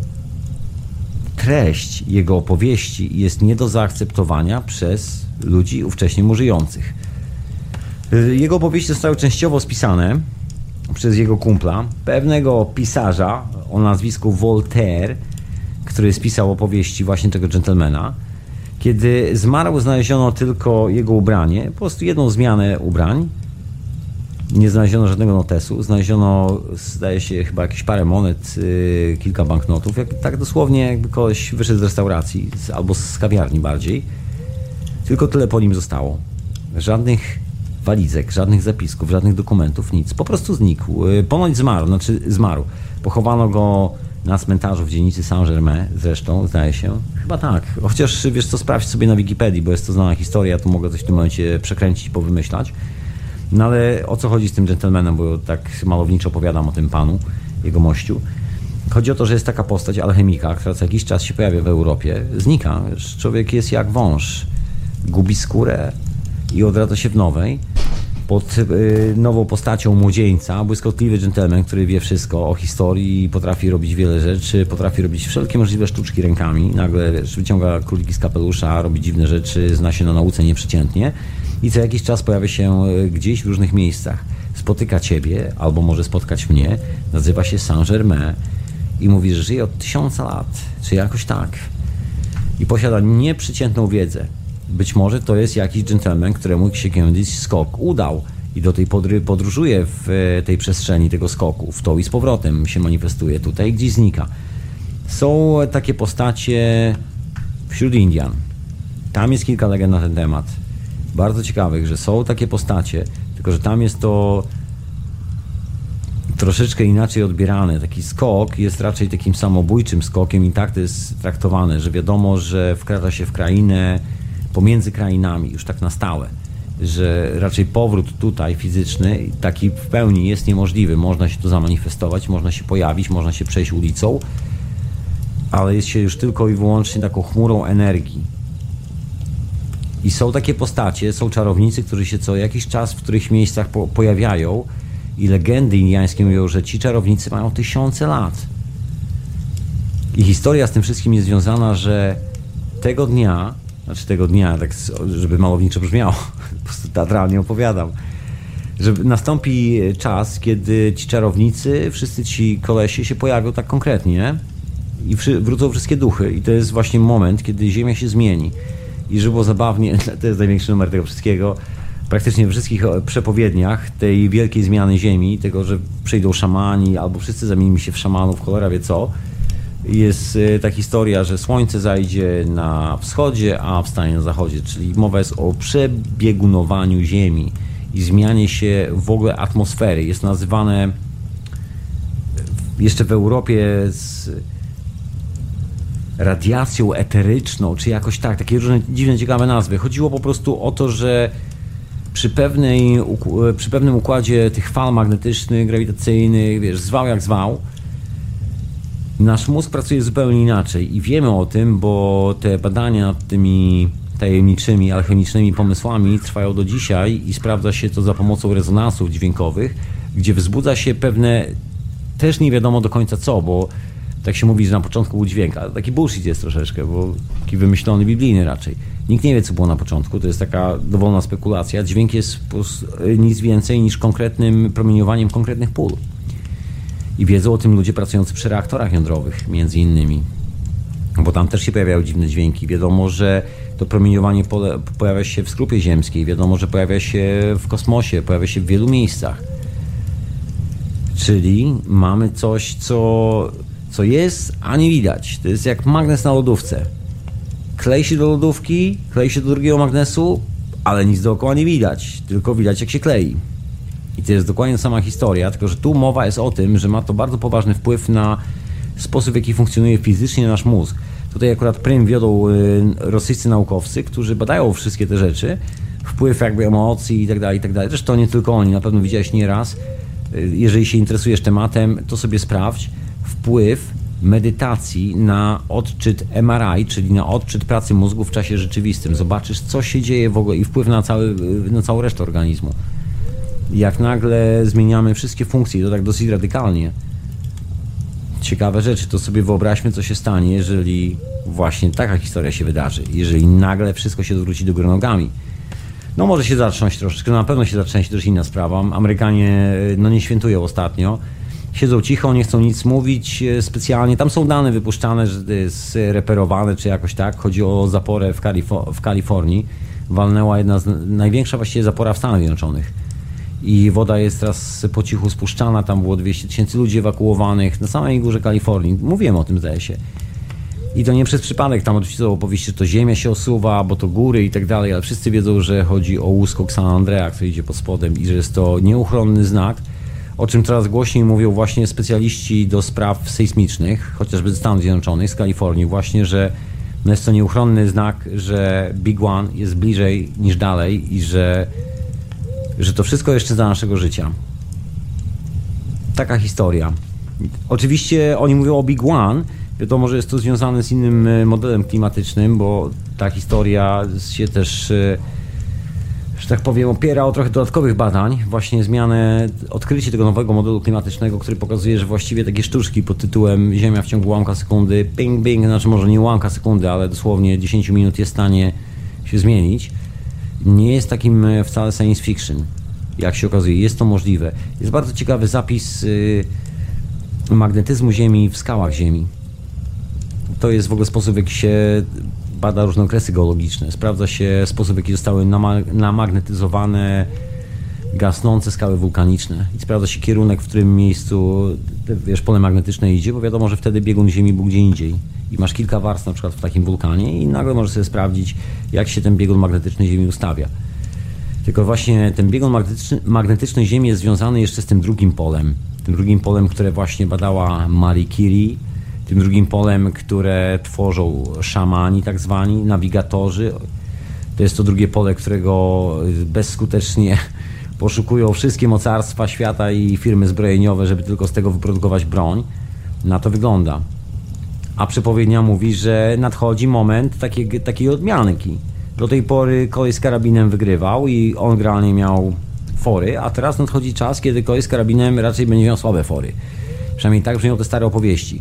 [SPEAKER 2] treść jego opowieści jest nie do zaakceptowania przez ludzi ówcześnie mu żyjących. Jego opowieści zostały częściowo spisane przez jego kumpla, pewnego pisarza o nazwisku Voltaire, który spisał opowieści właśnie tego gentlemana. Kiedy zmarł, znaleziono tylko jego ubranie, po prostu jedną zmianę ubrań. Nie znaleziono żadnego notesu. Znaleziono, zdaje się, chyba jakieś parę monet, yy, kilka banknotów. Jak, tak dosłownie jakby kogoś wyszedł z restauracji, z, albo z kawiarni bardziej. Tylko tyle po nim zostało. Żadnych walizek, żadnych zapisków, żadnych dokumentów, nic. Po prostu znikł. Yy, ponoć zmarł, znaczy zmarł. Pochowano go na cmentarzu w dzielnicy Saint-Germain, zresztą, zdaje się. Chyba tak. Chociaż, wiesz co, sprawdź sobie na Wikipedii, bo jest to znana historia, tu mogę coś w tym momencie przekręcić, powymyślać. No ale o co chodzi z tym gentlemanem, bo tak malowniczo opowiadam o tym panu, jego mościu. Chodzi o to, że jest taka postać alchemika, która co jakiś czas się pojawia w Europie, znika. Wiesz, człowiek jest jak wąż. Gubi skórę i odradza się w nowej. Pod y, nową postacią młodzieńca, błyskotliwy gentleman, który wie wszystko o historii, potrafi robić wiele rzeczy, potrafi robić wszelkie możliwe sztuczki rękami. Nagle, wiesz, wyciąga króliki z kapelusza, robi dziwne rzeczy, zna się na nauce nieprzeciętnie i co jakiś czas pojawia się gdzieś w różnych miejscach. Spotyka ciebie, albo może spotkać mnie, nazywa się Saint-Germain i mówi, że żyje od tysiąca lat, czy jakoś tak. I posiada nieprzeciętną wiedzę. Być może to jest jakiś gentleman, któremu się kiedyś skok udał i do tej podry podróżuje w tej przestrzeni tego skoku, w to i z powrotem się manifestuje tutaj i gdzieś znika. Są takie postacie wśród Indian. Tam jest kilka legend na ten temat. Bardzo ciekawych, że są takie postacie, tylko że tam jest to troszeczkę inaczej odbierane. Taki skok jest raczej takim samobójczym skokiem i tak to jest traktowane, że wiadomo, że wkracza się w krainę pomiędzy krainami, już tak na stałe. Że raczej powrót tutaj fizyczny taki w pełni jest niemożliwy. Można się tu zamanifestować, można się pojawić, można się przejść ulicą, ale jest się już tylko i wyłącznie taką chmurą energii. I są takie postacie, są czarownicy, którzy się co jakiś czas w których miejscach po pojawiają i legendy indiańskie mówią, że ci czarownicy mają tysiące lat. I historia z tym wszystkim jest związana, że tego dnia, znaczy tego dnia, tak żeby malowniczo brzmiało, po prostu teatralnie opowiadam, że nastąpi czas, kiedy ci czarownicy, wszyscy ci kolesie się pojawią tak konkretnie i wrócą wszystkie duchy. I to jest właśnie moment, kiedy Ziemia się zmieni. I żeby było zabawnie, to jest największy numer tego wszystkiego, praktycznie we wszystkich przepowiedniach tej wielkiej zmiany Ziemi, tego, że przyjdą szamani, albo wszyscy zamienimy się w szamanów, cholera wie co, jest ta historia, że słońce zajdzie na wschodzie, a wstanie na zachodzie, czyli mowa jest o przebiegunowaniu Ziemi i zmianie się w ogóle atmosfery. Jest nazywane jeszcze w Europie z radiacją eteryczną, czy jakoś tak, takie różne dziwne, ciekawe nazwy. Chodziło po prostu o to, że przy, pewnej, przy pewnym układzie tych fal magnetycznych, grawitacyjnych, wiesz, zwał jak zwał, nasz mózg pracuje zupełnie inaczej i wiemy o tym, bo te badania nad tymi tajemniczymi, alchemicznymi pomysłami trwają do dzisiaj i sprawdza się to za pomocą rezonansów dźwiękowych, gdzie wzbudza się pewne, też nie wiadomo do końca co, bo tak się mówi, że na początku był dźwięk, ale taki bullshit jest troszeczkę, bo taki wymyślony, biblijny raczej. Nikt nie wie, co było na początku, to jest taka dowolna spekulacja. Dźwięk jest nic więcej niż konkretnym promieniowaniem konkretnych pól. I wiedzą o tym ludzie pracujący przy reaktorach jądrowych, między innymi. Bo tam też się pojawiają dziwne dźwięki. Wiadomo, że to promieniowanie pole, pojawia się w skrupie ziemskiej. Wiadomo, że pojawia się w kosmosie, pojawia się w wielu miejscach. Czyli mamy coś, co, co jest, a nie widać. To jest jak magnes na lodówce. Klei się do lodówki, klei się do drugiego magnesu, ale nic dookoła nie widać. Tylko widać, jak się klei. I to jest dokładnie sama historia, tylko że tu mowa jest o tym, że ma to bardzo poważny wpływ na sposób, w jaki funkcjonuje fizycznie nasz mózg. Tutaj akurat prym wiodą rosyjscy naukowcy, którzy badają wszystkie te rzeczy, wpływ jakby emocji i tak dalej, i tak dalej. Zresztą nie tylko oni, na pewno widziałeś nieraz. Jeżeli się interesujesz tematem, to sobie sprawdź wpływ medytacji na odczyt M R I, czyli na odczyt pracy mózgu w czasie rzeczywistym. Zobaczysz, co się dzieje w ogóle i wpływ na, cały, na całą resztę organizmu. Jak nagle zmieniamy wszystkie funkcje, to tak dosyć radykalnie. Ciekawe rzeczy, to sobie wyobraźmy, co się stanie, jeżeli właśnie taka historia się wydarzy. Jeżeli nagle wszystko się odwróci do góry nogami. No może się zatrząść troszeczkę, no na pewno się zatrząść, to już inna sprawa. Amerykanie no nie świętują ostatnio. Siedzą cicho, nie chcą nic mówić specjalnie. Tam są dane wypuszczane, że to jest reperowane, czy jakoś tak. Chodzi o zaporę w, Kalifo- w Kalifornii. Walnęła jedna z największa właściwie zapora w Stanach Zjednoczonych. I woda jest teraz po cichu spuszczana, tam było dwieście tysięcy ludzi ewakuowanych na samej górze Kalifornii. Mówiłem o tym, zdaje się. I to nie przez przypadek, tam oczywiście są opowieści, że to ziemia się osuwa, bo to góry i tak dalej, ale wszyscy wiedzą, że chodzi o łuskok San Andrea, który idzie pod spodem i że jest to nieuchronny znak, o czym coraz głośniej mówią właśnie specjaliści do spraw sejsmicznych, chociażby ze Stanów Zjednoczonych, z Kalifornii, właśnie, że no jest to nieuchronny znak, że Big One jest bliżej niż dalej i że że to wszystko jeszcze za naszego życia. Taka historia. Oczywiście oni mówią o Big One. Wiadomo, że jest to związane z innym modelem klimatycznym, bo ta historia się też, że tak powiem, opiera o trochę dodatkowych badań. Właśnie zmianę, odkrycie tego nowego modelu klimatycznego, który pokazuje, że właściwie takie sztuczki pod tytułem Ziemia w ciągu ułamka sekundy, ping, ping, znaczy może nie ułamka sekundy, ale dosłownie dziesięć minut jest w stanie się zmienić. Nie jest takim wcale science fiction, jak się okazuje. Jest to możliwe. Jest bardzo ciekawy zapis y, magnetyzmu Ziemi w skałach Ziemi. To jest w ogóle sposób, w jaki się bada różne okresy geologiczne. Sprawdza się sposób, w jaki zostały nama- namagnetyzowane gasnące skały wulkaniczne i sprawdza się kierunek, w którym miejscu wiesz, pole magnetyczne idzie, bo wiadomo, że wtedy biegun Ziemi był gdzie indziej i masz kilka warstw na przykład w takim wulkanie i nagle możesz sobie sprawdzić, jak się ten biegun magnetyczny Ziemi ustawia. Tylko właśnie ten biegun magnetyczny, magnetyczny Ziemi jest związany jeszcze z tym drugim polem, tym drugim polem, które właśnie badała Marie Curie, tym drugim polem, które tworzą szamani tak zwani, nawigatorzy. To jest to drugie pole, którego bezskutecznie poszukują wszystkie mocarstwa świata i firmy zbrojeniowe, żeby tylko z tego wyprodukować broń. Na to wygląda. A przepowiednia mówi, że nadchodzi moment takiej, takiej odmianki. Do tej pory koleś z karabinem wygrywał i on generalnie miał fory, a teraz nadchodzi czas, kiedy koleś z karabinem raczej będzie miał słabe fory. Przynajmniej tak brzmią te stare opowieści.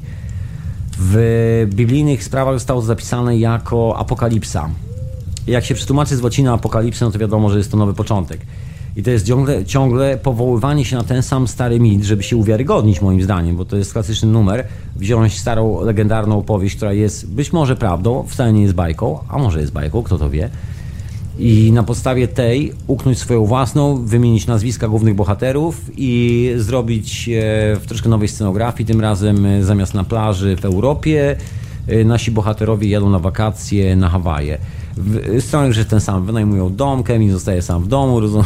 [SPEAKER 2] W biblijnych sprawach zostało to zapisane jako apokalipsa. Jak się przetłumaczy z łacina apokalipsę, no to wiadomo, że jest to nowy początek. I to jest ciągle, ciągle powoływanie się na ten sam stary mit, żeby się uwiarygodnić moim zdaniem, bo to jest klasyczny numer, wziąć starą, legendarną opowieść, która jest być może prawdą, wcale nie jest bajką, a może jest bajką, kto to wie, i na podstawie tej uknąć swoją własną, wymienić nazwiska głównych bohaterów i zrobić w troszkę nowej scenografii, tym razem zamiast na plaży w Europie, nasi bohaterowie jadą na wakacje na Hawaje. Scenariusz jest ten sam, wynajmują dom, Kevin zostaje sam w domu, rozumiesz?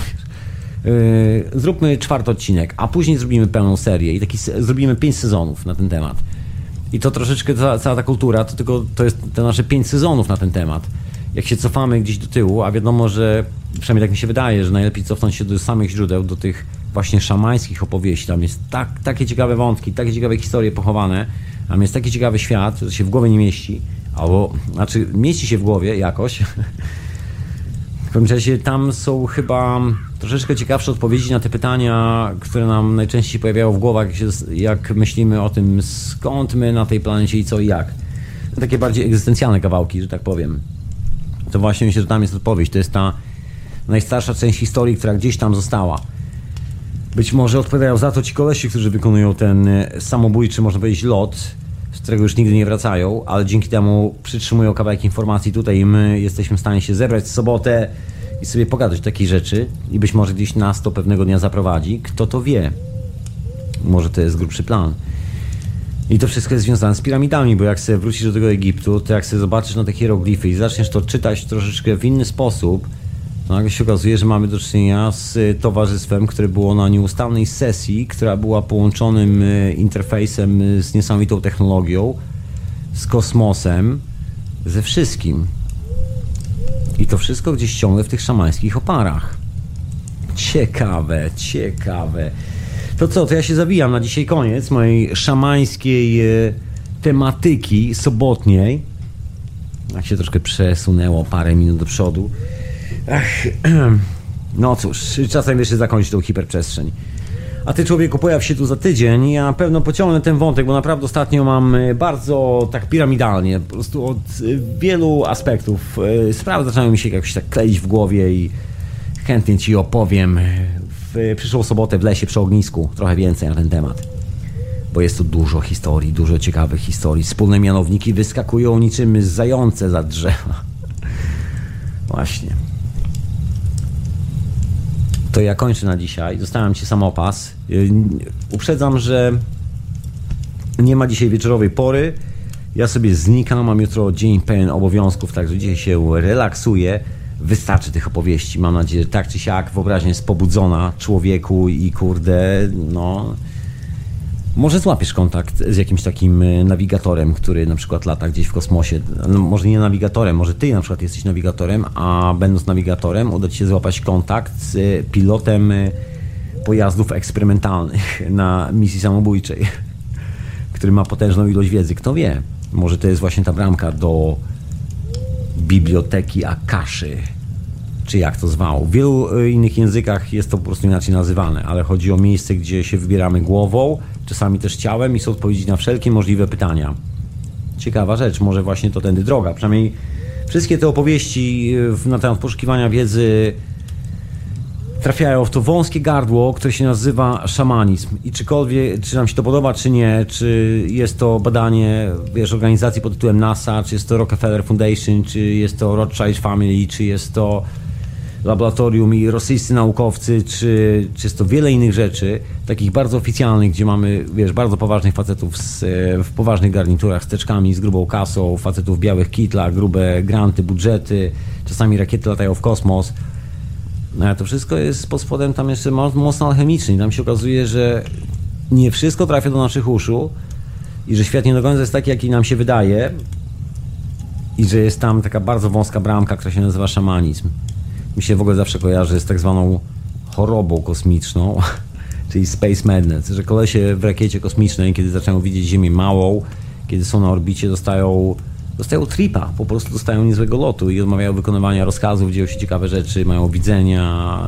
[SPEAKER 2] Yy, zróbmy czwarty odcinek, a później zrobimy pełną serię i taki, zrobimy pięć sezonów na ten temat. I to troszeczkę, cała, cała ta kultura, to tylko to jest te nasze pięć sezonów na ten temat. Jak się cofamy gdzieś do tyłu, a wiadomo, że przynajmniej tak mi się wydaje, że najlepiej cofnąć się do samych źródeł, do tych właśnie szamańskich opowieści. Tam jest tak, takie ciekawe wątki, takie ciekawe historie pochowane, a tam jest taki ciekawy świat, że się w głowie nie mieści. Albo, znaczy mieści się w głowie jakoś. W każdym razie tam są chyba troszeczkę ciekawsze odpowiedzi na te pytania, które nam najczęściej się pojawiają w głowach, jak myślimy o tym, skąd my na tej planecie i co i jak. Takie bardziej egzystencjalne kawałki, że tak powiem. To właśnie myślę, że tam jest odpowiedź. To jest ta najstarsza część historii, która gdzieś tam została. Być może odpowiadają za to ci kolesi, którzy wykonują ten samobójczy, można powiedzieć, lot, z którego już nigdy nie wracają, ale dzięki temu przytrzymują kawałek informacji tutaj i my jesteśmy w stanie się zebrać w sobotę i sobie pogadać takiej rzeczy i być może gdzieś nas to pewnego dnia zaprowadzi. Kto to wie? Może to jest grubszy plan. I to wszystko jest związane z piramidami, bo jak sobie wrócisz do tego Egiptu, to jak sobie zobaczysz na te hieroglify i zaczniesz to czytać troszeczkę w inny sposób, to nagle się okazuje, że mamy do czynienia z towarzystwem, które było na nieustannej sesji, która była połączonym interfejsem z niesamowitą technologią, z kosmosem, ze wszystkim. I to wszystko gdzieś ciągle w tych szamańskich oparach. Ciekawe, ciekawe. To co, to ja się zawijam na dzisiaj koniec mojej szamańskiej tematyki sobotniej. Jak się troszkę przesunęło parę minut do przodu. Ach, no cóż, czasem jeszcze zakończyć tą hiperprzestrzeń. A ty, człowieku, pojaw się tu za tydzień. Ja na pewno pociągnę ten wątek, bo naprawdę ostatnio mam bardzo tak piramidalnie, po prostu od wielu aspektów sprawy zaczynają mi się jakoś tak kleić w głowie i chętnie ci opowiem w przyszłą sobotę w lesie przy ognisku trochę więcej na ten temat. Bo jest tu dużo historii, dużo ciekawych historii. Wspólne mianowniki wyskakują niczym zające za drzewa. Właśnie. To ja kończę na dzisiaj. Zostawiam ci samopas. Uprzedzam, że nie ma dzisiaj wieczorowej pory. Ja sobie znikam, mam jutro dzień pełen obowiązków, także dzisiaj się relaksuję. Wystarczy tych opowieści. Mam nadzieję, że tak czy siak wyobraźnia jest pobudzona człowieku i kurde, no... Może złapiesz kontakt z jakimś takim nawigatorem, który na przykład lata gdzieś w kosmosie. No, może nie nawigatorem, może ty na przykład jesteś nawigatorem, a będąc nawigatorem uda ci się złapać kontakt z pilotem pojazdów eksperymentalnych na misji samobójczej, który ma potężną ilość wiedzy. Kto wie? Może to jest właśnie ta bramka do biblioteki Akaszy, czy jak to zwało. W wielu innych językach jest to po prostu inaczej nazywane, ale chodzi o miejsce, gdzie się wybieramy głową, czasami też ciałem i są odpowiedzi na wszelkie możliwe pytania. Ciekawa rzecz, może właśnie to tędy droga. Przynajmniej wszystkie te opowieści na temat poszukiwania wiedzy trafiają w to wąskie gardło, które się nazywa szamanizm. I czykolwiek, czy nam się to podoba, czy nie, czy jest to badanie, wiesz, organizacji pod tytułem NASA, czy jest to Rockefeller Foundation, czy jest to Rothschild Family, czy jest to laboratorium i rosyjscy naukowcy, czy, czy jest to wiele innych rzeczy, takich bardzo oficjalnych, gdzie mamy, wiesz, bardzo poważnych facetów z, w poważnych garniturach, z teczkami, z grubą kasą, facetów w białych kitlach, grube granty, budżety, czasami rakiety latają w kosmos. To wszystko jest pod spodem tam jeszcze mocno alchemiczny i tam się okazuje, że nie wszystko trafia do naszych uszu i że świat nie do końca jest taki, jaki nam się wydaje i że jest tam taka bardzo wąska bramka, która się nazywa szamanizm. Mi się w ogóle zawsze kojarzy z tak zwaną chorobą kosmiczną, czyli Space Madness, że kolesie w rakiecie kosmicznej, kiedy zaczynają widzieć Ziemię małą, kiedy są na orbicie, dostają, dostają tripa, po prostu dostają niezłego lotu i odmawiają wykonywania rozkazów, dzieją się ciekawe rzeczy, mają widzenia.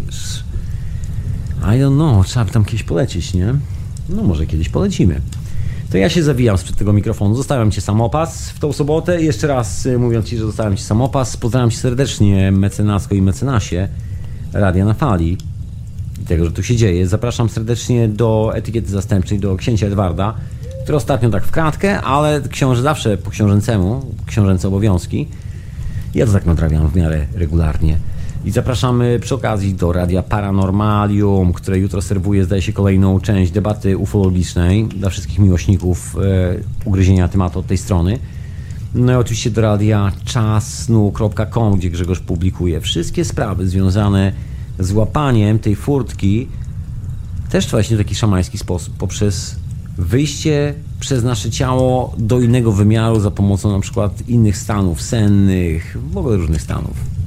[SPEAKER 2] I don't know, trzeba by tam kiedyś polecieć, nie? No może kiedyś polecimy. To ja się zawijam sprzed tego mikrofonu. Zostawiam Cię samopas w tą sobotę. Jeszcze raz mówiąc Ci, że zostawiam Ci samopas. Pozdrawiam Cię serdecznie, mecenasko i mecenasie Radia na Fali i tego, że tu się dzieje. Zapraszam serdecznie do etykiety zastępczej, do księcia Edwarda, który ostatnio tak w kratkę, ale książę zawsze po książęcemu, książęce obowiązki. Ja to tak nadrabiam w miarę regularnie. I zapraszamy przy okazji do Radia Paranormalium, które jutro serwuje, zdaje się, kolejną część debaty ufologicznej dla wszystkich miłośników e, ugryzienia tematu od tej strony. No i oczywiście do radia czasnu kropka com, gdzie Grzegorz publikuje wszystkie sprawy związane z łapaniem tej furtki, też właśnie w taki szamański sposób, poprzez wyjście przez nasze ciało do innego wymiaru za pomocą na przykład innych stanów sennych, w ogóle różnych stanów.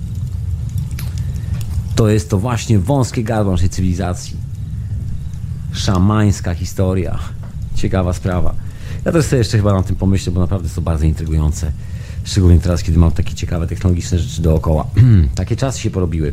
[SPEAKER 2] To jest to właśnie wąskie gardło naszej cywilizacji. Szamańska historia. Ciekawa sprawa. Ja też sobie jeszcze chyba na tym pomyślę, bo naprawdę jest to bardzo intrygujące. Szczególnie teraz, kiedy mam takie ciekawe technologiczne rzeczy dookoła. Takie czasy się porobiły.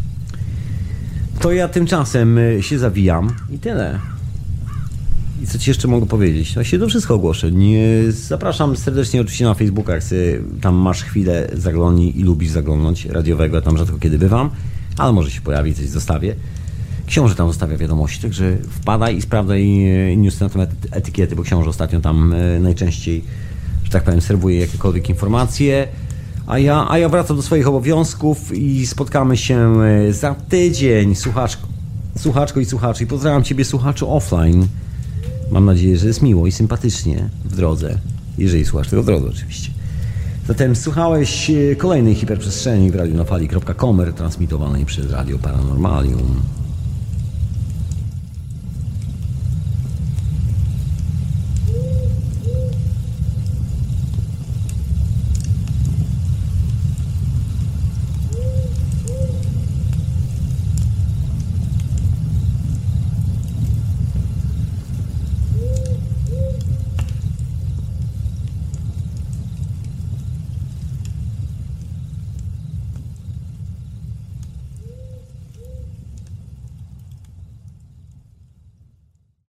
[SPEAKER 2] To ja tymczasem się zawijam i tyle. I co Ci jeszcze mogę powiedzieć? Właściwie to wszystko ogłoszę. Nie, zapraszam serdecznie oczywiście na Facebooka, jak sobie tam masz chwilę, zaglądnij i lubisz zaglądnąć radiowego, ja tam rzadko kiedy bywam, ale może się pojawi, coś zostawię. Książę tam zostawia wiadomości, także wpadaj i sprawdzaj newsy na temat etykiety, bo książę ostatnio tam najczęściej, że tak powiem, serwuje jakiekolwiek informacje, a ja, a ja wracam do swoich obowiązków i spotkamy się za tydzień, słuchaczko, słuchaczko i słuchaczy. I pozdrawiam Ciebie, słuchaczu, offline. Mam nadzieję, że jest miło i sympatycznie w drodze, jeżeli słuchasz tego w drodze oczywiście. Zatem słuchałeś kolejnej hiperprzestrzeni w radiu na fali kropka com, transmitowanej przez Radio Paranormalium.